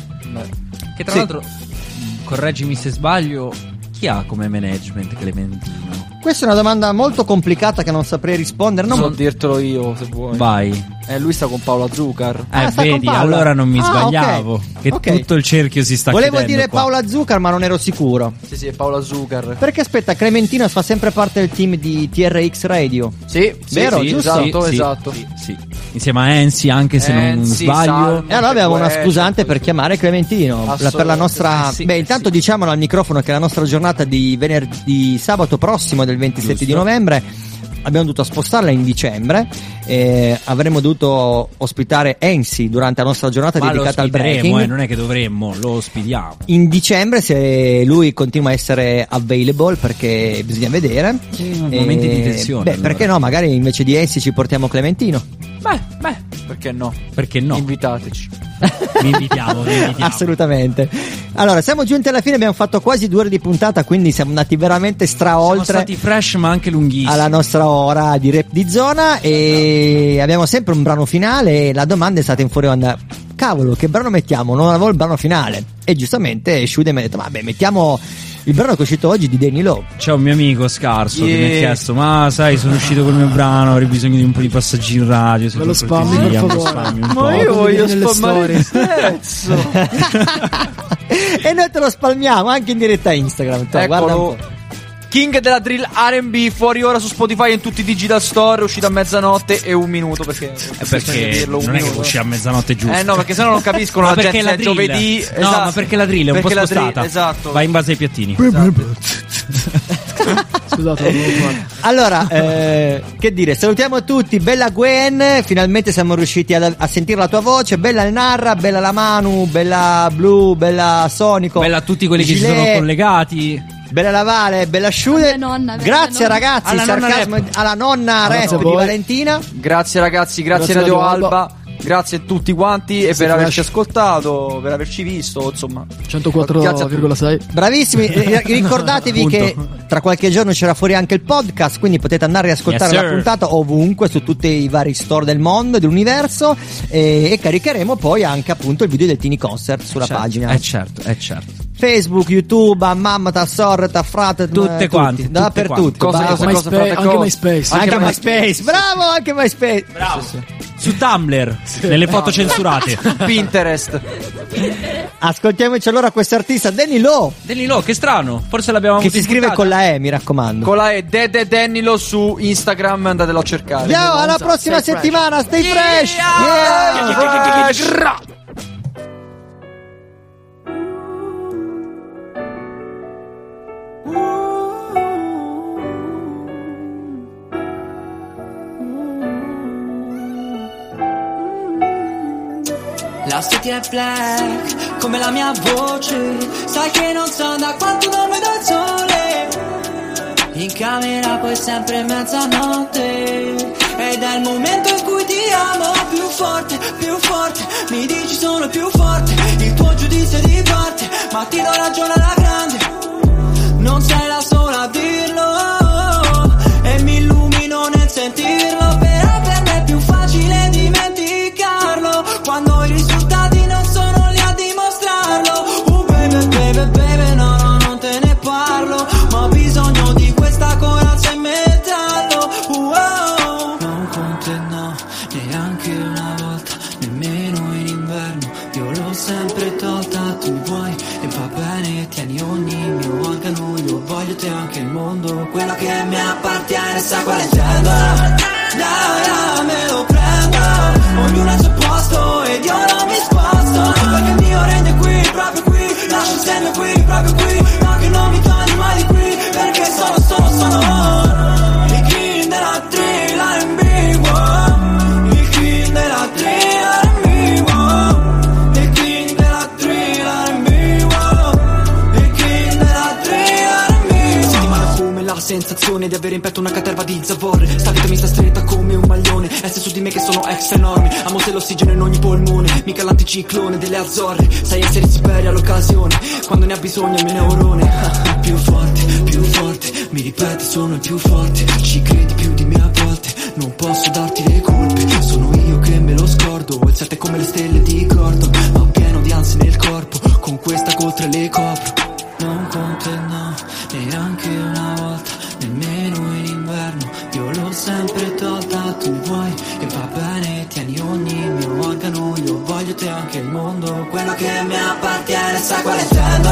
Che tra Sì. l'altro, mh, correggimi se sbaglio, chi ha come management Clementino? Questa è una domanda molto complicata che non saprei rispondere. Non Non dirtelo io se vuoi. Vai. Eh, lui sta con Paola Zuccar. Ah, Eh, sta con vedi, Paola. allora non mi Ah, sbagliavo. ok. Che Ok. tutto il cerchio si sta Volevo chiudendo dire qua. Paola Zuccar, ma non ero sicuro. Sì, sì, è Paola Zuccar. Perché aspetta, Clementino fa sempre parte del team di T R X Radio. Sì, sì, Vero, sì, giusto? esatto, Sì, esatto. sì, sì. Insieme a Enzi, anche se non Enzi, sbaglio. Salmo. E allora abbiamo una Guerra, scusante per chiamare Clementino la- per la Assolutamente. nostra. Eh sì, Beh, eh intanto diciamolo al microfono che la nostra giornata di venerdì, sabato prossimo del ventisette Giusto. di novembre. Abbiamo dovuto spostarla in dicembre. Eh, avremmo dovuto ospitare Enzi durante la nostra giornata Ma lo dedicata al ospiteremo, breaking. eh, non è che dovremmo, lo ospitiamo. In dicembre, se lui continua a essere available, perché bisogna vedere. momenti di tensione, Beh, allora. perché no? Magari invece di Enzi ci portiamo Clementino. Beh, beh, Perché no? perché no? Invitateci. Vi invitiamo, vi invitiamo. Assolutamente. Allora, siamo giunti alla fine, abbiamo fatto quasi due ore di puntata, quindi siamo andati veramente Siamo straoltre stati fresh ma anche lunghissimi. alla nostra ora di rap di zona e abbiamo sempre un brano finale e la domanda è stata in fuori onda. Cavolo, che brano mettiamo? Non avevo il brano finale. E giustamente Shude mi ha detto, vabbè, mettiamo il brano che è uscito oggi di Danny Lowe. C'è un mio amico scarso che mi Yeah. ha chiesto: ma sai, sono uscito col mio brano, avrei bisogno di un po' di passaggi in radio. Se Me lo per spammi, cortesia, per me lo favore. spammi un Ma po'." io voglio nelle spammare il storie. pezzo. E noi te lo spalmiamo anche in diretta Instagram. Cioè, guarda un po'. King della drill R and B, fuori ora su Spotify e in tutti i digital store, uscito a mezzanotte e un minuto perché, eh perché dirlo, un non minuto. È che uscì a mezzanotte giusto. Eh no, perché sennò non capiscono la gente la è giovedì. No, esatto. ma perché la drill è un perché po' spostata. Drill, esatto. Va in base ai piattini. Esatto. Scusate. Allora, eh, che dire, salutiamo tutti. Bella Gwen, finalmente siamo riusciti a, a sentire la tua voce. Bella il Narra, bella la Manu, bella Blu, bella Sonico. Bella a tutti quelli Gilet, che si sono collegati. Bella la Vale, bella Sciude. Nonna, grazie nonna. ragazzi, alla sarcasmo nonna alla nonna rap di Valentina. Grazie ragazzi, grazie, Grazie Radio Radio Alba. Grazie a tutti quanti e Sì, per Flash. averci ascoltato, per averci visto, insomma. centoquattro virgola sei. Bravissimi, eh, ricordatevi Appunto. che tra qualche giorno c'era fuori anche il podcast, quindi potete andare a ascoltare Yes, la sir. puntata ovunque su tutti i vari store del mondo e dell'universo e, e caricheremo poi anche appunto il video del Tini Concert sulla Certo, pagina. Eh certo, eh certo. Facebook, YouTube, a mamma, ta sorre, ta frate, Tutte eh, quanti, tutti, tutte dappertutto. quanti. Cosa, Basta. cosa, cosa, MySpace, frate, anche cosa? MySpace. Anche Anche MySpace, bravo, anche MySpace. Bravo. Su Tumblr, nelle foto censurate. Pinterest. Ascoltiamoci allora questo artista Danny Lo, Danilo, che strano, forse l'abbiamo che si scrive con la E, mi raccomando. Con la E Dede Dennilo su Instagram, andatelo a cercare. Andiamo alla prossima Stay fresh. settimana, stay fresh. Yeah! Yeah. La city è black, come la mia voce. Sai che non so da quanto non vedo il sole. In camera poi sempre mezzanotte. Ed è il momento in cui ti amo più forte, più forte. Mi dici sono più forte, il tuo giudizio è di parte. Ma ti do ragione alla grande, non sei la sola a dirlo. E mi illumino nel sentirlo. Però per me è più facile dimenticarlo quando i risultati non sono lì a dimostrarlo. Oh baby, baby, baby, no, no, non te ne parlo. Ma ho bisogno di questa corazza in metallo. Uh, oh. Non con te no, neanche una volta, nemmeno in inverno. Io l'ho sempre tolta, tu vuoi e va bene. Tieni ogni mio organo, io voglio te anche il mondo. Quella che mi appartiene, sa quale intendo. Yeah, yeah, me lo prendo. Ognuno al suo posto ed io non mi sposto. Perché il mio regno è qui, proprio qui. Lascio il segno qui, proprio qui. No che non mi togli mai di qui. Perché sono, sono, sono il king della drill R and B, wow. Il king della drill R and B, wow. Il king della drill R and B, wow. Il king della drill R and B, wow. Settimana come la sensazione di avere in petto una caterva di zavorre. Sta vita mi sta stretta come un maglione. Essere su di me che sono extra enormi. Amo se l'ossigeno in ogni polmone. Mica l'anticiclone delle Azzorre. Sai essere in Siberia all'occasione. Quando ne ha bisogno il mio neurone. Più forte, più forte. Mi ripeti sono il più forte. Ci credi più di me a volte. Non posso darti le colpe. Sono io che me lo scordo. Il sette come le stelle di Gordon. Ma pieno di ansie nel corpo. Con questa coltre le copro. Non con te no, neanche una volta, nemmeno in inverno. Io l'ho sempre tolta, tu vuoi e va bene. Tieni ogni mio organo, io voglio te anche il mondo. Quello che mi appartiene, sa quale intendo.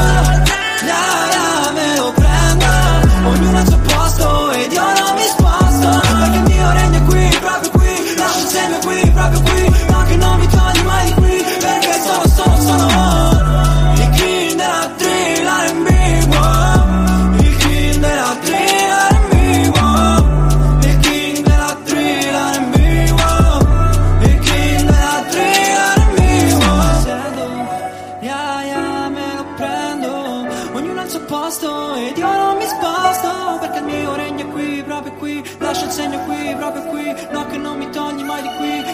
Yeah, yeah, me lo prendo. Ognuno al suo posto ed io non mi sposto. Perché il mio regno è qui, proprio qui. Lascio il segno qui, proprio qui. No che non mi togli mai di qui. Perché sono, sono, sono il king della drill R and B, wow. Il king della drill R and B, wow. Il king della drill R and B, wow. Il king della drill R and B, wow. Sento, yeah, yeah, me lo prendo. Ognuno al suo posto ed io non mi sposto. Perché il mio regno è qui, proprio qui. Lascio il segno qui, proprio qui. No che non mi togli mai di qui.